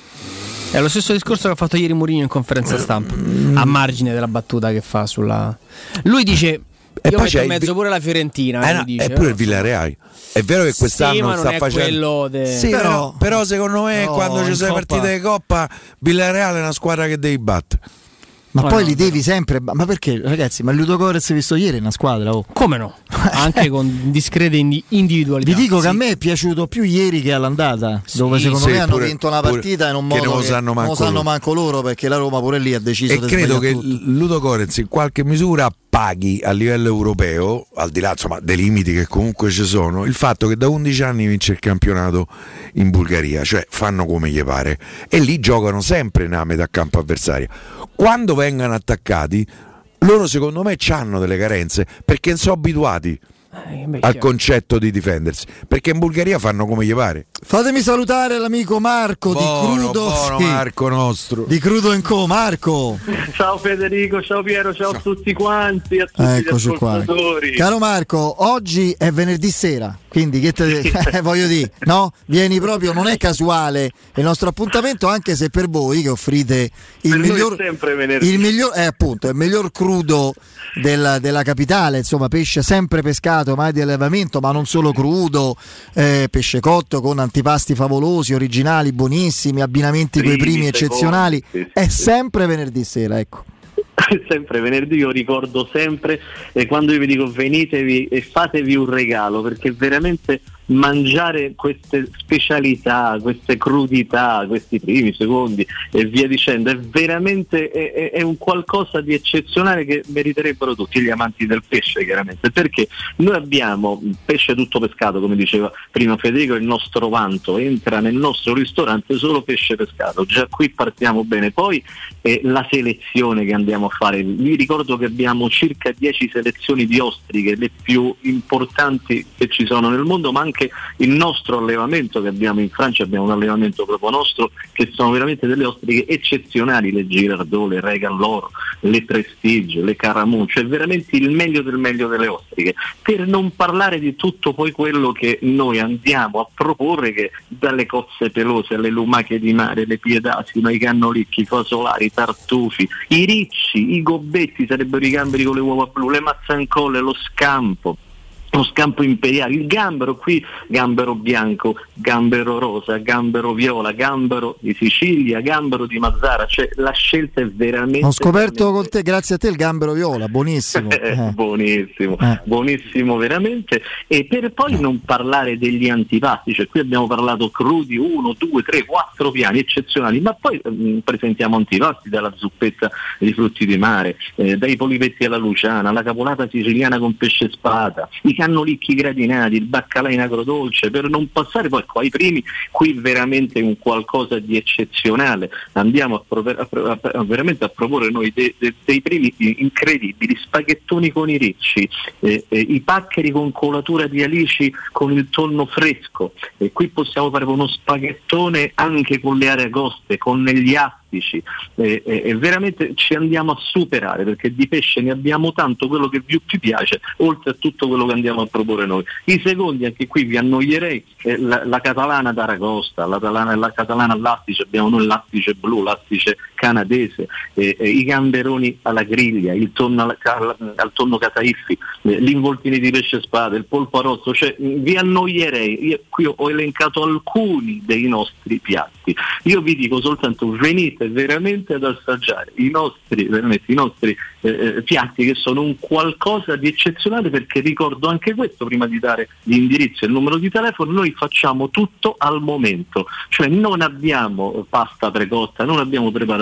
È lo stesso discorso che ha fatto ieri Mourinho in conferenza stampa, a margine della battuta che fa sulla... Lui dice... E io poi metto c'è in mezzo il... pure la Fiorentina. Eh lui no, dice, è pure eh, il Villarreal. È vero che quest'anno sì, ma non sta è facendo. quello de... Sì, Però- però, però secondo me No, quando ci in sono le Coppa- partite di Coppa, Villarreal è una squadra che devi battere. Ma Ma poi no, li devi sempre. Ma perché, ragazzi? Ma il Ludogorets visto ieri è una squadra. Oh. Come no? Anche con discrete indi- individualità. Vi dico che Sì. a me è piaciuto più ieri che all'andata, dove Sì, secondo sì, me hanno pure- vinto una pure- partita in un che modo non lo che sanno non manco lo sanno loro. manco loro, perché la Roma pure lì ha deciso E di credo sbagliare che tutto. Ludogorets in qualche misura paghi a livello europeo, al di là insomma dei limiti che comunque ci sono, il fatto che da undici anni vince il campionato in Bulgaria, cioè fanno come gli pare e lì giocano sempre nella metà campo avversaria. Quando vengano attaccati, loro secondo me hanno delle carenze perché non sono abituati Eh, beh, al chiaro. concetto di difendersi, perché in Bulgaria fanno come gli pare. Fatemi salutare l'amico Marco Buono, di Crudo. buono, sì, Marco nostro. Di Crudo and Co. Marco. Ciao Federico, ciao Piero, ciao a tutti quanti, a tutti Eccoci gli qua. ascoltatori. Caro Marco, oggi è venerdì sera, quindi che te eh, voglio dire, no? Vieni proprio, non è casuale il nostro appuntamento, anche se per voi che offrite il Per noi miglior, è sempre venerdì. il miglior, eh, appunto, il miglior crudo del- della capitale, insomma, pesce sempre pescato, mai di allevamento, ma non solo crudo, eh, pesce cotto con antipasti favolosi, originali, buonissimi, abbinamenti coi Primi, primi secondi, eccezionali. sì, sì, È sì. sempre venerdì sera, ecco. Sempre venerdì, io ricordo sempre eh, quando io vi dico venitevi e fatevi un regalo, perché veramente mangiare queste specialità, queste crudità, questi primi, secondi e via dicendo è veramente è, è- è un qualcosa di eccezionale che meriterebbero tutti gli amanti del pesce, chiaramente, perché noi abbiamo pesce tutto pescato, come diceva prima Federico, il nostro vanto, entra nel nostro ristorante solo pesce pescato, già qui partiamo bene. Poi eh, la selezione che andiamo a fare, vi ricordo che abbiamo circa dieci selezioni di ostriche, le più importanti che ci sono nel mondo, ma anche il nostro allevamento che abbiamo in Francia, abbiamo un allevamento proprio nostro, che sono veramente delle ostriche eccezionali, le Girardot, le Regal Loro, le Prestige, le Caramon, cioè veramente il meglio del meglio delle ostriche, per non parlare di tutto poi quello che noi andiamo a proporre, che dalle cozze pelose alle lumache di mare, le piedasino, i cannolicchi, i fasolari, i tartufi, i ricci, i gobbetti, sarebbero i gamberi con le uova blu, le mazzancolle, lo scampo, lo scampo imperiale, il gambero qui, gambero bianco, gambero rosa, gambero viola, gambero di Sicilia, gambero di Mazzara, cioè la scelta è veramente... Ho scoperto con te, grazie a te, il gambero viola, buonissimo. Eh, Eh. buonissimo, Eh. buonissimo veramente. E per poi non parlare degli antipasti, cioè qui abbiamo parlato crudi, uno, due, tre, quattro piani eccezionali, ma poi mh, presentiamo antipasti, dalla zuppetta di frutti di mare, eh, dai polipetti alla luciana, la capolata siciliana con pesce spada, i cannolicchi gradinati, il baccalà in agrodolce, per non passare poi ecco, ai primi, qui veramente un qualcosa di eccezionale. Andiamo a, prov- a, pro- a, veramente a proporre noi de- de- dei primi incredibili, spaghettoni con i ricci, eh, eh, i paccheri con colatura di alici con il tonno fresco, e qui possiamo fare uno spaghettone anche con le aragoste, con gli astici, e eh, eh, veramente ci andiamo a superare, perché di pesce ne abbiamo tanto, quello che più ti piace, oltre a tutto quello che andiamo a proporre noi. I secondi, anche qui vi annoierei, eh, la, la catalana d'aragosta, la, la, la catalana all'astice, abbiamo noi l'astice blu, l'astice canadese, eh, eh, i gamberoni alla griglia, il tonno alla, al, al tonno cataiffi, eh, gli involtini di pesce spada, il polpo arrosto, cioè vi annoierei. Io qui ho elencato alcuni dei nostri piatti, io vi dico soltanto venite veramente ad assaggiare i nostri, veramente, i nostri eh, piatti, che sono un qualcosa di eccezionale, perché ricordo anche questo, prima di dare l'indirizzo e il numero di telefono, noi facciamo tutto al momento, cioè non abbiamo pasta precotta, non abbiamo preparazione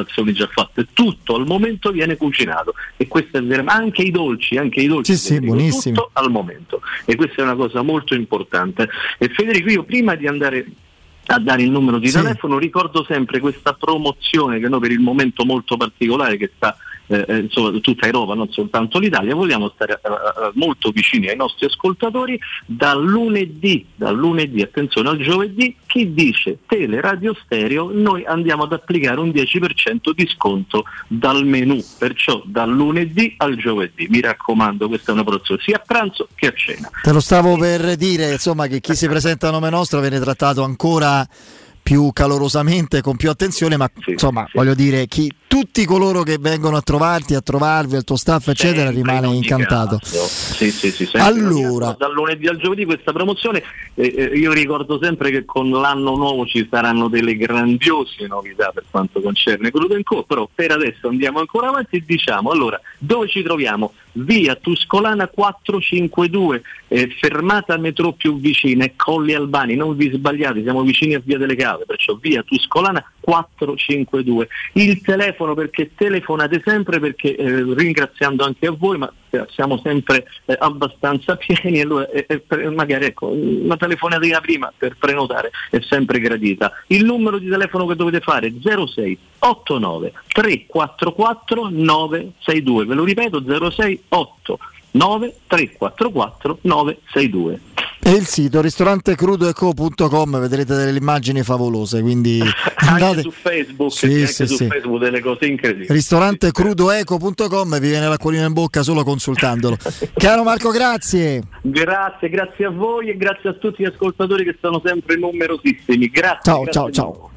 preparazioni già fatte, tutto al momento viene cucinato e questo è vero, anche i dolci, anche i dolci, sì, sì, buonissimi. Tutto al momento, e questa è una cosa molto importante. E Federico, io prima di andare a dare il numero di sì. telefono ricordo sempre questa promozione che noi per il momento molto particolare che sta Eh, insomma tutta Europa, non soltanto l'Italia, vogliamo stare eh, molto vicini ai nostri ascoltatori. Dal lunedì, dal lunedì, attenzione, al giovedì, chi dice Teleradio Stereo, noi andiamo ad applicare un dieci per cento di sconto dal menù, perciò dal lunedì al giovedì, mi raccomando, questa è una promozione sia a pranzo che a cena. Te lo stavo per dire, insomma, che chi si presenta a nome nostro viene trattato ancora più calorosamente, con più attenzione, ma sì, insomma sì. voglio dire, chi, tutti coloro che vengono a trovarti, a trovarvi, al tuo staff eccetera, sempre rimane in incantato. Sì, sì, sì, allora, dal lunedì al giovedì questa promozione, eh, eh, io ricordo sempre che con l'anno nuovo ci saranno delle grandiose novità per quanto concerne Crudo and Co, però per adesso andiamo ancora avanti e diciamo, allora, dove ci troviamo? Via Tuscolana quattrocentocinquantadue, eh, fermata metro più vicina è Colli Albani, non vi sbagliate, siamo vicini a Via delle Cave, perciò via Tuscolana quattrocentocinquantadue. Il telefono, perché telefonate sempre, perché eh, ringraziando anche a voi, ma siamo sempre eh, abbastanza pieni, allora eh, eh, per, magari ecco una telefonatina prima per prenotare è sempre gradita. Il numero di telefono che dovete fare è zero sei ottantanove tre quattro quattro nove sei due, ve lo ripeto, zero sei ottantanove tre quattro quattro nove sei due. E il sito ristorante crudo e co punto com, vedrete delle immagini favolose, quindi andate anche su Facebook, sì, anche sì, su sì. Facebook delle cose incredibili. ristorante crudo eco punto com, vi viene l'acquolina in bocca solo consultandolo. Caro Marco, grazie. Grazie, grazie a voi e grazie a tutti gli ascoltatori che sono sempre numerosissimi. Grazie. Ciao, grazie ciao, ciao.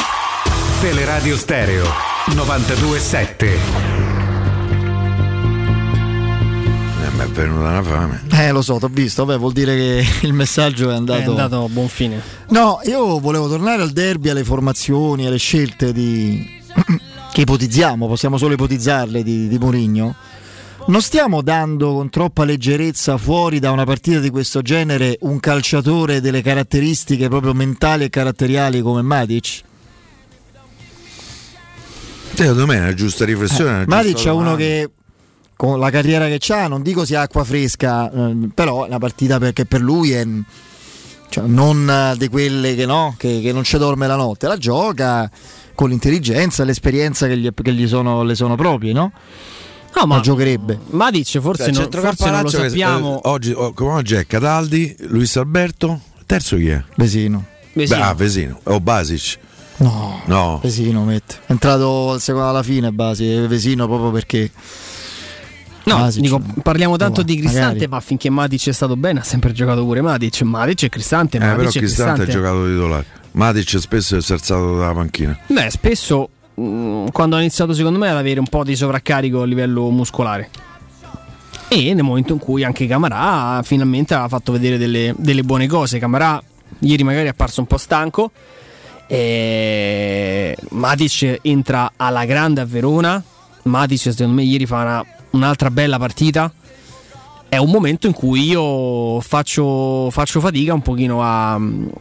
Teleradio Stereo novantadue sette. Mi è venuta una fame. Eh lo so, t'ho visto, vabbè, vuol dire che il messaggio è andato, è andato a buon fine. No, io volevo tornare al derby, alle formazioni, alle scelte di che ipotizziamo, possiamo solo ipotizzarle, di, di Mourinho. Non stiamo dando con troppa leggerezza fuori da una partita di questo genere un calciatore delle caratteristiche proprio mentali e caratteriali come Matic? Secondo me è una giusta riflessione. Eh, Matic è uno che con la carriera che c'ha, non dico sia acqua fresca, eh, però è una partita perché per lui è, cioè, non di quelle che, no, che, che non ci dorme la notte, la gioca con l'intelligenza, l'esperienza che gli, che gli sono, le sono proprie, no? No, ma la giocherebbe. Matic forse, cioè, non, forse non lo sappiamo. Che, eh, oggi, come oggi è Cataldi, Luis Alberto, terzo chi è? Vesino. Vesino. Beh, ah, Vesino. O Basic. No, no. Vesino mette. È entrato al secondo alla fine Basic, Vesino proprio perché no, Matic, dico, parliamo tanto no, di Cristante, magari. ma finché Matic è stato bene ha sempre giocato pure Matic. Matic e Cristante, eh, Matic però e Cristante, Cristante ha giocato titolare. Matic spesso si è alzato dalla panchina. Beh, spesso mh, quando ha iniziato secondo me ad avere un po' di sovraccarico a livello muscolare. E nel momento in cui anche Camarà finalmente ha fatto vedere delle, delle buone cose. Camarà ieri magari è apparso un po' stanco. E Matic entra alla grande a Verona. Matic secondo me ieri fa una, un'altra bella partita. È un momento in cui io faccio, faccio fatica un pochino a,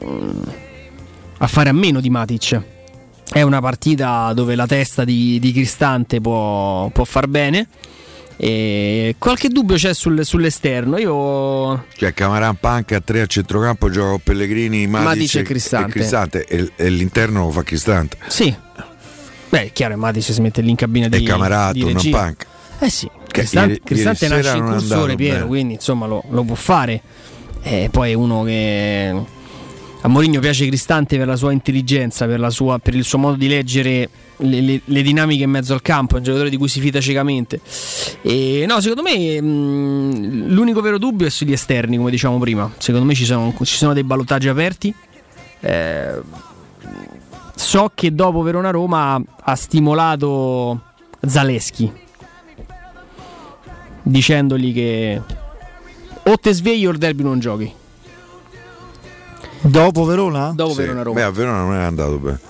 a fare a meno di Matic. È una partita dove la testa di, di Cristante può, può far bene. E qualche dubbio c'è sul, sull'esterno. Io cioè Camarà in panca, tre a centrocampo, gioca con Pellegrini, Matic, Matic e Cristante, e, Cristante e, e l'interno lo fa Cristante. Sì. Beh, è chiaro, Matic si mette lì in cabina di, e Camarà di torna in regia. panca. Eh sì, Cristante, ieri, Cristante ieri nasce incursore Piero, quindi insomma lo, lo può fare. E poi è uno che a Mourinho piace Cristante per la sua intelligenza, per, la sua, per il suo modo di leggere le, le, le dinamiche in mezzo al campo. È un giocatore di cui si fida ciecamente. E no, secondo me mh, l'unico vero dubbio è sugli esterni, come diciamo prima. Secondo me ci sono, ci sono dei ballottaggi aperti. Eh, so che dopo Verona-Roma ha stimolato Zaleschi, dicendogli che o te svegli o il derby non giochi. Dopo Verona? Dopo sì. Verona-Roma. Beh, a Verona non è andato bene.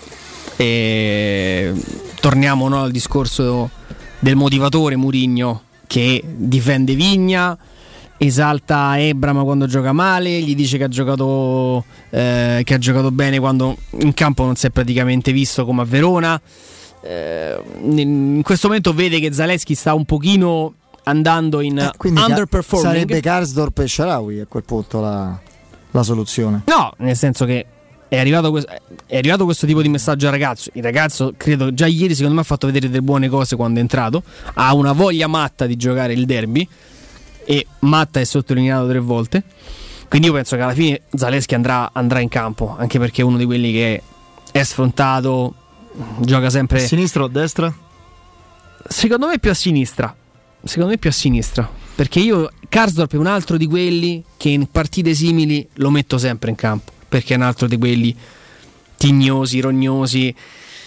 E torniamo, no, al discorso del motivatore Mourinho, che difende Vigna, esalta Ebram quando gioca male, gli dice che ha giocato eh, che ha giocato bene quando in campo non si è praticamente visto come a Verona. eh, in questo momento vede che Zalewski sta un pochino andando in eh, underperforming. Sarebbe Karsdorp e Shaarawy a quel punto la, la soluzione. No, nel senso che è arrivato, questo, è arrivato questo tipo di messaggio al ragazzo. Il ragazzo credo già ieri secondo me ha fatto vedere delle buone cose quando è entrato, ha una voglia matta di giocare il derby, e matta è sottolineato tre volte. Quindi io penso che alla fine Zalewski andrà, andrà in campo, anche perché è uno di quelli che è sfrontato, gioca sempre a sinistra o a destra? Secondo me più a sinistra. Secondo me più a sinistra, perché io Karsdorp è un altro di quelli che in partite simili lo metto sempre in campo, perché è un altro di quelli tignosi, rognosi,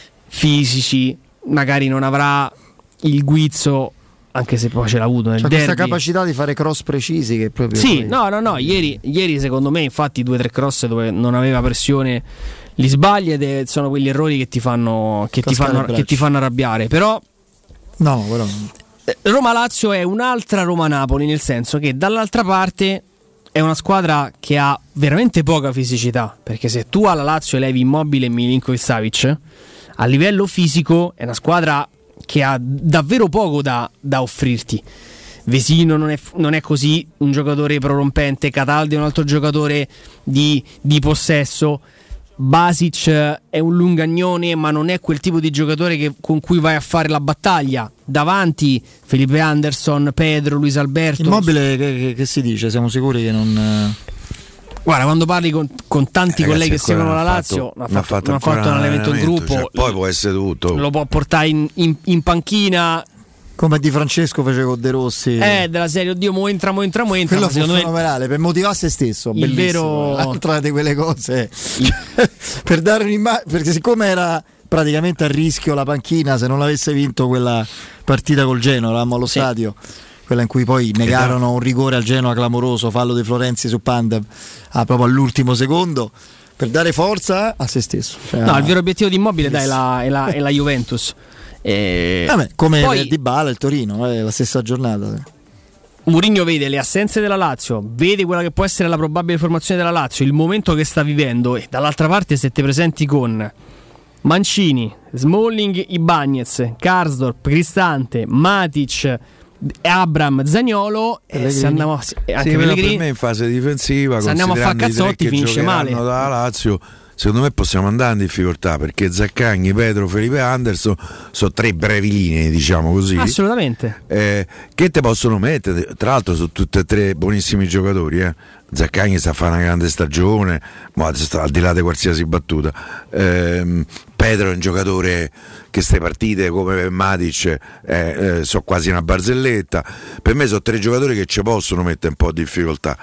fisici, magari non avrà il guizzo, anche se poi ce l'ha avuto nel C'ha derby. questa capacità di fare cross precisi che proprio sì, poi... no no no ieri, ieri secondo me infatti due o tre cross dove non aveva pressione li sbaglia, ed è, sono quegli errori che ti fanno che ti fanno, che ti fanno arrabbiare. Però no, però Roma-Lazio è un'altra Roma-Napoli, nel senso che dall'altra parte è una squadra che ha veramente poca fisicità, perché se tu alla Lazio levi Immobile e Milinkovic-Savic, a livello fisico è una squadra che ha davvero poco da, da offrirti. Vesino non è, non è così un giocatore prorompente, Cataldi è un altro giocatore di, di possesso, Basic è un lungagnone ma non è quel tipo di giocatore che, con cui vai a fare la battaglia. Davanti Felipe Anderson, Pedro, Luis Alberto. Immobile che, che, che si dice? Siamo sicuri che non... Guarda, quando parli con, con tanti eh, colleghi ragazzi, che seguono la Lazio, non ha fatto, ha fatto un allenamento in gruppo, cioè, poi può essere tutto, lo può portare in, in, in panchina come Di Francesco fece con De Rossi, eh, della serie oddio mo entra mo entra mo entra. Quello fu fenomenale me... per motivare se stesso, il vero... l'altra di quelle cose per dare un'immagine, perché siccome era praticamente a rischio la panchina se non l'avesse vinto quella partita col Genoa, eravamo allo sì. stadio, quella in cui poi negarono un rigore al Genoa clamoroso, fallo di Florenzi su Pandev ah, proprio all'ultimo secondo, per dare forza a se stesso. Cioè, no, il vero obiettivo di Immobile dai, è, la, è, la, è la Juventus. E Vabbè, come poi, Dybala il Torino, è la stessa giornata. Mourinho vede le assenze della Lazio, vede quella che può essere la probabile formazione della Lazio, il momento che sta vivendo, e dall'altra parte se ti presenti con Mancini, Smalling, Ibañez, Karsdorp, Cristante, Matic, Abram, Zaniolo, e se andiamo a, anche sì, Pellegrini, per me in fase difensiva, se andiamo a fare cazzotti finisce male. Dalla Lazio, secondo me possiamo andare in difficoltà, perché Zaccagni, Pedro, Felipe Anderson sono tre brevi linee, diciamo così. Assolutamente. Eh, che te possono mettere, tra l'altro sono tutti e tre buonissimi giocatori, eh. Zaccagni sta a fare una grande stagione, ma al di là di qualsiasi battuta. Eh, Pedro è un giocatore che ste partite come Matic eh, eh, so quasi una barzelletta. Per me sono tre giocatori che ci possono mettere un po' di difficoltà.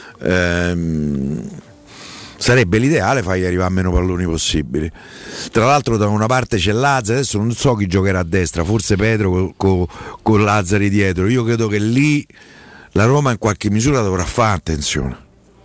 Eh, sarebbe l'ideale fargli arrivare a meno palloni possibili. Tra l'altro da una parte c'è Lazzari, adesso non so chi giocherà a destra, forse Pedro con, con, con Lazzari dietro. Io credo che lì la Roma in qualche misura dovrà fare attenzione.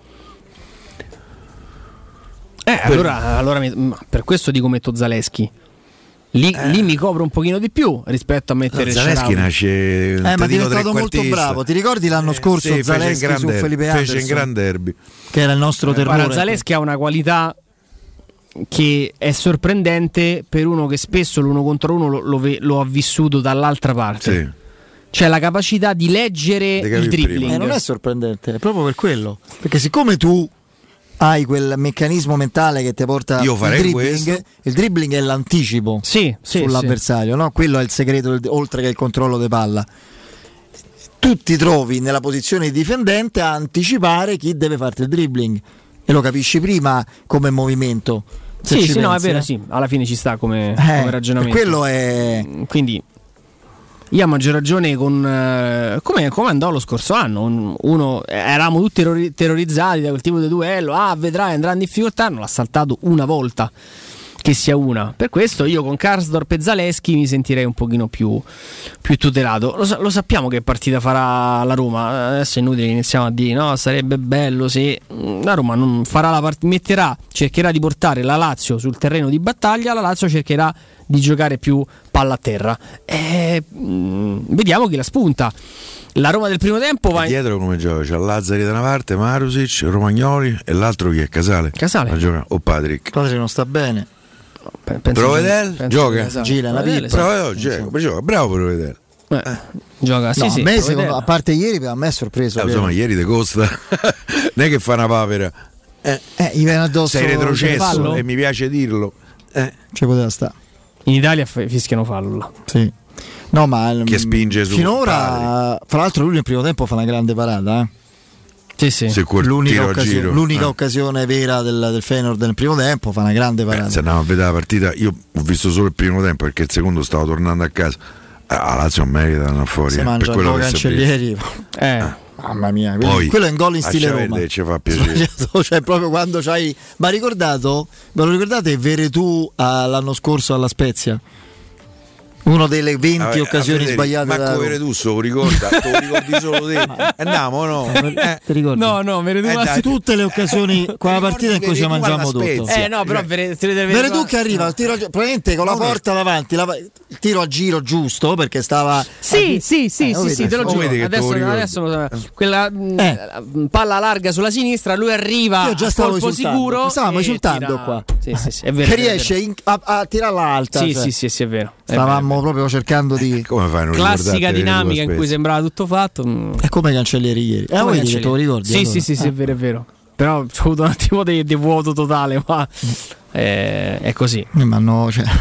Eh, per... allora, allora per questo dico metto Zalewski. Lì, eh. lì mi copro un pochino di più rispetto a mettere Zalewski nasce eh, ma è diventato molto bravo. Ti ricordi l'anno scorso eh, sì, Zalewski su Felipe Anderson? Fece in gran derby, che era il nostro terrore. Guarda, Zalewski ha una qualità che è sorprendente per uno che spesso l'uno contro uno lo, lo, lo ha vissuto dall'altra parte. Sì. C'è la capacità di leggere il dribbling. Eh, non è sorprendente, è proprio per quello. Perché siccome tu hai quel meccanismo mentale che ti porta Io il farei dribbling, questo. il dribbling è l'anticipo sì, sì, sull'avversario, sì. No? Quello è il segreto, oltre che il controllo di palla. Tu ti trovi nella posizione di difendente a anticipare chi deve farti il dribbling e lo capisci prima come movimento. Sì, sì, pensi, no, è vero, eh? sì, alla fine ci sta come, eh, come ragionamento. Quello è quindi io a maggior ragione con eh, come, come andò lo scorso anno, uno eravamo tutti terrori, terrorizzati da quel tipo di duello, ah vedrai andrà in difficoltà, non l'ha saltato una volta che sia una. Per questo io con Karsdorp e Zalewski mi sentirei un pochino più, più tutelato. Lo, lo sappiamo che partita farà la Roma, adesso è inutile che iniziamo a dire no, sarebbe bello se la Roma non farà la partita, metterà, cercherà di portare la Lazio sul terreno di battaglia, la Lazio cercherà di giocare più palla a terra. E, mh, vediamo chi la spunta. La Roma del primo tempo va in... dietro come gioca? C'ha Lazzari da una parte, Marusic, Romagnoli e l'altro chi è? Casale. Casale. O Patrick. Patrick non sta bene. Provedel gioca, esatto. gira la Provedel, Provedel esatto. gioca, gioca, bravo Provedel. Eh, gioca, sì, no, sì, a, me, Provedel. secondo, a parte ieri, a me è sorpreso. Eh, insomma, ieri te costa, non è che fa una papera. Eh, eh, gli viene addosso. Sei retrocesso e mi piace dirlo. Eh. Ci poteva stare. In Italia f- fischiano fallo là. Sì. No, ma che spinge su finora, fra l'altro, lui nel primo tempo fa una grande parata. Eh? Sì, sì. Se quel l'unica, tiro a occasione, giro, l'unica eh. occasione vera del, del Feyenoord nel primo tempo fa una grande parata. Eh, se andiamo a vedere la partita, io ho visto solo il primo tempo perché il secondo stavo tornando a casa. A Lazio non merita andare fuori. Si eh, mangia per quello un po' che Cancellieri. Eh. eh. Mamma mia, quello, Poi, quello è un gol in stile Roma. Roma. Ci fa piacere. Cioè, proprio quando c'hai. Ma ricordato? Ve lo ricordate Veretù l'anno scorso alla Spezia? Uno delle venti a, occasioni a vedere, sbagliate. Marco Veretù se lo ricorda, te lo ricordi solo te. Andiamo, no? Eh, ti ricordi? No, no, Veretù eh, dai, tutte le occasioni con la partita in cui ci mangiamo tutto. Eh no, però Veretù che arriva al tiro, probabilmente con la porta davanti, la, il tiro a giro giusto perché stava. Sì, a, sì, sì, eh, sì, sì, te lo giuro. Adesso, adesso quella eh. palla larga sulla sinistra, lui arriva Io già a stavo colpo sicuro. Stavamo esultando tira... qua. Sì, sì, sì, è vero. Che è vero, riesce è vero. In, a, a tirarla alta. Sì, cioè. sì, sì, sì, è vero. Stavamo è vero. proprio cercando di. Come fai a non classica dinamica in cui sembrava tutto fatto. È come Cancellieri ieri. Eh, come vedi che te lo ricordi? Sì, allora. sì, sì, sì, è vero, è vero. Però c'ho avuto un attimo di, di vuoto totale, ma è, è così. Mi hanno cioè,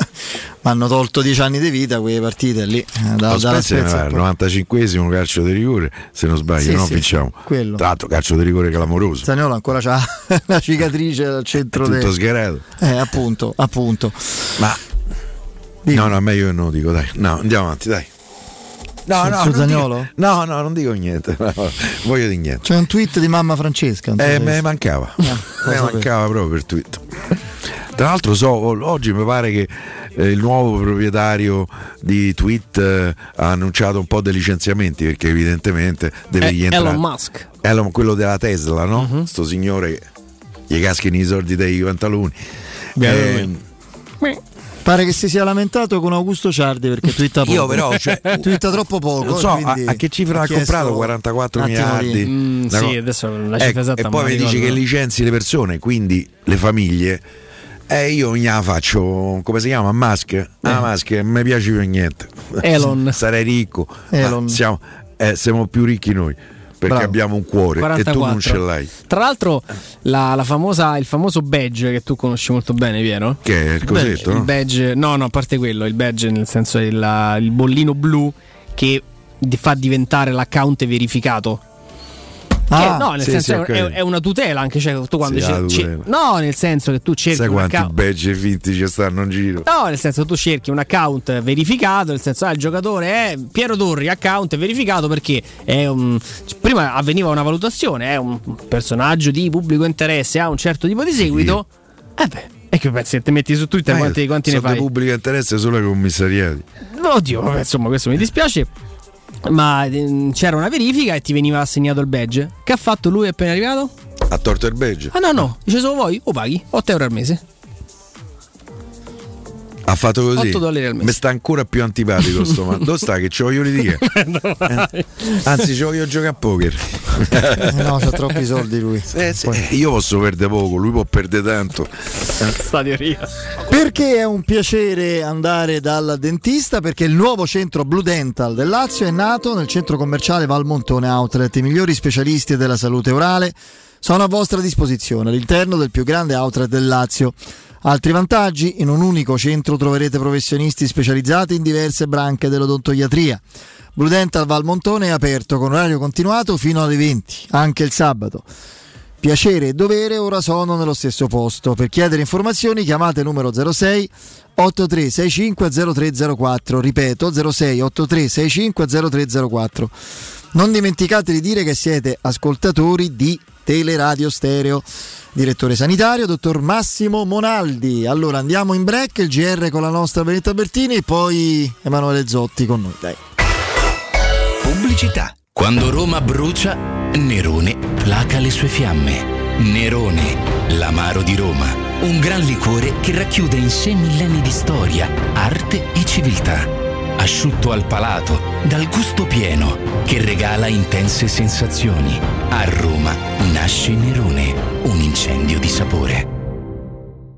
tolto dieci anni di vita quelle partite lì. Da, da al novantacinquesimo calcio di rigore, se non sbaglio, sì, no? Sì, vinciamo. Quello. Tra l'altro calcio di rigore clamoroso. Zaniolo ancora c'ha la cicatrice al centro. È tutto de... sgherato. Eh, appunto, appunto. Ma Dimmi. no, no, meglio che non lo dico, dai. No, andiamo avanti, dai. No, su, no, su non Zaniolo? Dico, no, no, non dico niente. No, voglio di niente. C'è un tweet di mamma Francesca. Eh, me mancava. No, me mancava proprio per tweet. Tra l'altro so, oggi mi pare che eh, il nuovo proprietario di Tweet eh, ha annunciato un po' dei licenziamenti perché evidentemente deve eh, rientrare. Elon Musk. Elon, quello della Tesla, no? Uh-huh. Sto signore che gli cascano i soldi dei pantaloni. Eh, Pare che si sia lamentato con Augusto Ciardi perché twitta poco. Io però cioè, twitta troppo poco. Non so a, a che cifra ha comprato quarantaquattro miliardi. Mm, sì, co- adesso la cifra ecco, esatta. E poi mi dici che licenzi le persone, quindi le famiglie. E io mi la faccio, come si chiama? Musk? Eh. Ah, Musk, non mi piace più niente. Elon. Sarei ricco. Elon. Siamo, eh, siamo più ricchi noi. Perché Bravo. abbiamo un cuore quarantaquattro. E tu non ce l'hai. Tra l'altro la, la famosa, il famoso badge che tu conosci molto bene, Piero? Che è il cosetto? Il badge, no, no, a parte quello, il badge nel senso il, il bollino blu che fa diventare l'account verificato. Ah, che, no, nel sì, senso sì, okay. è, è una tutela anche, cioè tu quando sì, cerchi, cer- no, nel senso che tu cerchi sai un quanti account, badge finti ci stanno in giro? no, nel senso che tu cerchi un account verificato, nel senso ah, il giocatore è Piero Torri, account verificato perché è un, prima avveniva una valutazione, è un personaggio di pubblico interesse, ha un certo tipo di seguito. Sì. Eh beh, e che pensi che ti metti su Twitter, ah, quanti, quanti ne fai? Di pubblico interesse solo ai commissariati. Oddio, vabbè, insomma, questo mi dispiace. Ma eh, c'era una verifica e ti veniva assegnato il badge. Che ha fatto lui appena arrivato? Ha torto il badge? Ah no no, dice solo voi o paghi otto euro al mese. Ha fatto così. otto dollari al mese. Mi sta ancora più antipatico sto ma dove sta che ci voglio dire? eh, anzi ci voglio giocare a poker. eh, no, c'ha troppi soldi lui. Eh, sì. Io posso perdere poco, lui può perdere tanto. Sta teoria. Perché è un piacere andare dal dentista? Perché il nuovo centro Blue Dental del Lazio è nato nel centro commerciale Valmontone Outlet. I migliori specialisti della salute orale sono a vostra disposizione all'interno del più grande outlet del Lazio. Altri vantaggi: in un unico centro troverete professionisti specializzati in diverse branche dell'odontoiatria. Blue Dental Valmontone è aperto con orario continuato fino alle venti, anche il sabato. Piacere e dovere ora sono nello stesso posto. Per chiedere informazioni chiamate numero zero sei otto tre sei cinque zero tre zero quattro, ripeto zero sei otto tre sei cinque zero tre zero quattro. Non dimenticate di dire che siete ascoltatori di Teleradio Stereo. Direttore sanitario, dottor Massimo Monaldi. Allora andiamo in break, il G R con la nostra Benetta Bertini e poi Emanuele Zotti con noi. Dai. Pubblicità. Quando Roma brucia, Nerone placa le sue fiamme. Nerone, l'amaro di Roma. Un gran liquore che racchiude in sé millenni di storia, arte e civiltà. Asciutto al palato, dal gusto pieno, che regala intense sensazioni. A Roma nasce Nerone, un incendio di sapore.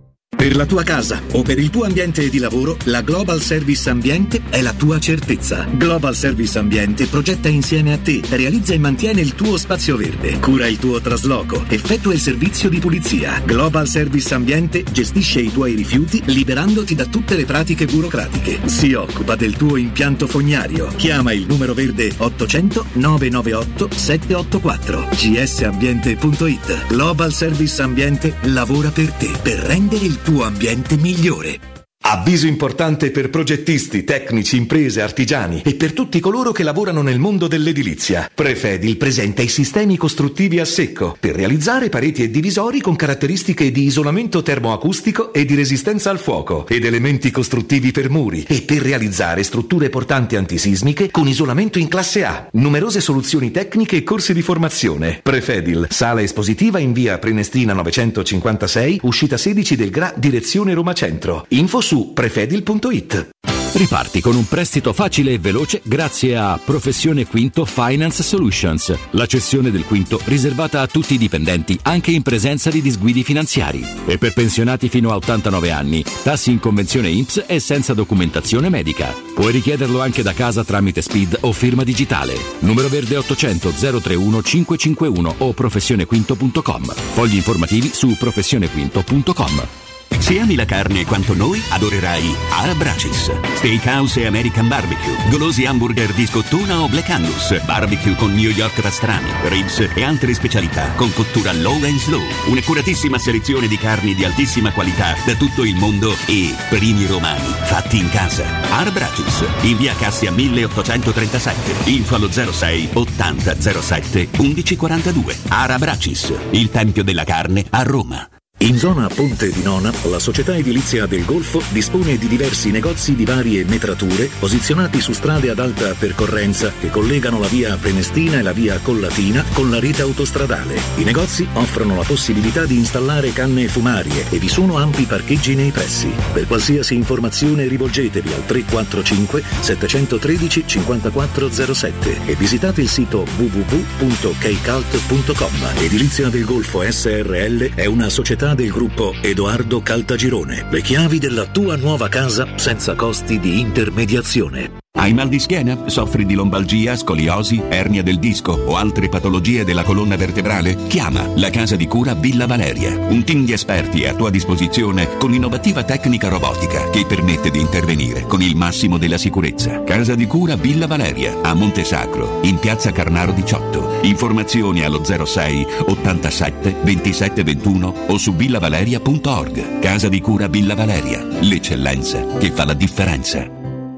Per la tua casa o per il tuo ambiente di lavoro, la Global Service Ambiente è la tua certezza. Global Service Ambiente progetta insieme a te, realizza e mantiene il tuo spazio verde, cura il tuo trasloco, effettua il servizio di pulizia. Global Service Ambiente gestisce i tuoi rifiuti liberandoti da tutte le pratiche burocratiche. Si occupa del tuo impianto fognario. Chiama il numero verde ottocento nove nove otto sette otto quattro g s ambiente punto i t. Global Service Ambiente lavora per te, per rendere il tuo ambiente migliore. Avviso importante per progettisti, tecnici, imprese, artigiani e per tutti coloro che lavorano nel mondo dell'edilizia. Prefedil presenta i sistemi costruttivi a secco per realizzare pareti e divisori con caratteristiche di isolamento termoacustico e di resistenza al fuoco ed elementi costruttivi per muri e per realizzare strutture portanti antisismiche con isolamento in classe A. Numerose soluzioni tecniche e corsi di formazione. Prefedil, sala espositiva in via Prenestina novecentocinquantasei, uscita sedici del Gra, direzione Roma Centro. Info su prefedil punto i t. Riparti con un prestito facile e veloce grazie a Professione Quinto Finance Solutions, la cessione del quinto riservata a tutti i dipendenti anche in presenza di disguidi finanziari. E per pensionati fino a ottantanove anni, tassi in convenzione I N P S e senza documentazione medica. Puoi richiederlo anche da casa tramite S P I D o firma digitale. Numero verde ottocento zero trentuno cinquecentocinquantuno o professione quinto punto com. Fogli informativi su professione quinto punto com. Se ami la carne quanto noi, adorerai Arabracis. Steakhouse e American Barbecue, golosi hamburger di scottuna o Black Angus, barbecue con New York pastrami, ribs e altre specialità con cottura low and slow. Un'accuratissima selezione di carni di altissima qualità da tutto il mondo e primi romani fatti in casa. Arabracis, in via Cassia milleottocentotrentasette, info allo zero sei ottanta zero sette undici quarantadue. Arabracis, il tempio della carne a Roma. In zona Ponte di Nona, la società edilizia del Golfo dispone di diversi negozi di varie metrature posizionati su strade ad alta percorrenza che collegano la via Prenestina e la via Collatina con la rete autostradale. I negozi offrono la possibilità di installare canne fumarie e vi sono ampi parcheggi nei pressi. Per qualsiasi informazione rivolgetevi al tre quattro cinque sette uno tre cinque zero sette e visitate il sito w w w punto keicalt punto com. Edilizia del Golfo S R L è una società del gruppo Edoardo Caltagirone. Le chiavi della tua nuova casa senza costi di intermediazione. Hai mal di schiena? Soffri di lombalgia, scoliosi, ernia del disco o altre patologie della colonna vertebrale? Chiama la Casa di Cura Villa Valeria. Un team di esperti è a tua disposizione con innovativa tecnica robotica che permette di intervenire con il massimo della sicurezza. Casa di Cura Villa Valeria a Montesacro, in piazza Carnaro diciotto. Informazioni allo zero sei ottantasette ventisette ventuno o su villavaleria punto org. Casa di Cura Villa Valeria, l'eccellenza che fa la differenza.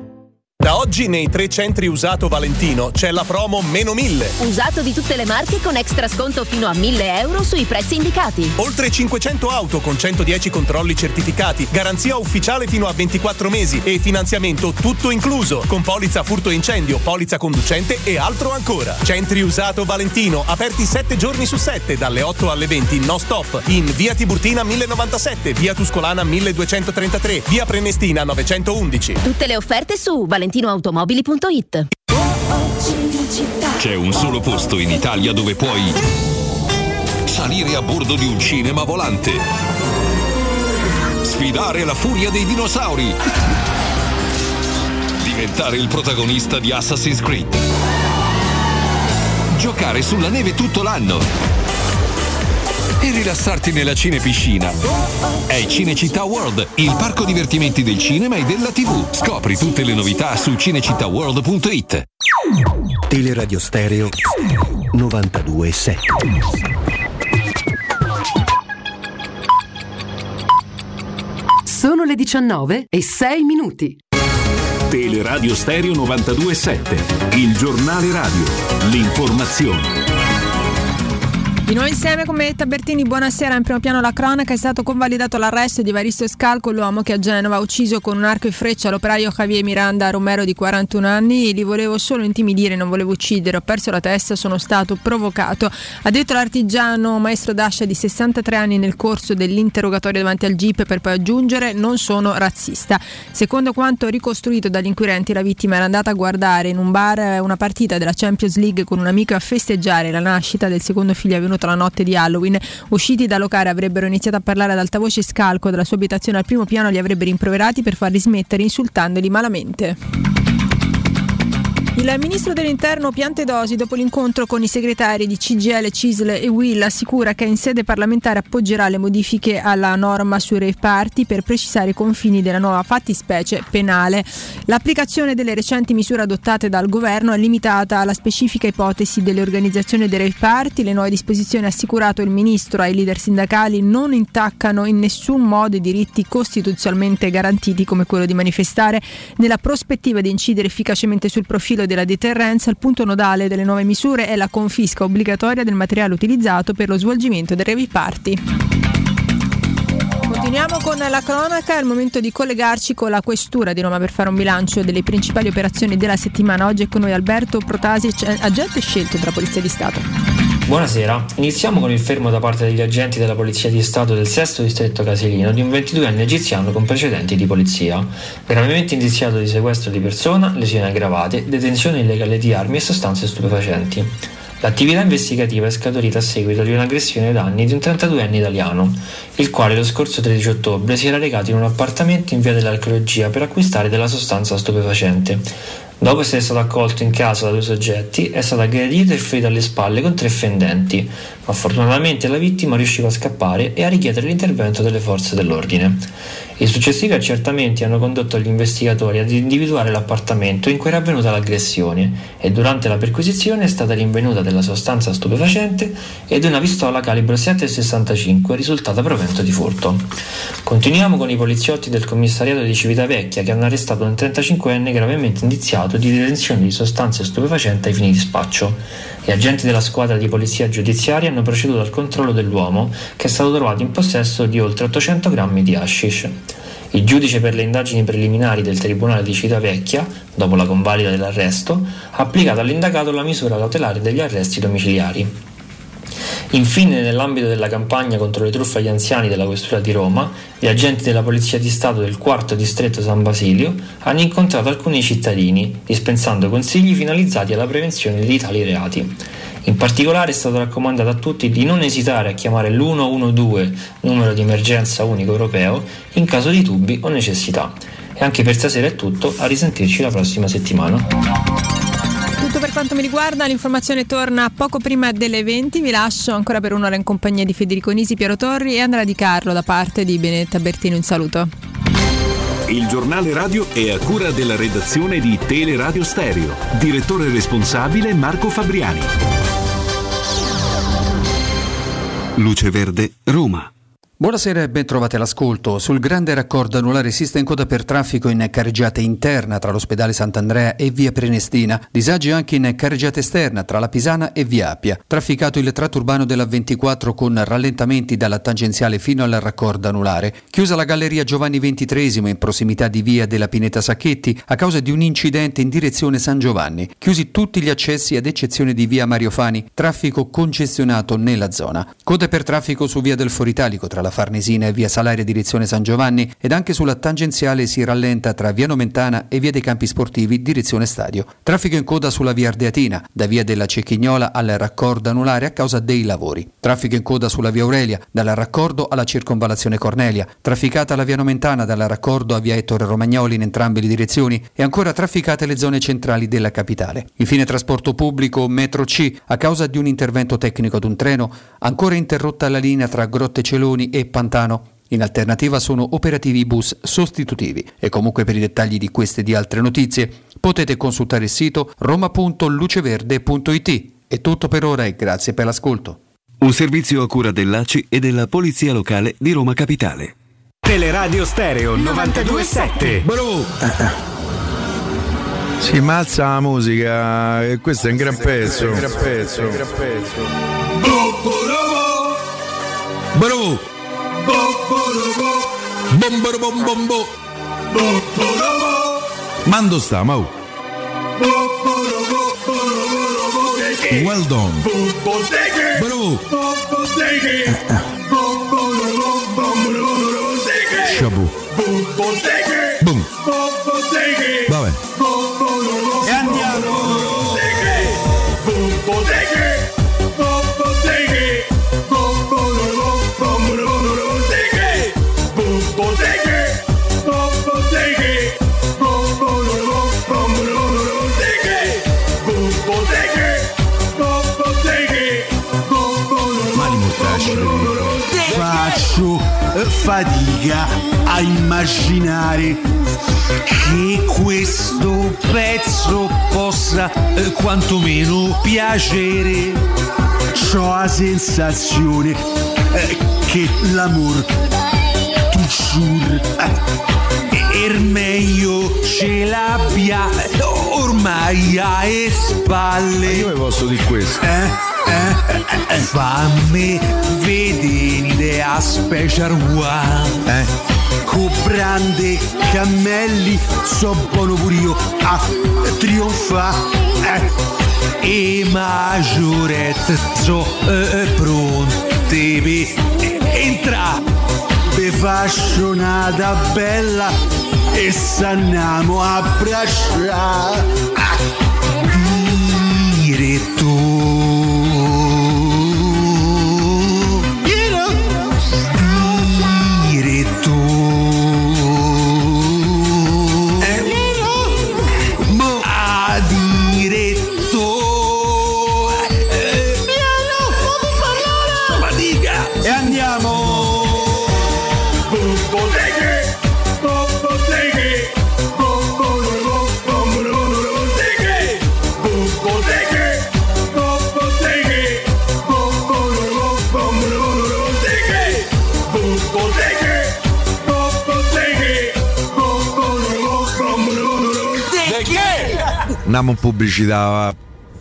Da oggi nei tre centri usato Valentino c'è la promo meno mille. Usato di tutte le marche con extra sconto fino a mille euro sui prezzi indicati. Oltre cinquecento auto con centodieci controlli certificati, garanzia ufficiale fino a ventiquattro mesi e finanziamento tutto incluso, con polizza furto incendio, polizza conducente e altro ancora. Centri usato Valentino, aperti sette giorni su sette, dalle otto alle venti, no stop, in via Tiburtina mille novantasette, via Tuscolana milleduecentotrentatré, via Prenestina novecentoundici. Tutte le offerte su valentinoautomobili punto it. C'è un solo posto in Italia dove puoi salire a bordo di un cinema volante, sfidare la furia dei dinosauri, diventare il protagonista di Assassin's Creed, giocare sulla neve tutto l'anno e rilassarti nella cinepiscina. È Cinecittà World, il parco divertimenti del cinema e della tivù. Scopri tutte le novità su cinecittà world punto it. Teleradio Stereo novantadue sette. Sono le diciannove e sei minuti. Teleradio Stereo novantadue sette, il giornale radio, l'informazione. Di nuovo insieme con Metta Bertini, buonasera. In primo piano la cronaca: è stato convalidato l'arresto di Evaristo Scalco, l'uomo che a Genova ha ucciso con un arco e freccia l'operaio Javier Miranda Romero di quarantuno anni. Li volevo solo intimidire, non volevo uccidere, ho perso la testa, sono stato provocato. Ha detto l'artigiano maestro d'ascia di sessantatré anni nel corso dell'interrogatorio davanti al G I P, per poi aggiungere: non sono razzista. Secondo quanto ricostruito dagli inquirenti, la vittima era andata a guardare in un bar una partita della Champions League con un amico e a festeggiare la nascita del secondo figlio avvenuto sabato, la notte di Halloween. Usciti da locale avrebbero iniziato a parlare ad alta voce scalco della sua abitazione al primo piano, li avrebbe rimproverati per farli smettere insultandoli malamente. Il ministro dell'Interno Piantedosi, dopo l'incontro con i segretari di C G I L, C I S L e U I L, assicura che in sede parlamentare appoggerà le modifiche alla norma sui rave party per precisare i confini della nuova fattispecie penale. L'applicazione delle recenti misure adottate dal governo è limitata alla specifica ipotesi delle organizzazioni dei rave party. Le nuove disposizioni, assicurato il ministro ai leader sindacali, non intaccano in nessun modo i diritti costituzionalmente garantiti come quello di manifestare. Nella prospettiva di incidere efficacemente sul profilo della deterrenza, il punto nodale delle nuove misure è la confisca obbligatoria del materiale utilizzato per lo svolgimento dei rave party. Continuiamo con la cronaca, è il momento di collegarci con la Questura di Roma per fare un bilancio delle principali operazioni della settimana. Oggi è con noi Alberto Protasic, agente scelto della Polizia di Stato. Buonasera, iniziamo con il fermo da parte degli agenti della Polizia di Stato del sesto distretto casilino di un ventiduenne egiziano con precedenti di polizia, gravemente indiziato di sequestro di persona, lesioni aggravate, detenzione illegale di armi e sostanze stupefacenti. L'attività investigativa è scaturita a seguito di un'aggressione ai danni di un trentaduenne italiano, il quale lo scorso tredici ottobre si era recato in un appartamento in via dell'Archeologia per acquistare della sostanza stupefacente. Dopo essere stato accolto in casa da due soggetti, è stato aggredito e ferito alle spalle con tre fendenti, ma fortunatamente la vittima riusciva a scappare e a richiedere l'intervento delle forze dell'ordine. I successivi accertamenti hanno condotto gli investigatori ad individuare l'appartamento in cui era avvenuta l'aggressione e durante la perquisizione è stata rinvenuta della sostanza stupefacente ed una pistola calibro sette virgola sessantacinque risultata provento di furto. Continuiamo con i poliziotti del commissariato di Civitavecchia che hanno arrestato un trentacinquenne gravemente indiziato di detenzione di sostanze stupefacenti ai fini di spaccio. Gli agenti della squadra di polizia giudiziaria hanno proceduto al controllo dell'uomo, che è stato trovato in possesso di oltre ottocento grammi di hashish. Il giudice per le indagini preliminari del Tribunale di Civitavecchia, dopo la convalida dell'arresto, ha applicato all'indagato la misura cautelare degli arresti domiciliari. Infine, nell'ambito della campagna contro le truffe agli anziani della Questura di Roma, gli agenti della Polizia di Stato del quarto distretto San Basilio hanno incontrato alcuni cittadini, dispensando consigli finalizzati alla prevenzione di tali reati. In particolare è stato raccomandato a tutti di non esitare a chiamare l'uno uno due, numero di emergenza unico europeo, in caso di dubbi o necessità. E anche per stasera è tutto, a risentirci la prossima settimana. Tutto per quanto mi riguarda, l'informazione torna poco prima delle venti. Vi lascio ancora per un'ora in compagnia di Federico Nisi, Piero Torri e Andrea Di Carlo da parte di Benedetta Bertini. Un saluto. Il giornale radio è a cura della redazione di Teleradio Stereo. Direttore responsabile Marco Fabriani. Luce Verde, Roma. Buonasera e ben trovati all'ascolto. Sul grande raccordo anulare esiste in coda per traffico in carreggiata interna tra l'ospedale Sant'Andrea e via Prenestina. Disagi anche in carreggiata esterna tra la Pisana e via Appia. Trafficato il tratto urbano della ventiquattro con rallentamenti dalla tangenziale fino al raccordo anulare. Chiusa la galleria Giovanni ventitreesimo in prossimità di via della Pineta Sacchetti a causa di un incidente in direzione San Giovanni. Chiusi tutti gli accessi ad eccezione di via Mario Fani. Traffico congestionato nella zona. Code per traffico su via del Foro Italico tra la Farnesina e via Salaria direzione San Giovanni ed anche sulla tangenziale si rallenta tra via Nomentana e via dei Campi Sportivi direzione Stadio. Traffico in coda sulla via Ardeatina da via della Cecchignola al raccordo anulare a causa dei lavori. Traffico in coda sulla via Aurelia dal raccordo alla circonvallazione Cornelia. Trafficata la via Nomentana dal raccordo a via Ettore Romagnoli in entrambe le direzioni e ancora trafficate le zone centrali della capitale. Infine trasporto pubblico metro C a causa di un intervento tecnico ad un treno ancora interrotta la linea tra Grotte Celoni e Pantano. In alternativa sono operativi bus sostitutivi. E comunque per i dettagli di queste e di altre notizie potete consultare il sito roma punto luceverde punto it. È tutto per ora e grazie per l'ascolto. Un servizio a cura dell'A C I e della Polizia Locale di Roma Capitale. Teleradio Stereo novantadue sette. Bro. Si ma alza la musica e questo è un gran pezzo. Un gran pezzo. Un gran pezzo. Bro. Mando sta, Mau. Well done. Bro. Shabu. Boom. Vabbè. E andiamo. faccio eh, fatica a immaginare che questo pezzo possa eh, quantomeno piacere. C'ho la sensazione eh, che l'amor toujours eh, er meglio ce l'abbia ormai alle spalle. Io posso dire questo. Eh, eh, eh, fammi vedere a special one. Eh. Con brande cammelli so buono pure io a trionfa. Eh. E maggiorette so eh, pronte per entrare. Be fascionata bella e s'andiamo a abbracciare. Diretto. Andiamo in pubblicità.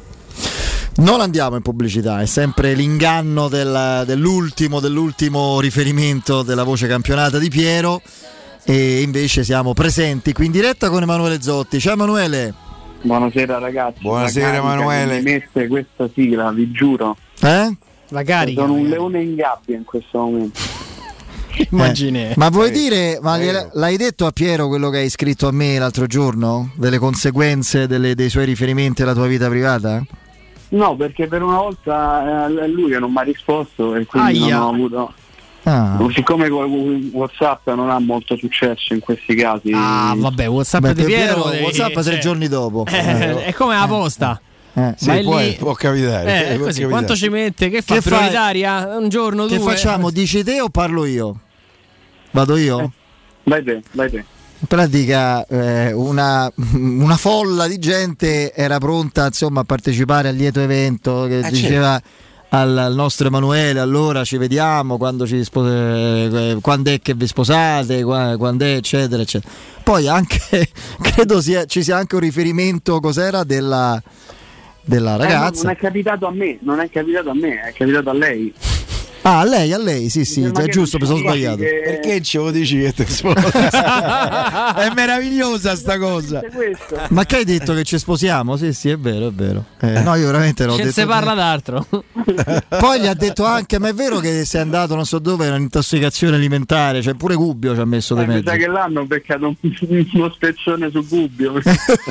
Non andiamo in pubblicità, è sempre l'inganno del, dell'ultimo, dell'ultimo riferimento della voce campionata di Piero, e invece siamo presenti qui in diretta con Emanuele Zotti. Ciao Emanuele. Buonasera ragazzi. Buonasera Emanuele. Mi mette questa sigla, vi giuro. Eh? La carica. Sono un leone in gabbia in questo momento. Immagine. Eh, ma vuoi dire, ma l'hai detto a Piero quello che hai scritto a me l'altro giorno? Delle conseguenze delle, dei suoi riferimenti alla tua vita privata? No, perché per una volta è eh, lui che non mi ha risposto e quindi Aia. non ho avuto. Ah. Siccome WhatsApp non ha molto successo in questi casi. Ah, vabbè, WhatsApp Beh, di Piero, Piero devi- WhatsApp tre cioè, giorni dopo. eh, è come la posta. Eh, Sì, Ma è può, lì- può capitare. Eh, è può così, capitare. quanto ci mette? Che fa? Che fai? Prioritaria? Un giorno, Che due? facciamo? Dici te o parlo io? Vado io? Vai te, vai te. In pratica eh, una, una folla di gente era pronta, insomma, a partecipare al lieto evento che Eh, diceva al, al nostro Emanuele: allora ci vediamo quando, ci spos- eh, quando è che vi sposate, qua- quando è, eccetera eccetera. Poi anche credo sia, ci sia anche un riferimento, cos'era, della, della Eh, ragazza. non è capitato a me, non è capitato a me, è capitato a lei. Ah, a lei, a lei, sì, sì, Ma è che giusto, mi non sono ci dici sbagliato. che- Perché ce lo dici che ti sposa? È meravigliosa sta cosa. Questo. Ma che hai detto che ci sposiamo? Sì, sì, è vero, è vero. Eh, no, io veramente l'ho Non detto. se parla d'altro. Poi gli ha detto anche: ma è vero che sei andato non so dove, è un'intossicazione alimentare, cioè pure Gubbio ci ha messo Eh, dei mi mezzi. sa che l'hanno beccato un- uno spezzone su Gubbio.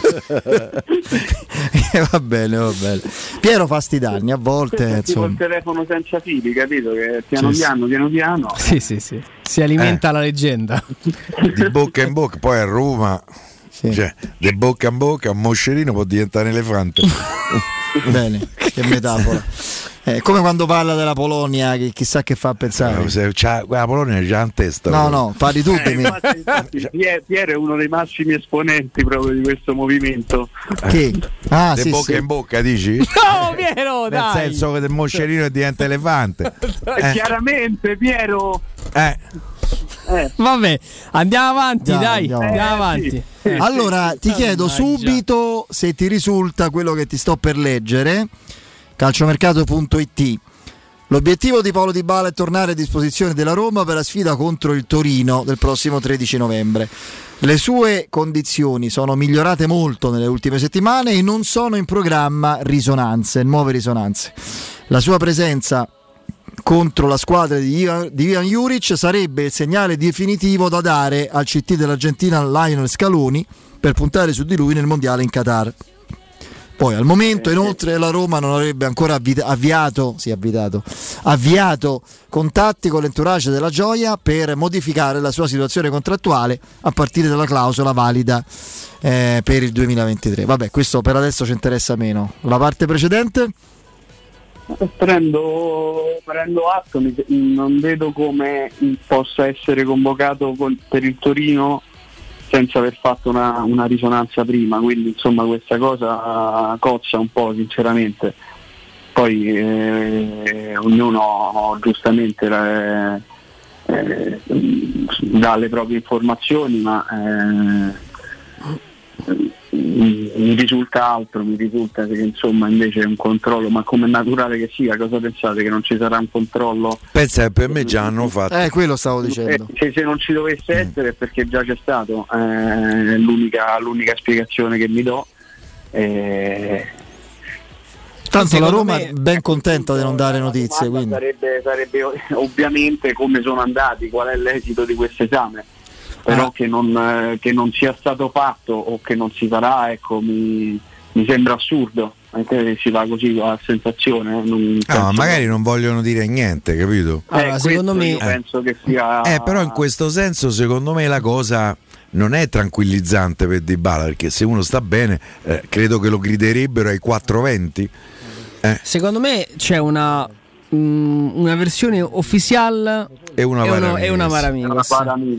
Eh, va bene, va bene. Piero fa sti danni a volte, Questo è tipo il insomma. telefono senza fili, capito? Che piano Sì, sì. piano, piano piano. Sì, sì, sì. Si alimenta la leggenda. Di bocca in bocca, poi a Roma, cioè, di bocca in bocca, un moscerino può diventare un elefante. Bene, che metafora. Eh, come quando parla della Polonia, che chissà che fa pensare. No, se c'ha- la Polonia è già in testa. No, proprio. no, parli tu. Eh, infatti, infatti, Pier- Piero è uno dei massimi esponenti proprio di questo movimento. Che? Ah, di sì, bocca sì. in bocca, dici? No, Piero, Nel dai. senso che del moscerino diventa elefante. Eh, Chiaramente, Piero. Eh. Eh. Vabbè, andiamo avanti, Andiamo, dai. andiamo. Andiamo Eh, avanti. sì. Eh. Allora ti chiedo Mannaggia. subito se ti risulta quello che ti sto per leggere. Calciomercato punto it. L'obiettivo di Paolo Dybala è tornare a disposizione della Roma per la sfida contro il Torino del prossimo tredici novembre. Le sue condizioni sono migliorate molto nelle ultime settimane e non sono in programma risonanze, nuove risonanze. La sua presenza contro la squadra di Ivan, di Ivan Juric sarebbe il segnale definitivo da dare al C T dell'Argentina Lionel Scaloni per puntare su di lui nel mondiale in Qatar. Poi al momento inoltre la Roma non avrebbe ancora avvi- avviato, sì, avviato, avviato contatti con l'entourage della Gioia per modificare la sua situazione contrattuale a partire dalla clausola valida eh, per il duemilaventitré. Vabbè, questo per adesso ci interessa meno. La parte precedente? Prendo, prendo atto, mi, non vedo come possa essere convocato con, per il Torino senza aver fatto una, una risonanza prima, quindi insomma questa cosa cozza un po' sinceramente. Poi eh, ognuno giustamente eh, eh, dà le proprie informazioni, ma eh, mi risulta altro, mi risulta che insomma invece è un controllo, ma come è naturale che sia, cosa pensate, che non ci sarà un controllo? Pensa che per me già hanno fatto. Eh, quello stavo dicendo. Eh, se, se non ci dovesse essere è perché già c'è stato, eh, è l'unica, l'unica spiegazione che mi do. Eh, Tanto la Roma è ben contenta di non dare notizie, quindi. Sarebbe, sarebbe ovviamente come sono andati, qual è l'esito di questo esame. Però ah. che, non, eh, che non sia stato fatto o che non si farà, ecco, mi, mi sembra assurdo, anche si va così a sensazione. Non no, magari non vogliono dire niente, capito? Allora, eh, secondo me io penso che sia. Eh, però in questo senso, secondo me, la cosa non è tranquillizzante per Dybala, perché se uno sta bene, eh, credo che lo griderebbero ai quattro venti. Eh. Secondo me c'è una. Una versione ufficiale e una e una Paramigos.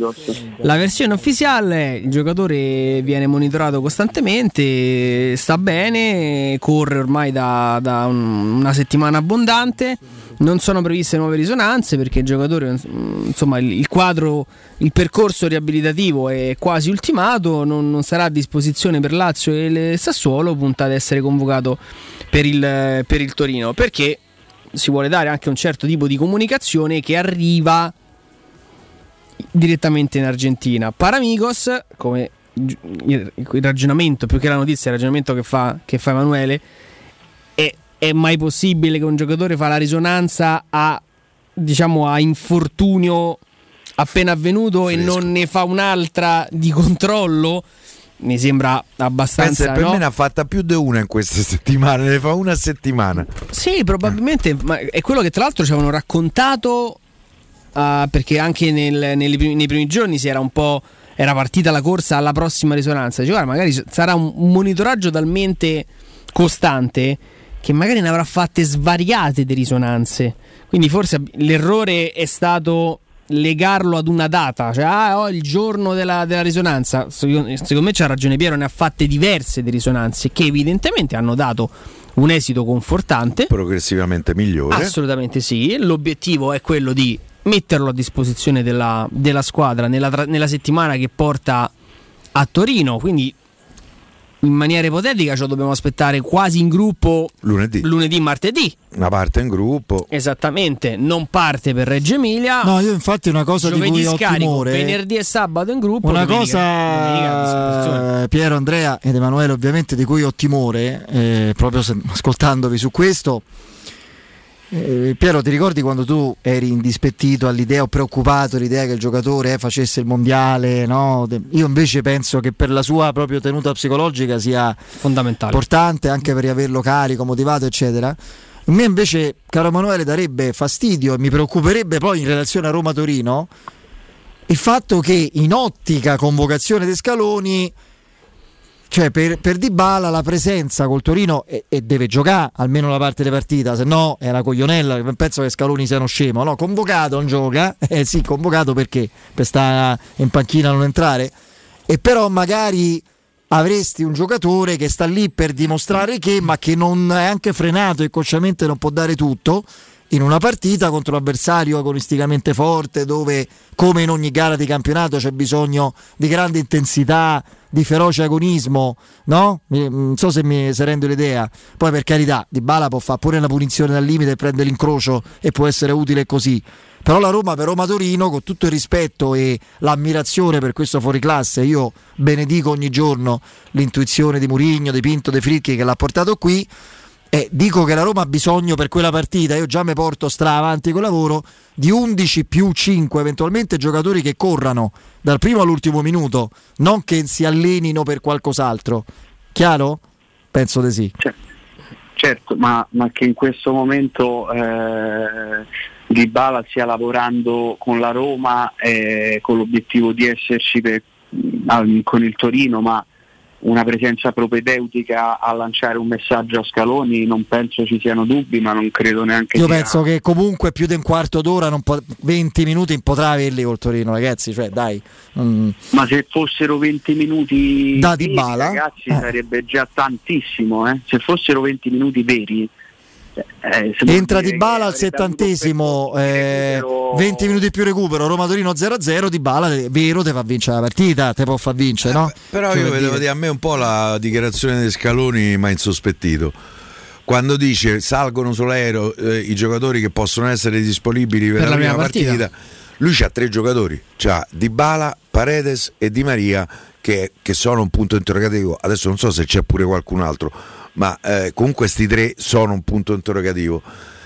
La versione ufficiale è: il giocatore viene monitorato costantemente, sta bene, corre ormai da, da un, una settimana abbondante, non sono previste nuove risonanze perché il giocatore, insomma, il, il quadro, il percorso riabilitativo è quasi ultimato, non, non sarà a disposizione per Lazio e il Sassuolo, punta ad essere convocato per il, per il Torino, perché si vuole dare anche un certo tipo di comunicazione che arriva direttamente in Argentina. Paramigos, come il, il ragionamento, più che la notizia, il ragionamento che fa, che fa Emanuele, è, è mai possibile che un giocatore fa la risonanza a, diciamo, a infortunio appena avvenuto Fresco. E non ne fa un'altra di controllo? Mi sembra abbastanza. Pensa, per no? me ne ha fatta più di una in queste settimane, ne fa una a settimana. Sì, probabilmente, ma è quello che tra l'altro ci avevano raccontato, uh, perché anche nel, nei, primi, nei primi giorni si era un po', era partita la corsa alla prossima risonanza. Dice, guarda, magari sarà un, un monitoraggio talmente costante che magari ne avrà fatte svariate di risonanze. Quindi forse l'errore è stato legarlo ad una data, cioè ah, oh, il giorno della, della risonanza. Secondo, secondo me c'ha ragione Piero, ne ha fatte diverse di risonanze che evidentemente hanno dato un esito confortante, progressivamente migliore. Assolutamente sì. L'obiettivo è quello di metterlo a disposizione della, della squadra nella, nella settimana che porta a Torino, quindi in maniera ipotetica ce lo dobbiamo aspettare quasi in gruppo lunedì, lunedì martedì. Una parte in gruppo. Esattamente, non parte per Reggio Emilia. No, io infatti una cosa giovedì di cui ho scarico, timore. Venerdì e sabato in gruppo. Una domenica, cosa, domenica Piero, Andrea ed Emanuele, ovviamente, di cui ho timore, eh, proprio se, ascoltandovi su questo. Eh, Piero, ti ricordi quando tu eri indispettito all'idea o preoccupato all'idea che il giocatore eh, facesse il mondiale, no? Io invece penso che per la sua proprio tenuta psicologica sia fondamentale, importante anche per riaverlo carico, motivato, eccetera. A me invece, caro Emanuele, darebbe fastidio e mi preoccuperebbe poi in relazione a Roma-Torino il fatto che in ottica convocazione di Scaloni, cioè per, per Dybala la presenza col Torino, e, e deve giocare almeno la parte di partita, se no è una coglionella, penso che Scaloni sia uno scemo, no? Convocato non gioca, eh sì, convocato perché? Per stare in panchina non entrare, e però magari avresti un giocatore che sta lì per dimostrare che, ma che non è anche frenato e consciamente non può dare tutto in una partita contro un avversario agonisticamente forte, dove come in ogni gara di campionato c'è bisogno di grande intensità, di feroce agonismo, no? Non so se mi se rendo l'idea. Poi, per carità, Dybala può fare pure una punizione dal limite e prende l'incrocio e può essere utile così. Però la Roma, per Roma-Torino, con tutto il rispetto e l'ammirazione per questo fuoriclasse, io benedico ogni giorno l'intuizione di Mourinho, di Pinto, di Fricchi che l'ha portato qui. Eh, dico che la Roma ha bisogno per quella partita, io già mi porto stra avanti col lavoro, di undici più cinque eventualmente giocatori che corrano dal primo all'ultimo minuto, non che si allenino per qualcos'altro. Chiaro? Penso di sì. Certo, certo, ma, ma che in questo momento eh, Dybala stia lavorando con la Roma eh, con l'obiettivo di esserci per, con il Torino, ma una presenza propedeutica a lanciare un messaggio a Scaloni, non penso ci siano dubbi, ma non credo neanche io sia... penso che comunque più di un quarto d'ora, non po- venti minuti non potrà averli col Torino, ragazzi, cioè dai. Mm. Ma se fossero venti minuti da veri, Dybala, ragazzi, eh. sarebbe già tantissimo, eh? Se fossero venti minuti veri. Eh, entra Dybala al settantesimo, eh, venti minuti più recupero, Roma Torino zero a zero, Dybala è vero te fa vincere la partita, te può far vincere, no? Però cioè, io vedevo dire a me un po' la dichiarazione di Scaloni mi ha insospettito. Quando dice salgono sull'aereo eh, i giocatori che possono essere disponibili per, per la, la prima partita. partita, lui c'ha tre giocatori, c'ha Dybala, Paredes e Di Maria che, che sono un punto interrogativo. Adesso non so se c'è pure qualcun altro, ma eh, comunque questi tre sono un punto interrogativo.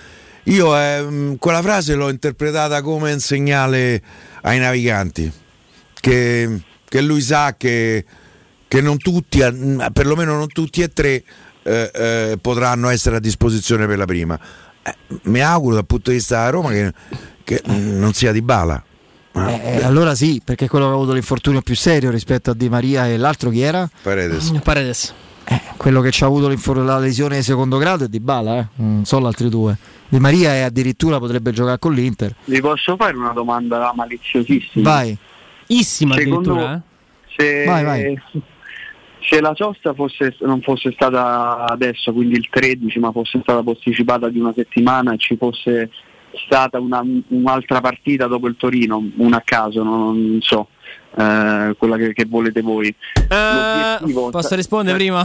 Io eh, quella frase l'ho interpretata come un segnale ai naviganti che, che lui sa che, che non tutti, perlomeno non tutti e tre eh, eh, potranno essere a disposizione per la prima. Eh, mi auguro dal punto di vista della Roma che, che non sia Dybala. Eh, eh, allora sì, perché quello che ha avuto l'infortunio più serio rispetto a Di Maria e l'altro chi era? Paredes. Paredes. Eh, quello che ci ha avuto la lesione di secondo grado è Dybala, eh? Non so gli altri due. Di Maria è addirittura potrebbe giocare con l'Inter. Vi posso fare una domanda maliziosissima? Vai. Issima addirittura. Se, vai, vai. se la sosta fosse, non fosse stata adesso, quindi il tredici, ma fosse stata posticipata di una settimana e ci fosse stata una, un'altra partita dopo il Torino, una a caso, non so. Uh, quella che, che volete voi. Uh, posso rispondere prima?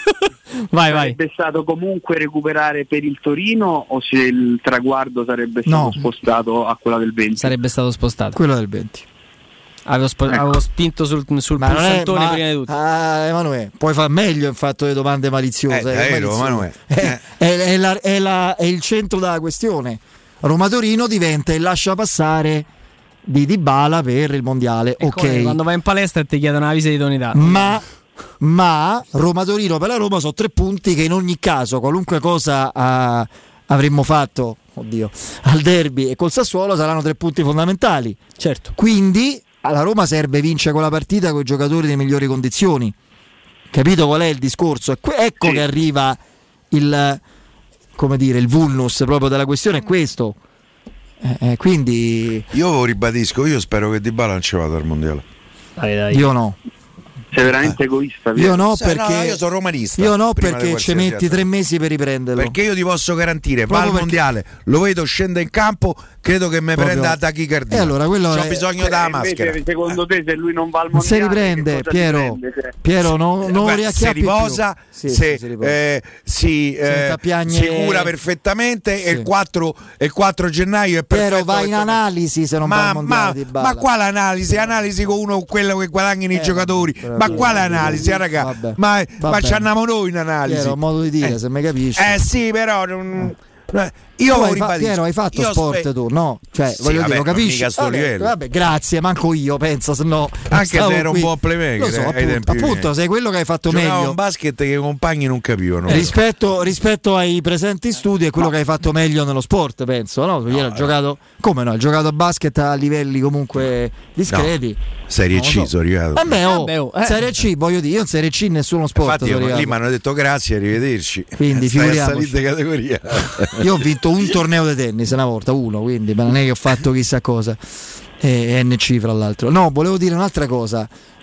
vai vai. Sarebbe stato comunque recuperare per il Torino o se il traguardo sarebbe stato no. spostato a quella del venti? Sarebbe stato spostato quella del venti. Avevo, spo- ecco. avevo spinto sul, sul pulsantone ma, prima di tutto. Ah, Emanuele, puoi far meglio in fatto le domande maliziose. Eh, è, vero, Emanuele. È, è, è, la, è, la, è il centro della questione. Roma Torino diventa il lascia passare di Dybala per il mondiale. E ok, quando vai in palestra e ti chiedono la visita di idoneità, ma, ma Roma Torino per la Roma sono tre punti che in ogni caso qualunque cosa uh, avremmo fatto oddio, al derby e col Sassuolo saranno tre punti fondamentali, certo. Quindi alla Roma serve vincere quella partita con i giocatori nelle migliori condizioni. Capito qual è il discorso? Ecco sì. Che arriva il, come dire, il vulnus proprio della questione è questo. Eh, quindi io ribadisco, io spero che Dybala non ci vada al mondiale. Dai, dai. Io no. Sei veramente egoista. Io no, sì, perché no, io sono romanista. Io no, perché ci metti altro. tre mesi per riprenderlo. Perché io ti posso garantire, va al mondiale, lo vedo scende in campo, credo che mi proprio prenda la tachicardia. E allora quello c'ho è... bisogno della eh, maschera. Secondo te se lui non va al non mondiale si riprende, Piero. Riprende? Piero non, non Beh, si riposa, sì, se, sì, si, riposa. Eh, si, eh, si cura perfettamente sì. e, il quattro, e il quattro gennaio è perfetto. Piero va in analisi se non ma, va al mondiale. Ma, ma quale analisi? Analisi con uno quello che guadagnano eh, i giocatori. Ma quale analisi? Raga, vabbè, ma, ma ci andiamo noi in analisi. Era un modo di dire, eh. se mi capisci. Eh sì, però non... io tu hai, fa- Piero, hai fatto io sport spe- tu, no? Cioè, sì, voglio vabbè, dire, lo capisci? Vabbè, vabbè, grazie, manco io, penso, se no anche se era un po' playmaker. Lo so, appunto, appunto sei quello che hai fatto giocava meglio. Un basket che i compagni non capivano. Eh, rispetto, rispetto ai presenti in studio è quello no. che hai fatto meglio nello sport, penso, no? Ieri no, ha giocato come no, ha giocato a basket a livelli comunque discreti. No. Serie C, so. sono arrivato. Vabbè, oh, Vabbè, oh, eh. Serie C, voglio dire, io in Serie C nessuno sport. Infatti, lì mi hanno detto grazie, arrivederci. Quindi figuriamoci. Di categoria. Io ho vinto un torneo di tennis una volta, uno, quindi non è che ho fatto chissà cosa. E N C fra l'altro. No, volevo dire un'altra cosa.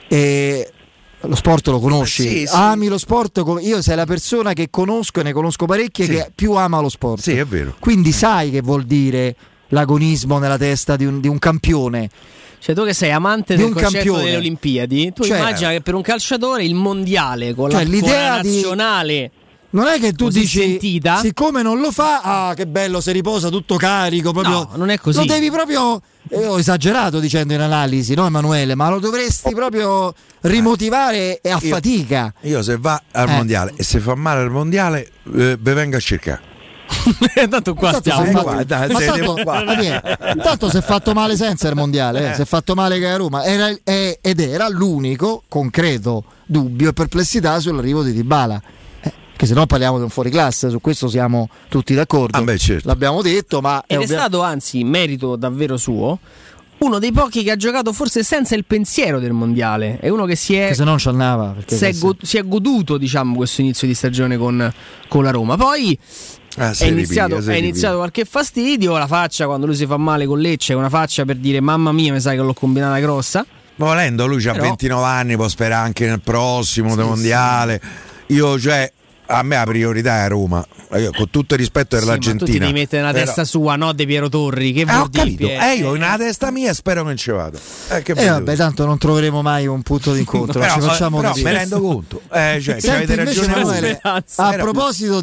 E lo sport lo conosci? Sì, sì. Ami lo sport? Io sei la persona che conosco e ne conosco parecchie sì. che più ama lo sport. Sì, è vero. Quindi sai che vuol dire l'agonismo nella testa di un, di un campione. Cioè tu che sei amante di del un concetto campione delle Olimpiadi, tu cioè, immagina che per un calciatore il mondiale con cioè, la, l'idea con la nazionale di... Non è che tu dici, sentita. Siccome non lo fa, ah che bello, si riposa tutto carico, proprio. No, non è così. Lo devi proprio, eh, ho esagerato dicendo in analisi, no Emanuele, ma lo dovresti proprio rimotivare e a io, fatica. Io se va al eh. mondiale e se fa male al mondiale, eh, ve vengo a cercare. Tanto qua tanto stiamo fatto, qua, dai, ma tanto, qua. Tanto si è fatto male senza il mondiale, eh. si è fatto male che a Roma era, è, ed era l'unico concreto dubbio e perplessità sull'arrivo di Dybala. Che se no parliamo di un fuoriclasse, su questo siamo tutti d'accordo. Ah beh, certo. L'abbiamo detto, ma ed è, ovvia- stato anzi merito davvero suo uno dei pochi che ha giocato forse senza il pensiero del mondiale, è uno che si è, che se non ci andava, perché si, è go- si è goduto, diciamo, questo inizio di stagione con, con la Roma. Poi ah, è, iniziato, ripiglia, è iniziato qualche fastidio, la faccia quando lui si fa male con Lecce è una faccia per dire mamma mia, mi sa che l'ho combinata grossa. Volendo lui ha Però... ventinove anni, può sperare anche nel prossimo sì, del mondiale. Sì. Io cioè a me la priorità è Roma. Io, con tutto il rispetto per sì, l'Argentina. Ma tu ti devi mettere nella però... testa sua, no De Piero Torri. Che eh, vuol ho dire? capito. Eh, io nella testa mia spero che non ci vado. Eh, che eh vabbè, tanto non troveremo mai un punto d'incontro. però, ci facciamo però me rendo conto. Eh, cioè, Senti, avete ragione Manuele, a proposito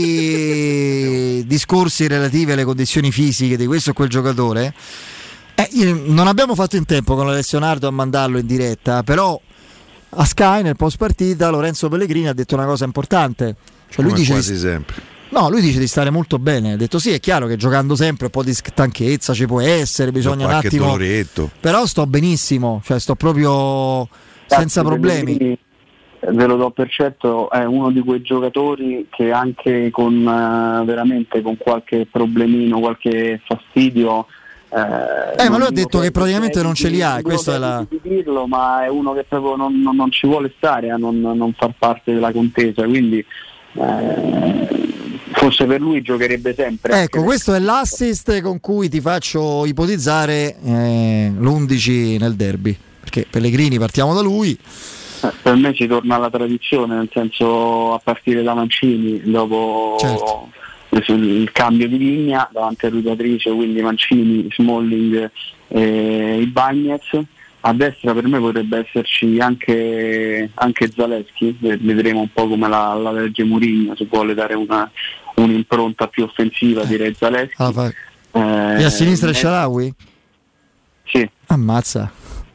di discorsi relativi alle condizioni fisiche di questo o quel giocatore, eh, non abbiamo fatto in tempo con Alessio Nardo a mandarlo in diretta, però a Sky nel post partita Lorenzo Pellegrini ha detto una cosa importante. Cioè lui dice quasi di, sempre. No, lui dice di stare molto bene. Ha detto sì, è chiaro che giocando sempre un po' di stanchezza ci può essere, bisogna un attimo. Doloretto. Però sto benissimo, cioè sto proprio senza problemi. Ve lo do per certo, è uno di quei giocatori che anche con uh, veramente con qualche problemino, qualche fastidio. Eh, eh ma lui ha detto che praticamente non ce li ha, e questo è la. Di dirlo, ma è uno che proprio non, non, non ci vuole stare a non, non far parte della contesa, quindi. Eh, forse per lui giocherebbe sempre. Ecco, questo è l'assist con cui ti faccio ipotizzare eh, l'undici nel derby, perché Pellegrini partiamo da lui. Eh, per me ci torna alla tradizione, nel senso a partire da Mancini, dopo certo. il cambio di linea davanti a Rui Patricio, quindi Mancini, Smalling e Ibañez. A destra per me potrebbe esserci anche, anche Zalewski, vedremo un po' come la, la legge Mourinho, se vuole dare una, un'impronta più offensiva, direi Zalewski. Ah, eh, e a sinistra è Shaarawy? Sì. Ammazza.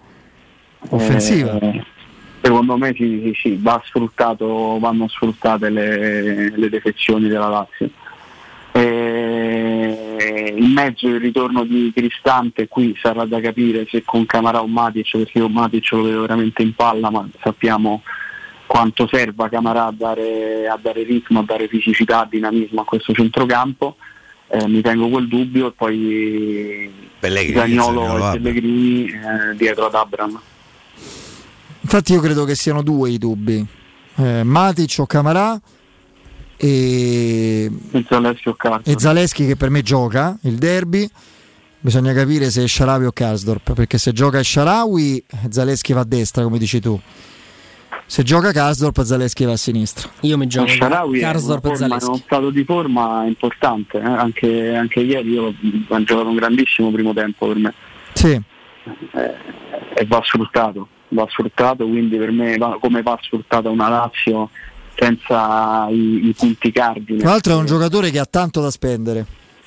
Offensiva. Eh, secondo me sì, sì, sì, va sfruttato, vanno sfruttate le, le defezioni della Lazio. Eh, in mezzo il ritorno di Cristante, qui sarà da capire se con Camarà o Matic, perché io Matic lo vedo veramente in palla, ma sappiamo quanto serva Camarà a dare, a dare ritmo, a dare fisicità, dinamismo a questo centrocampo. Eh, mi tengo quel dubbio, e poi Zaniolo e Pellegrini eh, dietro ad Abraham. Infatti io credo che siano due i dubbi, eh, Matic o Camarà e Zalewski, e Zalewski che per me gioca il derby. Bisogna capire se è Shaarawy o Karsdorp, perché se gioca Shaarawy Zalewski va a destra come dici tu, se gioca Karsdorp Zalewski va a sinistra. Io mi gioco Shaarawy Karsdorp e Zalewski, è uno stato di forma importante, eh? anche, anche ieri io ho giocato un grandissimo primo tempo per me, sì. eh, e va sfruttato va sfruttato quindi per me va, come va sfruttata una Lazio senza i, i punti cardine. Tra l'altro è un giocatore che ha tanto da spendere.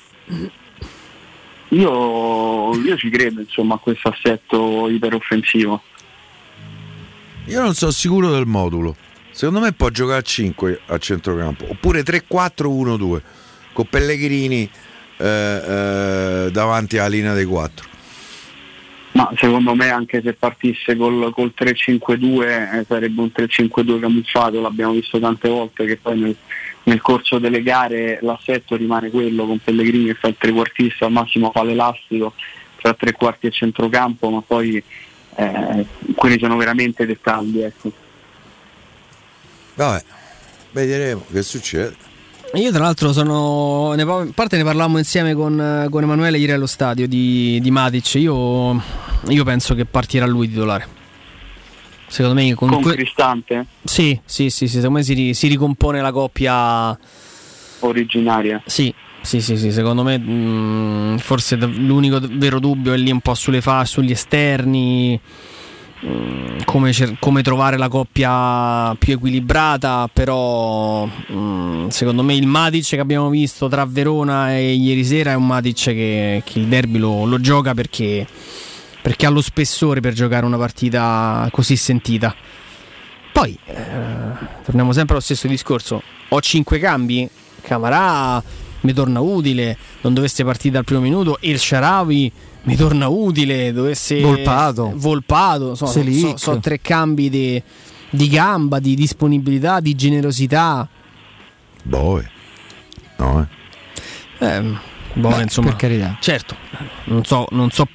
Io, io ci credo, insomma, a questo assetto iperoffensivo. Io non sono sicuro del modulo. Secondo me può giocare a cinque a centrocampo, oppure tre quattro uno due con Pellegrini eh, eh, davanti alla linea dei quattro. Ma secondo me anche se partisse col, col tre cinque due eh, sarebbe un tre cinque due camuffato, l'abbiamo visto tante volte che poi nel, nel corso delle gare l'assetto rimane quello, con Pellegrini che fa il trequartista, al massimo fa l'elastico tra tre quarti e centrocampo, ma poi eh, quelli sono veramente dettagli, ecco. Vabbè, vedremo che succede. Io tra l'altro sono, ne, a parte ne parlavamo insieme con, con Emanuele ieri allo stadio di, di Matic, io, io penso che partirà lui titolare. Secondo me con, con que- Cristante? Sì, sì, sì, sì, secondo me si, si ricompone la coppia originaria. Sì, sì, sì, sì, secondo me mh, forse l'unico vero dubbio è lì un po' sulle fasce, sugli esterni. Come, cer- come trovare la coppia più equilibrata, però mh, secondo me il Matic che abbiamo visto tra Verona e ieri sera è un Matic che, che il derby lo, lo gioca perché, perché ha lo spessore per giocare una partita così sentita. Poi eh, torniamo sempre allo stesso discorso, ho cinque cambi, Camarà mi torna utile, non dovesse partire dal primo minuto, e il Shaarawy mi torna utile, dovesse Volpato, Volpato so, so, so tre cambi di, di gamba, di disponibilità, di generosità. Boh, no, eh. Eh, boh, Beh, insomma, per carità. certo, non so, non so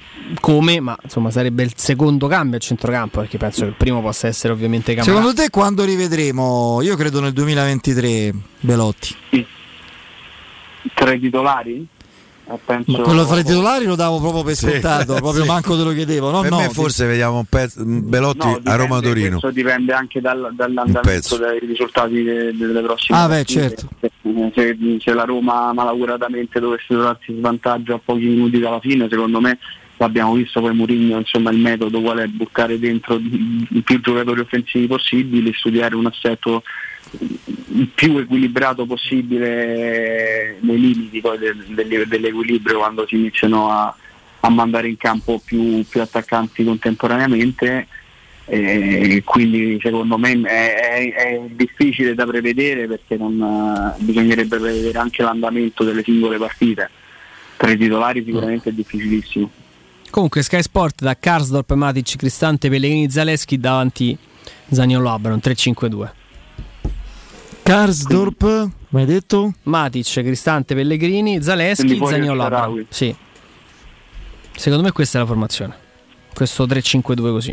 come, ma insomma sarebbe il secondo cambio a centrocampo, perché penso che il primo possa essere ovviamente Camarà. Secondo te quando rivedremo? Io credo nel duemilaventitré Belotti. Sì. Tre titolari? Penso... Ma quello fra i titolari lo davo proprio per scontato, sì, proprio sì. Manco te lo chiedevo. No, per no, me forse ti... vediamo un pezzo Belotti no, dipende, a Roma-Torino. Questo dipende anche dal, dall'andamento dei risultati de, delle prossime ah, beh, certo. se, se la Roma malauguratamente dovesse trovarsi in svantaggio a pochi minuti dalla fine, secondo me l'abbiamo visto poi Mourinho, insomma il metodo qual è buttare dentro i più giocatori offensivi possibili, studiare un assetto il più equilibrato possibile nei limiti poi del, del, dell'equilibrio quando si iniziano a, a mandare in campo più, più attaccanti contemporaneamente, e quindi secondo me è, è, è difficile da prevedere, perché non, bisognerebbe prevedere anche l'andamento delle singole partite. Tra i titolari sicuramente è difficilissimo. Comunque Sky Sport da Karsdorp, Matic, Cristante, Pellegrini, Zaleschi davanti Zaniolo Abram, tre cinque due. Karsdorp, come hai detto? Matic, Cristante, Pellegrini, Zaleschi, Zaniolo Abram. Sì. Secondo me questa è la formazione. Questo tre cinque due così.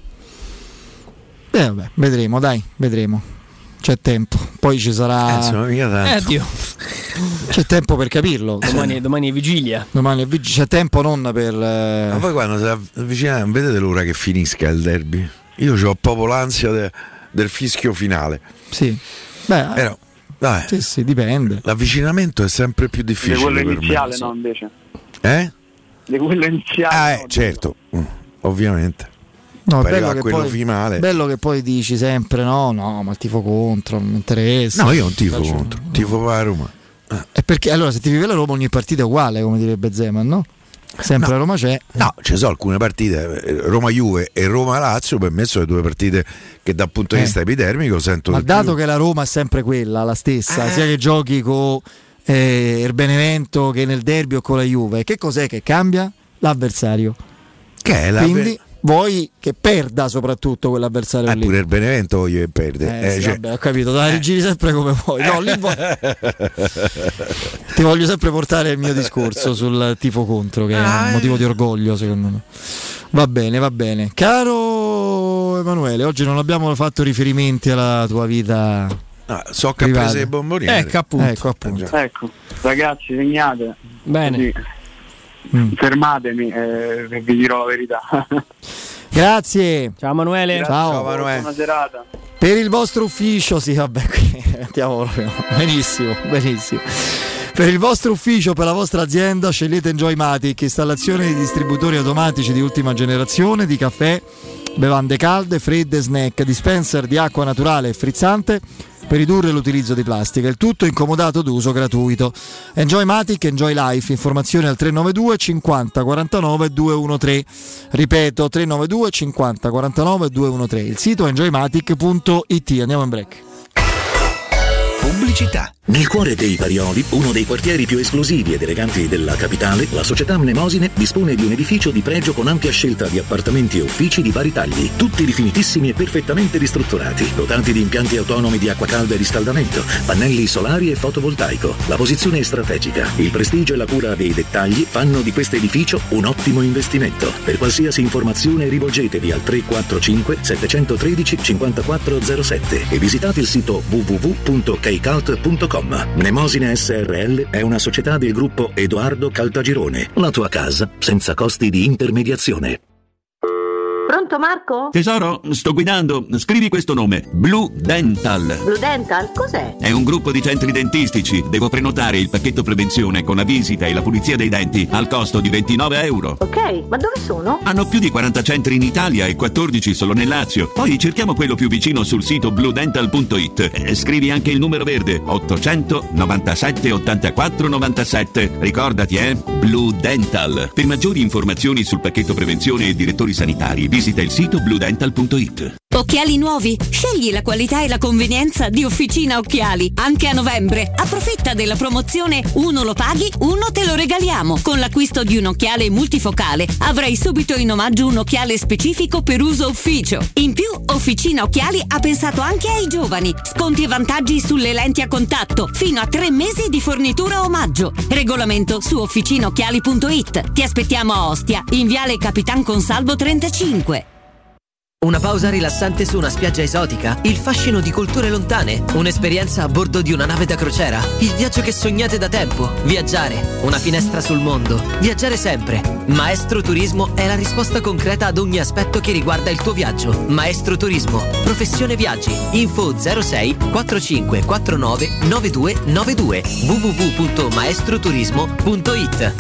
Beh, vabbè, vedremo, dai, vedremo. C'è tempo. Poi ci sarà. Eh, insomma, mica tanto. Eh, Dio. C'è tempo per capirlo. Domani, domani è vigilia. Domani è vigilia. C'è tempo non per. Eh... Ma poi quando si avvicina, non vedete l'ora che finisca il derby? Io ho proprio l'ansia de, del fischio finale. Sì. Beh, però, dai, sì, sì, dipende. L'avvicinamento è sempre più difficile. Di quello per iniziale, me. no, invece. Eh? Di quello iniziale. Ah, eh, no, certo, mm, ovviamente. No, poi bello che, quello poi, finale. bello che poi dici sempre no, no, ma il tifo contro, non mi interessa. No, io non tifo Faccio... contro, tifo per la Roma. Ah. È perché allora se ti vive la Roma ogni partita è uguale, come direbbe Zeman, no? Sempre no, la Roma c'è. No, ci sono alcune partite, Roma-Juve e Roma-Lazio, per me sono le due partite che dal punto di eh. vista epidermico sento. Ma dato più. che la Roma è sempre quella, la stessa, eh. sia che giochi con eh, il Benevento che nel derby o con la Juve, che cos'è che cambia? L'avversario. Che è la Quindi vuoi che perda soprattutto quell'avversario eh, lì. Pure il Benevento voglio che perde. Eh, eh, sì, cioè... vabbè, ho capito, dai, eh. giri sempre come vuoi. No, lì vo- ti voglio sempre portare il mio discorso sul tifo contro, che ah, è un motivo di orgoglio secondo me. Va bene, va bene. Caro Emanuele, oggi non abbiamo fatto riferimenti alla tua vita. Ah, so che ha preso i bomboniere. Ecco appunto. Ecco, appunto. Ecco, ragazzi, segnate. Bene. Così. Mm. Fermatemi e eh, vi dirò la verità. Grazie. Ciao Emanuele. Grazie, ciao. ciao Emanuele. Buona serata. Per il vostro ufficio, sì, vabbè, qui andiamo proprio. Benissimo, benissimo. Per il vostro ufficio, per la vostra azienda, scegliete Enjoymatic, installazione di distributori automatici di ultima generazione di caffè, bevande calde, fredde, snack, dispenser di acqua naturale e frizzante per ridurre l'utilizzo di plastica. Il tutto incomodato d'uso gratuito. Enjoymatic, Enjoy Life. Informazioni al tre nove due cinquanta quarantanove duecentotredici. Ripeto, tre nove due cinquanta quarantanove duecentotredici. Il sito è enjoymatic punto it. Andiamo in break. Pubblicità. Nel cuore dei Parioli, uno dei quartieri più esclusivi ed eleganti della capitale, la società Mnemosine dispone di un edificio di pregio con ampia scelta di appartamenti e uffici di vari tagli, tutti rifinitissimi e perfettamente ristrutturati, dotati di impianti autonomi di acqua calda e riscaldamento, pannelli solari e fotovoltaico. La posizione è strategica, il prestigio e la cura dei dettagli fanno di questo edificio un ottimo investimento. Per qualsiasi informazione rivolgetevi al tre quattro cinque sette uno tre cinque quattro zero sette e visitate il sito w w w punto kcalt punto com. Mnemosine S R L è una società del gruppo Edoardo Caltagirone. La tua casa senza costi di intermediazione. Pronto Marco? Tesoro, sto guidando. Scrivi questo nome. Blue Dental. Blue Dental? Cos'è? È un gruppo di centri dentistici. Devo prenotare il pacchetto prevenzione con la visita e la pulizia dei denti al costo di ventinove euro. Ok, ma dove sono? Hanno più di quaranta centri in Italia e quattordici solo nel Lazio. Poi cerchiamo quello più vicino sul sito blue dental punto it. Eh, scrivi anche il numero verde ottocento novantasette ottantaquattro novantasette. Ricordati, eh? Blue Dental. Per maggiori informazioni sul pacchetto prevenzione e direttori sanitari visita il sito blue dental punto it. Occhiali nuovi? Scegli la qualità e la convenienza di Officina Occhiali. Anche a novembre. Approfitta della promozione uno lo paghi, uno te lo regaliamo. Con l'acquisto di un occhiale multifocale avrai subito in omaggio un occhiale specifico per uso ufficio. In più, Officina Occhiali ha pensato anche ai giovani. Sconti e vantaggi sulle lenti a contatto. Fino a tre mesi di fornitura omaggio. Regolamento su officinaocchiali punto it. Ti aspettiamo a Ostia, in viale Capitan Consalvo trentacinque. Una pausa rilassante su una spiaggia esotica? Il fascino di culture lontane? Un'esperienza a bordo di una nave da crociera? Il viaggio che sognate da tempo? Viaggiare, una finestra sul mondo. Viaggiare sempre. Maestro Turismo è la risposta concreta ad ogni aspetto che riguarda il tuo viaggio. Maestro Turismo, professione viaggi. Info zero sei quarantacinque quarantanove novantadue novantadue w w w punto maestroturismo punto it.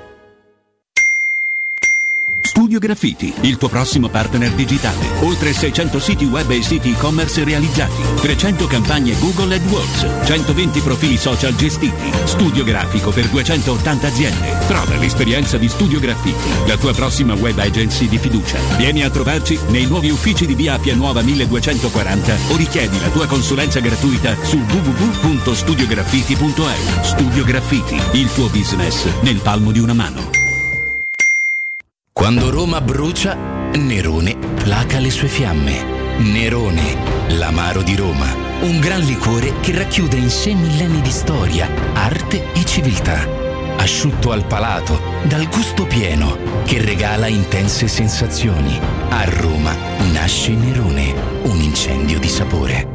Studio Graffiti, il tuo prossimo partner digitale. Oltre seicento siti web e siti e-commerce realizzati, trecento campagne Google AdWords, centoventi profili social gestiti. Studio grafico per duecentottanta aziende. Prova l'esperienza di Studio Graffiti, la tua prossima web agency di fiducia. Vieni a trovarci nei nuovi uffici di via Appia Nuova milleduecentoquaranta o richiedi la tua consulenza gratuita su w w w punto studio graffiti punto e u. Studio Graffiti, il tuo business nel palmo di una mano. Quando Roma brucia, Nerone placa le sue fiamme. Nerone, l'amaro di Roma. Un gran liquore che racchiude in sé millenni di storia, arte e civiltà. Asciutto al palato, dal gusto pieno, che regala intense sensazioni. A Roma nasce Nerone, un incendio di sapore.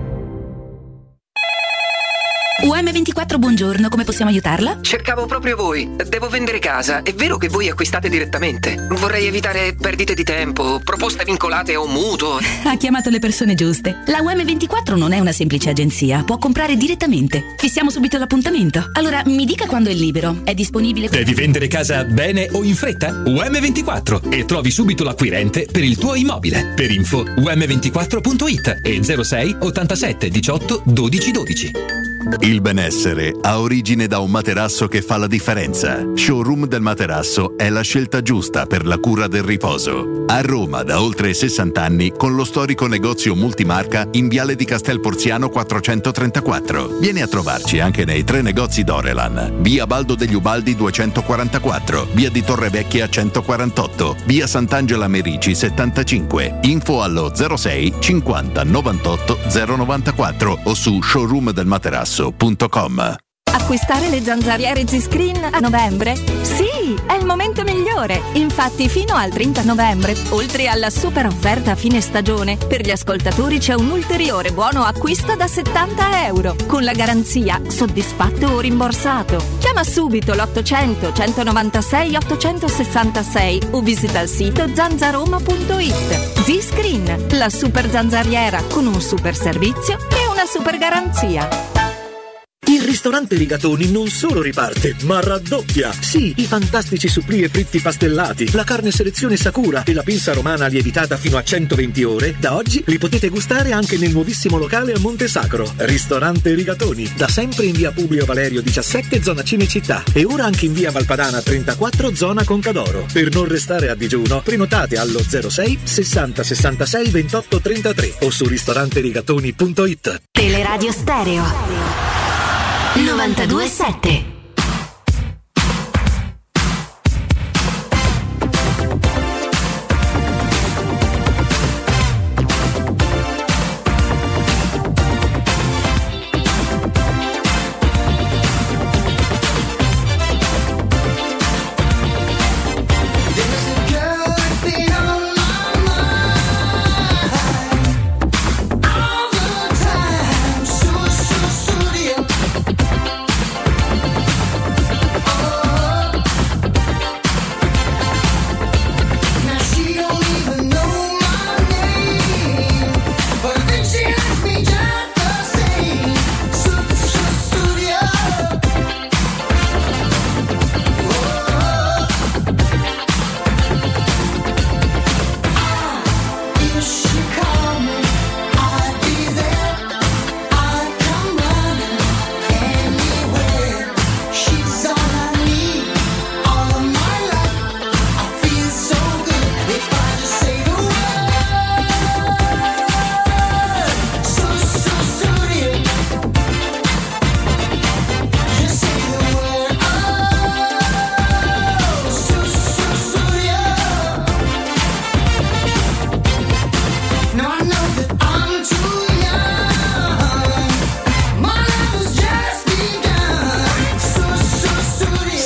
U M ventiquattro, buongiorno, come possiamo aiutarla? Cercavo proprio voi. Devo vendere casa. È vero che voi acquistate direttamente? Vorrei evitare perdite di tempo, proposte vincolate a un mutuo. Ha chiamato le persone giuste. La U M ventiquattro non è una semplice agenzia, può comprare direttamente. Fissiamo subito l'appuntamento. Allora, mi dica quando è libero. È disponibile? Devi vendere casa bene o in fretta? U M ventiquattro e trovi subito l'acquirente per il tuo immobile. Per info u m ventiquattro punto it e zero sei ottantasette diciotto dodici dodici. Il benessere ha origine da un materasso che fa la differenza. Showroom del Materasso è la scelta giusta per la cura del riposo. A Roma da oltre sessanta anni con lo storico negozio multimarca in Viale di Castel Porziano quattrocentotrentaquattro. Vieni a trovarci anche nei tre negozi Dorelan. Via Baldo degli Ubaldi duecentoquarantaquattro, Via di Torrevecchia centoquarantotto, Via Sant'Angela Merici settantacinque. Info allo zero sei cinquanta novantotto zero novantaquattro o su showroom del materasso punto com. Acquistare le zanzariere Z-Screen a novembre? Sì, è il momento migliore! Infatti fino al trenta novembre, oltre alla super offerta fine stagione, per gli ascoltatori c'è un ulteriore buono acquisto da settanta euro, con la garanzia soddisfatto o rimborsato. Chiama subito l'ottocento centonovantasei ottocentosessantasei o visita il sito zanzaroma punto it. Z-Screen, la super zanzariera con un super servizio e una super garanzia. Il ristorante Rigatoni non solo riparte, ma raddoppia! Sì, i fantastici supplì e fritti pastellati, la carne selezione Sakura e la pinza romana lievitata fino a centoventi ore, da oggi li potete gustare anche nel nuovissimo locale a Monte Sacro. Ristorante Rigatoni, da sempre in via Publio Valerio diciassette, zona Cinecittà, e ora anche in via Valpadana trentaquattro, zona Concadoro. Per non restare a digiuno, prenotate allo zero sei sessanta sessantasei ventotto trentatré o su ristoranterigatoni punto it. Teleradio Stereo novantadue sette.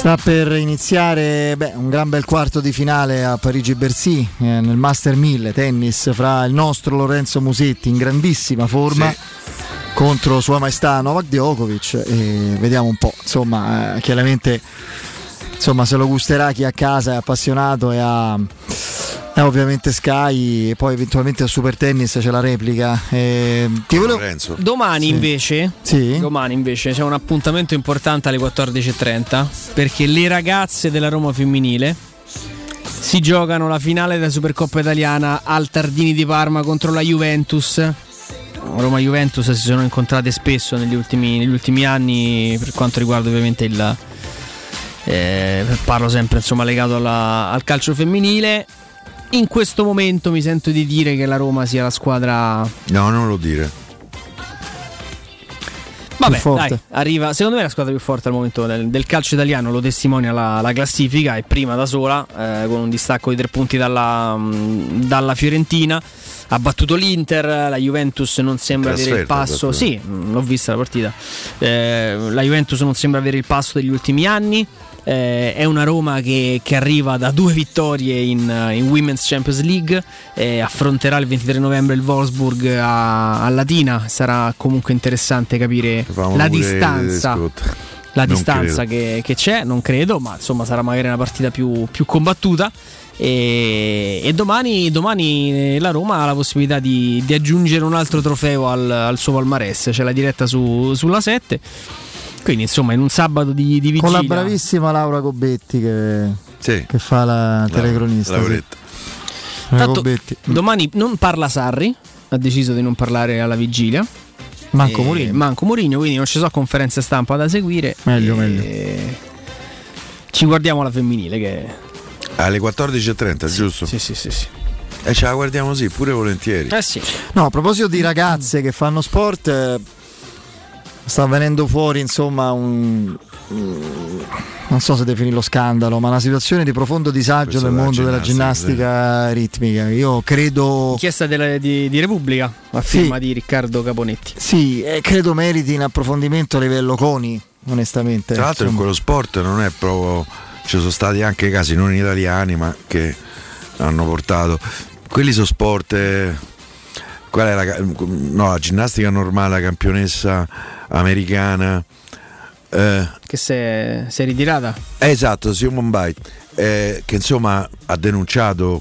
Sta per iniziare beh, un gran bel quarto di finale a Parigi-Bercy eh, nel Master mille tennis fra il nostro Lorenzo Musetti in grandissima forma sì. contro Sua Maestà Novak Djokovic e vediamo un po', insomma, eh, chiaramente insomma se lo gusterà chi a casa è appassionato e ha eh, ovviamente Sky e poi eventualmente al Super Tennis c'è la replica. Eh, ti volevo... Domani sì. invece sì. Domani invece c'è un appuntamento importante alle quattordici e trenta perché le ragazze della Roma femminile si giocano la finale della Supercoppa italiana al Tardini di Parma contro la Juventus. Roma e Juventus si sono incontrate spesso negli ultimi, negli ultimi anni per quanto riguarda ovviamente il eh, parlo sempre insomma legato alla, al calcio femminile. In questo momento mi sento di dire che la Roma sia la squadra. No, non lo dire. Vabbè, dai, arriva. Secondo me è la squadra più forte al momento del, del calcio italiano, lo testimonia la, la classifica, è prima da sola, eh, con un distacco di tre punti dalla, dalla Fiorentina. Ha battuto l'Inter, la Juventus non sembra avere il passo. Sì, l'ho vista la partita. Eh, la Juventus non sembra avere il passo degli ultimi anni. Eh, è una Roma che, che arriva da due vittorie in, in Women's Champions League, eh, affronterà il ventitré novembre il Wolfsburg a, a Latina. Sarà comunque interessante capire Facciamo la distanza la non distanza che, che c'è, non credo, ma insomma sarà magari una partita più, più combattuta. E, e domani, domani la Roma ha la possibilità di, di aggiungere un altro trofeo al, al suo palmarès. C'è la diretta su, sulla sette. Quindi insomma in un sabato di, di vigilia con la bravissima Laura Gobetti che, sì. che fa la telecronista. La, sì. Tanto, domani non parla Sarri, ha deciso di non parlare alla vigilia. Manco Mourinho. Manco Mourinho, quindi non ci sono conferenze stampa da seguire. Meglio, e... meglio. Ci guardiamo alla femminile che alle quattordici e trenta, sì, giusto? Sì, sì, sì, sì. E ce la guardiamo sì, pure volentieri. Eh sì. No, a proposito di ragazze che fanno sport, eh, sta venendo fuori insomma un, un non so se definirlo scandalo, ma una situazione di profondo disagio Questo nel mondo della ginnastica, ginnastica ritmica. Io credo inchiesta della, di, di Repubblica a firma sì. di Riccardo Caponetti. Sì, e credo meriti un approfondimento a livello CONI, onestamente. Tra l'altro insomma. In quello sport non è proprio, ci sono stati anche casi non italiani ma che hanno portato, quelli sono sport eh, qual è la, no, la ginnastica normale, la campionessa americana eh, che si è, si è ritirata, eh, esatto, Simone Biles, eh, che insomma ha denunciato,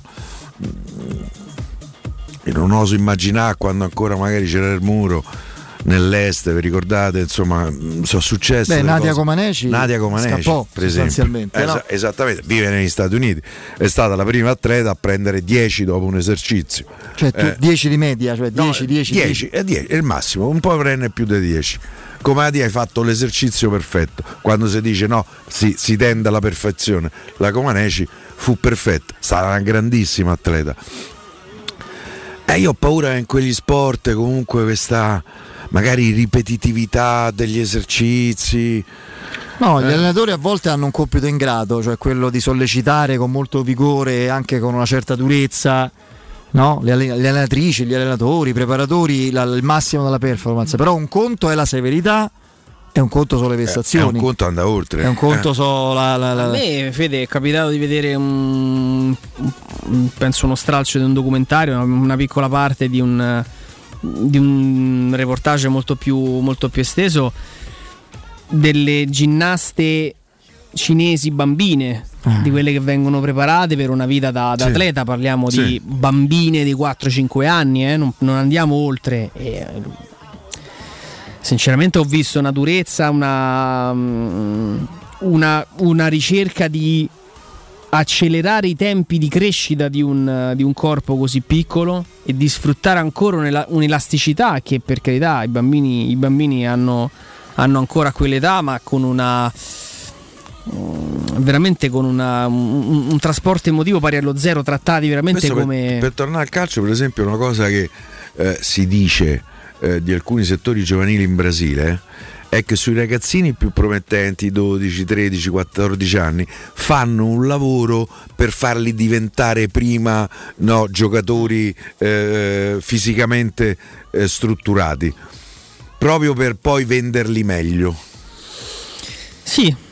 e non oso immaginare quando ancora magari c'era il muro nell'est, vi ricordate, insomma sono successe. Beh, Nadia Comaneci Nadia Comaneci scappò per sostanzialmente esempio. no? Es- esattamente, vive negli Stati Uniti, è stata la prima atleta a prendere dieci dopo un esercizio, cioè tu eh, dieci di media, cioè dieci, dieci, dieci è dieci, è il massimo, un po' prende più di dieci. Come Nadia hai fatto l'esercizio perfetto, quando si dice no si, si tende alla perfezione, la Comaneci fu perfetta, sarà una grandissima atleta. E io ho paura che in quegli sport comunque questa magari ripetitività degli esercizi. No, gli eh. allenatori a volte hanno un compito ingrato, cioè quello di sollecitare con molto vigore e anche con una certa durezza, no? le, alle- le allenatrici, gli allenatori, i preparatori, la- il massimo della performance. Però un conto è la severità e un conto sono le vessazioni. È un conto anda oltre. È un conto eh. so la, la, la... A me, Fede, è capitato di vedere un, un penso uno stralcio di un documentario, una, una piccola parte di un di un reportage molto più, molto più esteso delle ginnaste cinesi bambine, ah. di quelle che vengono preparate per una vita da, da sì. atleta. Parliamo sì. di bambine di quattro cinque anni, eh? non, non andiamo oltre. E, sinceramente ho visto una durezza, una, una, una ricerca di accelerare i tempi di crescita di un, di un corpo così piccolo e di sfruttare ancora un'elasticità che, per carità, i bambini, i bambini hanno, hanno ancora quell'età, ma con una veramente con una, un, un trasporto emotivo pari allo zero, trattati veramente Questo come per, per tornare al calcio, per esempio, una cosa che eh, si dice eh, di alcuni settori giovanili in Brasile è che sui ragazzini più promettenti, dodici, tredici, quattordici anni, fanno un lavoro per farli diventare prima no, giocatori eh, fisicamente eh, strutturati, proprio per poi venderli meglio. Sì,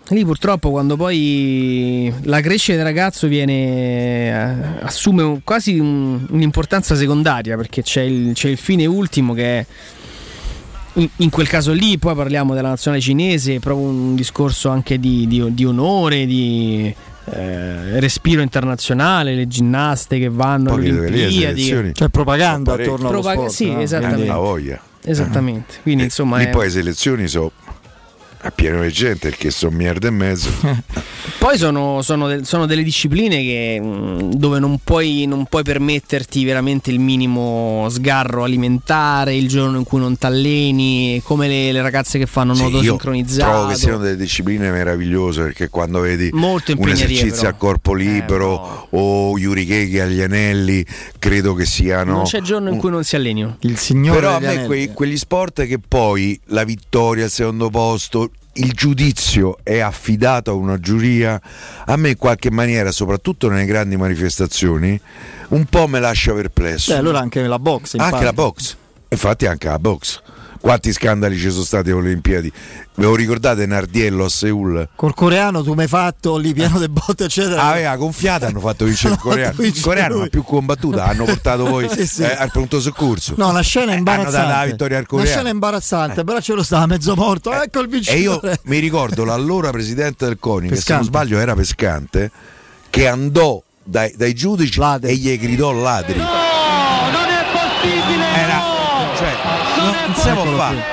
lì purtroppo quando poi la crescita del ragazzo viene assume un, quasi un, un'importanza secondaria, perché c'è il, c'è il fine ultimo che è in, in quel caso lì, poi parliamo della nazionale cinese, proprio un discorso anche di, di, di onore, di eh, respiro internazionale, le ginnaste che vanno alle Olimpiadi, cioè propaganda attorno allo Propag- sport, sì, no? esattamente. La voglia. Esattamente. Quindi eh, insomma lì è... poi le selezioni sono a pieno di gente perché sono merda e mezzo. Poi sono, sono, de- sono delle discipline che, mh, dove non puoi, non puoi permetterti veramente il minimo sgarro alimentare il giorno in cui non t'alleni, come le, le ragazze che fanno nuoto Sì, io sincronizzato. trovo che siano delle discipline meravigliose, perché quando vedi Molto un impegnative, esercizio però. a corpo libero Eh, o Yuri Keke agli anelli, credo che siano Non c'è giorno in cui non si allenino. Il signore però a degli me anelli. quei, quegli sport che poi la vittoria, il secondo posto, il giudizio è affidato a una giuria, a me in qualche maniera, soprattutto nelle grandi manifestazioni, un po' me lascia perplesso. Beh, allora anche la box, in Anche parte. la box, infatti anche la box. Quanti scandali ci sono stati alle Olimpiadi? Ve lo ricordate Nardiello a Seul? Col coreano tu mi hai fatto lì pieno di botte eccetera. Aveva gonfiata, hanno fatto vincere il coreano. Il coreano ha più combattuta, hanno portato poi Sì, sì. eh, al pronto soccorso. No, la scena è Eh, hanno dato imbarazzante. la vittoria al La coreano. scena è imbarazzante, però ce lo stava mezzo morto. Ecco il E vincitore. io mi ricordo l'allora presidente del CONI, che se non Pescante. sbaglio era Pescante, che andò dai, dai giudici e gli gridò ladri. Non è possibile! Era, cioè, non, non si può fare.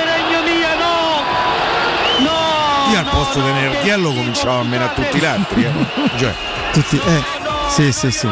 Io al posto di Nerdiello cominciavo a menare tutti gli altri. Eh. Cioè. Tutti, eh, sì, sì, sì.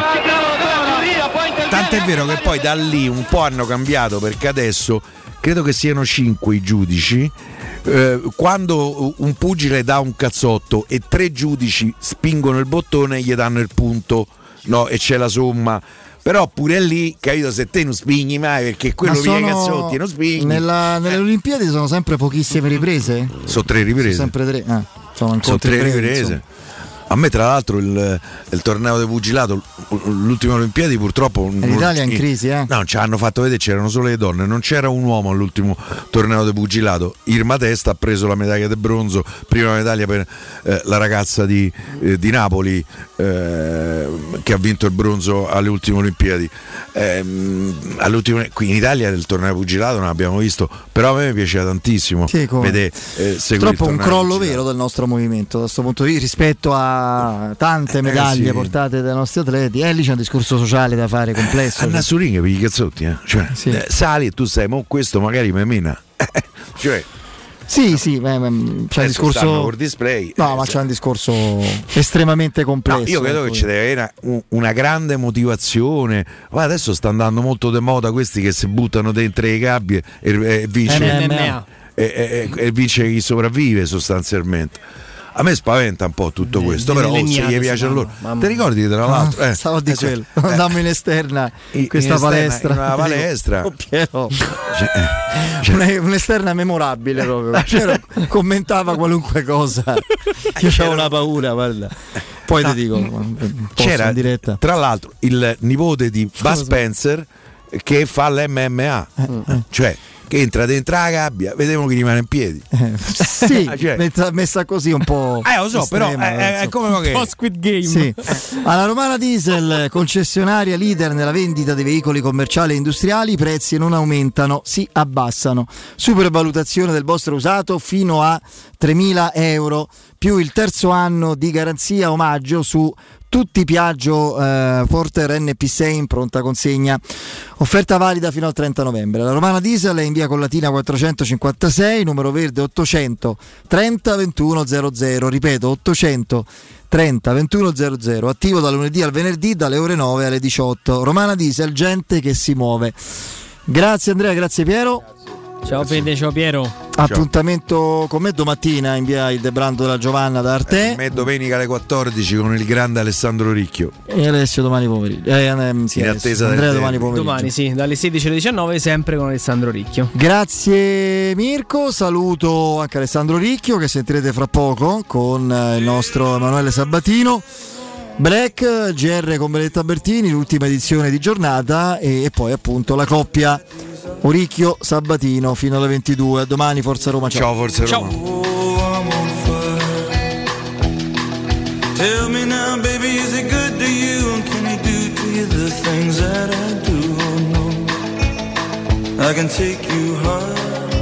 Tant'è vero che poi da lì un po' hanno cambiato, perché adesso credo che siano cinque i giudici. Eh, quando un pugile dà un cazzotto e tre giudici spingono il bottone, gli danno il punto, no, e c'è la somma. Però pure lì, capito, se te non spinghi mai, perché quello Ma via i sono- cazzotti non spinghi. Nella- nelle Olimpiadi sono sempre pochissime riprese? Sono tre riprese. Sono sempre tre. Ah, sono Sono incontri tre brevi, riprese. insomma. A me tra l'altro il, il torneo di pugilato, l'ultima Olimpiadi purtroppo E l'Italia è in crisi, eh? No, ci hanno fatto vedere, c'erano solo le donne, non c'era un uomo all'ultimo torneo di pugilato. Irma Testa ha preso la medaglia di bronzo, prima medaglia per eh, la ragazza di, eh, di Napoli eh, che ha vinto il bronzo alle ultime Olimpiadi. Eh, all'ultimo, qui in Italia il torneo di pugilato non abbiamo visto, però a me piaceva tantissimo Sì, come? vedere eh, seguire il Purtroppo un torneo di crollo pugilato. vero del nostro movimento da questo punto di vista rispetto a tante medaglie sì. portate dai nostri atleti. E lì c'è un discorso sociale da fare complesso. A Nassuringhe per i cazzotti, eh? Cioè, Sì. eh, sali e tu sai, ma questo magari mi mena. cioè, Sì, sì, beh, beh, c'è un adesso stanno discorso. col display. No, ma c'è un discorso estremamente complesso. No, io credo ecco. che ci deve avere una, una grande motivazione. Guarda, adesso sta andando molto di moda questi che si buttano dentro le gabbie e, e vince M M A. e, e- e vince chi sopravvive sostanzialmente. A me spaventa un po' tutto Eh, questo, delle però oh, se legnate gli si piace a danno, loro. mamma Ti ricordi tra l'altro? Ah, Eh, stavo di eh, sì. quello. Eh. Andammo in esterna In- questa in esterna, palestra. in una palestra. Oh, Piero. Cioè, Una- un'esterna memorabile proprio. Piero commentava qualunque cosa. Io avevo una paura, guarda. Poi ti dico, posso c'era in diretta. tra l'altro il nipote di Bud Spencer che fa l'M M A, cioè che entra dentro la gabbia, vediamo chi rimane in piedi. Sì, Cioè- messa, messa così un po'. Eh, lo so, però estrema, è- è- è insomma. come che- Un po' Squid Game. Sì. Alla Romana Diesel, concessionaria leader nella vendita dei veicoli commerciali e industriali, i prezzi non aumentano, si abbassano. Supervalutazione del vostro usato fino a tremila euro, più il terzo anno di garanzia omaggio su tutti i Piaggio eh, Forter N P sei in pronta consegna. Offerta valida fino al trenta novembre. La Romana Diesel è in via Collatina quattrocentocinquantasei, numero verde ottocento trenta ventuno zero zero. Ripeto, ottocento trenta ventuno zero zero. Attivo dal lunedì al venerdì dalle ore nove alle diciotto. Romana Diesel, gente che si muove. Grazie Andrea, grazie Piero. Ciao Fede, ciao Piero. Appuntamento con me domattina in via il Debrando della Giovanna da Arte. Me domenica alle quattordici con il grande Alessandro Ricchio. E Alessio domani pomeriggio. Eh, ehm, sì, In Alessio. attesa del Andrea derby. domani pomeriggio. Domani sì, dalle sedici alle diciannove sempre con Alessandro Ricchio. Grazie Mirko, saluto anche Alessandro Ricchio che sentirete fra poco con eh, il nostro Emanuele Sabatino. Black, G R con Benedetta Bertini, l'ultima edizione di giornata e, e poi appunto la coppia Oricchio Sabatino fino alle ventidue. Domani Forza Roma, ciao. Ciao Forza Roma. Ciao. Tell me now, baby, is it good to you? And can he do to you the things that I do? Oh no, I can take you high.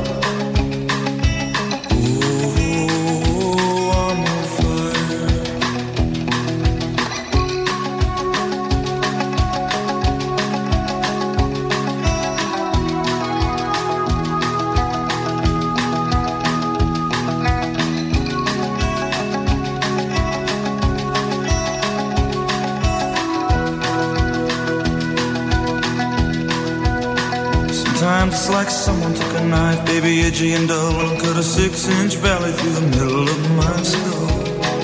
It's like someone took a knife, baby, edgy and dull, and cut a six-inch valley through the middle of my skull.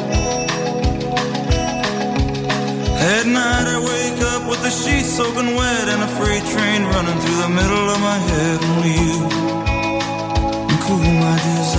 At night I wake up with the sheets soaking wet and a freight train running through the middle of my head. Only you can cool my desire.